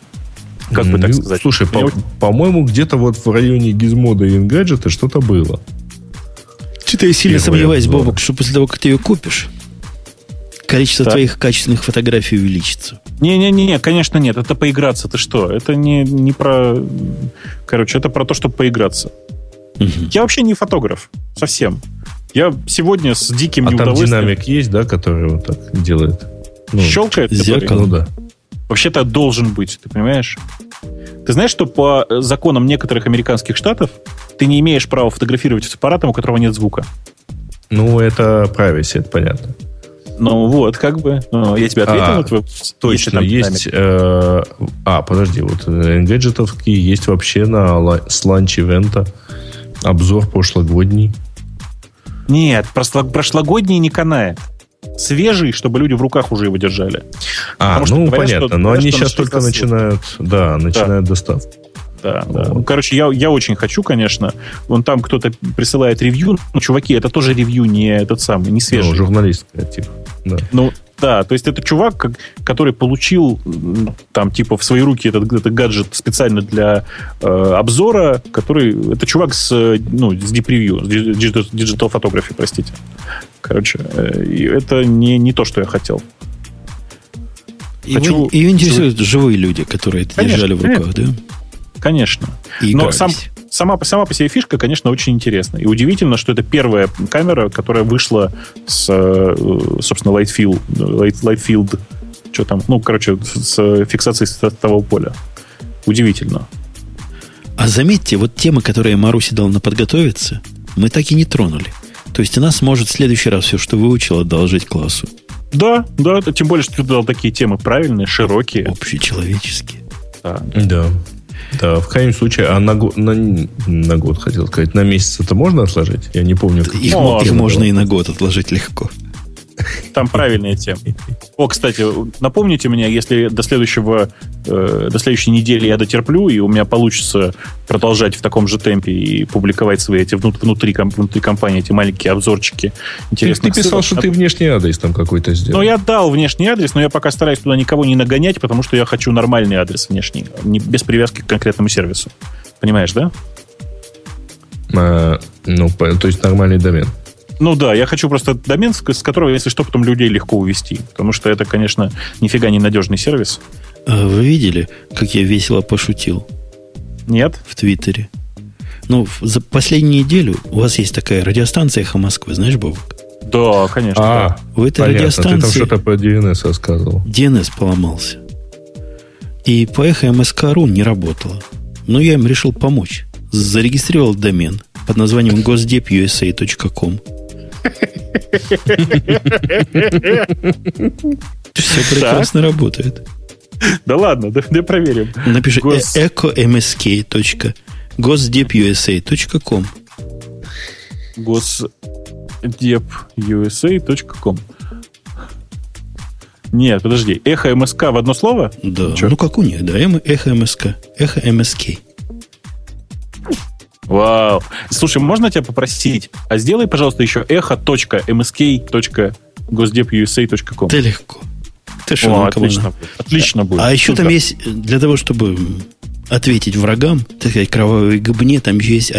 так сказать. Слушай, по-моему, где-то вот в районе Gizmodo и Engadget что-то было. Что-то я сильно сомневаюсь, Бобок, что после того, как ты ее купишь, количество твоих качественных фотографий увеличится. Не, конечно нет. Это поиграться. Ты что? Это не про... Короче, это про то, чтобы поиграться. Я вообще не фотограф. Совсем. Я сегодня с диким неудовольствием... там динамик есть, да, который вот так делает? Щелкает? Зеркало, да. Вообще-то должен быть, ты понимаешь? Ты знаешь, что по законам некоторых американских штатов ты не имеешь права фотографировать с аппаратом, у которого нет звука? Это privacy, это понятно. Вот, как бы. Я тебе ответил. Точно, есть... подожди, вот Engadget'овские есть вообще с ланч-ивента обзор прошлогодний. Нет, прошлогодний не канает. Свежий, чтобы люди в руках уже его держали. Понятно. Но они сейчас только начинают доставку. Да. Короче, я очень хочу, конечно. Вон там кто-то присылает ревью. Чуваки, это тоже ревью не не свежий. Журналист креатив. Да. То есть это чувак, который получил там типа в свои руки этот гаджет специально для обзора, это чувак с Deep Review, с Digital Photography, простите. Короче, это не то, что я хотел. Ее интересуют живые люди, которые это держали в руках, да? Конечно. Но сама по себе фишка, конечно, очень интересная. И удивительно, что это первая камера, которая вышла с, собственно, Lightfield. Что там? С фиксацией цветового поля. Удивительно. А заметьте, вот темы, которые Марусе дал на подготовиться, мы так и не тронули. То есть она сможет в следующий раз все, что выучила, одолжить классу. Да, тем более, что ты дал такие темы правильные, широкие. Общечеловеческие. Да. Да, в крайнем случае, на год, хотел сказать, на месяц это можно отложить? Я не помню. Их можно и на год отложить легко. Там правильная тема. О, кстати, напомните мне, если до следующей недели я дотерплю, и у меня получится продолжать в таком же темпе и публиковать свои эти внутри компании, эти маленькие обзорчики интересных Ты писал, что ты внешний адрес там какой-то сделал. Ну, я дал внешний адрес, но я пока стараюсь туда никого не нагонять, потому что я хочу нормальный адрес внешний, без привязки к конкретному сервису. Понимаешь, да? То есть нормальный домен. Ну да, я хочу просто домен, с которого, если что, потом людей легко увести. Потому что это, конечно, нифига не надежный сервис. А вы видели, как я весело пошутил? Нет. В Твиттере. Ну, за последнюю неделю у вас есть такая радиостанция «Эхо Москвы», знаешь, Бобок? Да, конечно. Да. В этой радиостанции... Ты там что-то по DNS рассказывал. DNS поломался. И по Эхо МСК.ру не работало. Но я им решил помочь. Зарегистрировал домен под названием gosdepusa.com. Все прекрасно работает. Да ладно, да проверим. Напиши ecomsk.gosdepusa.com. gosdepusa.com. Нет, подожди. Эхо МСК в одно слово? Да. Ну, как у них, да. Эхо МСК. Эхо МСК. Вау. Слушай, можно тебя попросить? А сделай, пожалуйста, еще echo.msk.gosdepusa.com. Да легко. Ты что, отлично будет. Отлично будет. А еще там есть, для того, чтобы ответить врагам, так сказать, кровавой гыбне, там еще есть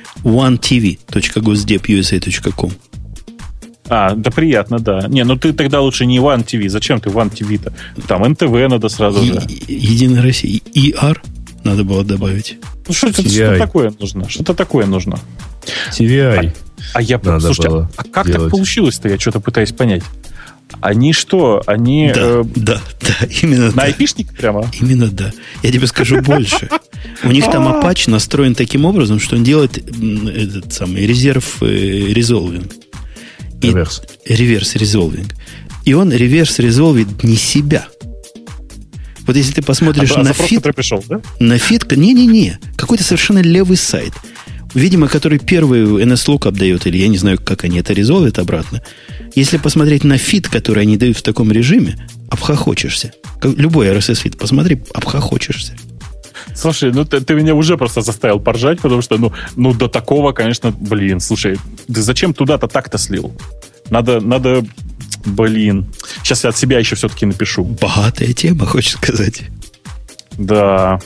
onetv.gosdepusa.com. Да приятно, да. Не, ну ты тогда лучше не One TV. Зачем ты One TV-то? Там НТВ надо сразу же. Единая Россия. ER надо было добавить. Ну что такое нужно? Что-то такое нужно. TVI. Слушайте, а как так получилось-то? Я что-то пытаюсь понять. Они что? Они... Да, именно на айпишник прямо? Именно да. Я тебе скажу больше. У них там Apache настроен таким образом, что он делает этот самый резерв резолвинг. Реверс резолвинг. И он реверс резолвит не себя. Вот если ты посмотришь на фид... пришел, да? На фид... Не-не-не. Какой-то совершенно левый сайт. Видимо, который первый NSLookup дает, или я не знаю, как они это резолвят обратно. Если посмотреть на фид, который они дают в таком режиме, обхохочешься. Любой RSS-фид, посмотри, обхохочешься. Слушай, ну ты меня уже просто заставил поржать, потому что, ну до такого, конечно, слушай, ты зачем туда-то так-то слил? Надо, сейчас я от себя еще все-таки напишу. Богатая тема, хочешь сказать? Да.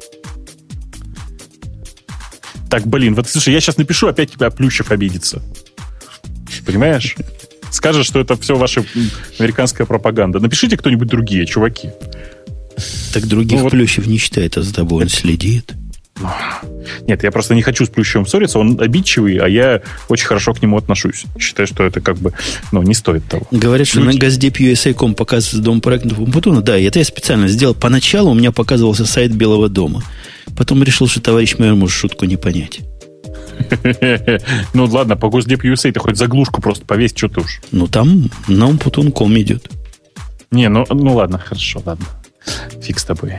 Так, вот слушай, я сейчас напишу, опять тебя Плющев обидится. Понимаешь? Скажет, что это все ваша американская пропаганда. Напишите кто-нибудь другие, чуваки. Так других Плющев не считает, а за тобой он следит. Нет, я просто не хочу с Плющевым ссориться. Он обидчивый, а я очень хорошо к нему отношусь. Считаю, что это не стоит того. Говорят, что на gosdepusa.com показывается дом проектов Умпутуна. Да, это я специально сделал. Поначалу у меня показывался сайт Белого дома. Потом решил, что товарищ майор может шутку не понять. Ну ладно, по gosdepusa ты хоть заглушку просто повесь, что ты уж. Ну там на Умпутун.ком идет. Не, ну ладно, хорошо, ладно. Фиг с тобой.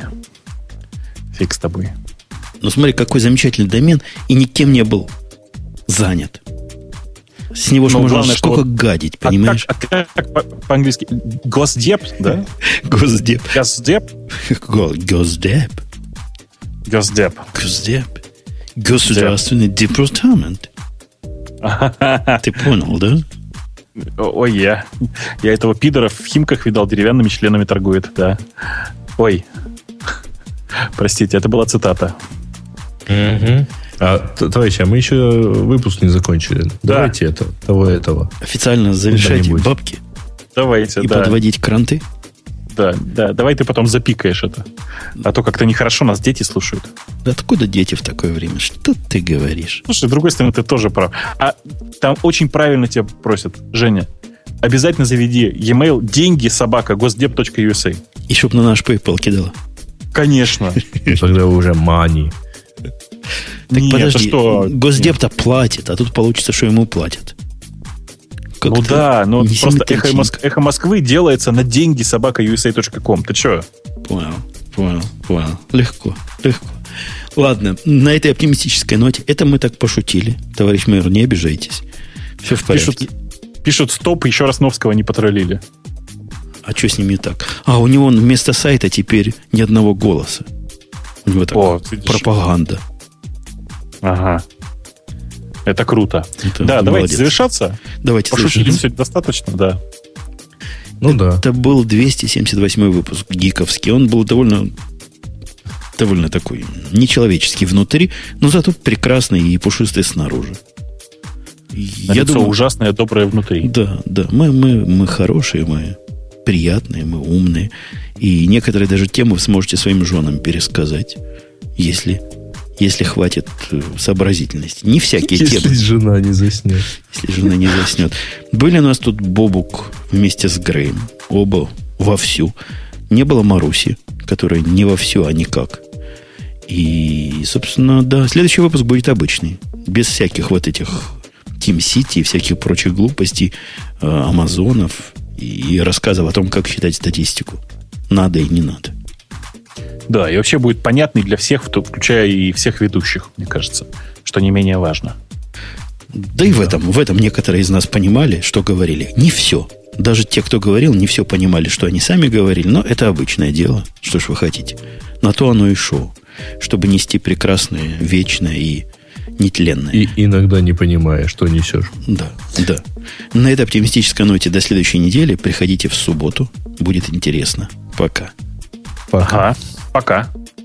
Ну смотри, какой замечательный домен, и никем не был занят. С него же можно главное, сколько гадить, понимаешь? Как по-английски? Госдеп, да? Госдеп. Государственный департамент. Ты понял, да? Ой, я этого пидора в Химках видал, деревянными членами торгует, да. Ой. Простите, это была цитата. Товарищи, а мы еще выпуск не закончили. Да. Давайте этого. Официально завершайте бабки. Давайте, и подводить кранты. Да. Давай ты потом запикаешь это. А то как-то нехорошо, нас дети слушают. Да откуда дети в такое время? Что ты говоришь? Слушай, с другой стороны, ты тоже прав. А там очень правильно тебя просят, Женя, обязательно заведи e-mail деньги@gosdep.usa. И чтоб на наш PayPal кидала. Конечно. Тогда уже money. Так подожди, что? Госдеп-то платит, а тут получится, что ему платят. Ну да, но просто Эхо Москвы делается на деньги@usa.com. Ты что? Понял. Легко. Ладно, на этой оптимистической ноте, это мы так пошутили. Товарищ майор, не обижайтесь. Все в порядке. Пишут, стоп, еще раз Новского не потроллили. А что с ними так? У него вместо сайта теперь ни одного голоса. У него так пропаганда. Ага. Это круто. Это давайте молодец. завершаться. Давайте пошутили завершаться. сегодня достаточно, да. Ну да. Это был 278 выпуск гиковский. Он был довольно такой нечеловеческий внутри, но зато прекрасный и пушистый снаружи. Я думаю, ужасное, доброе внутри. Да. Мы хорошие, мы приятные, мы умные. И некоторые даже темы вы сможете своим женам пересказать, если хватит сообразительности. Не всякие темы. Если жена не заснет. Если жена не заснет. Были у нас тут Бобук вместе с Греем. Оба вовсю. Не было Маруси, которая не вовсю, а никак. И, собственно, да, следующий выпуск будет обычный. Без всяких вот этих TeamCity и всяких прочих глупостей, Амазонов и рассказов о том, как считать статистику. Надо и не надо. Да, и вообще будет понятный для всех, включая и всех ведущих, мне кажется, что не менее важно. Да и в этом некоторые из нас понимали, что говорили. Не все. Даже те, кто говорил, не все понимали, что они сами говорили, но это обычное дело. Что ж вы хотите? На то оно и шоу. Чтобы нести прекрасное, вечное и нетленное. И иногда не понимая, что несешь. Да. На этой оптимистической ноте до следующей недели. Приходите в субботу. Будет интересно. Пока. Ага, пока.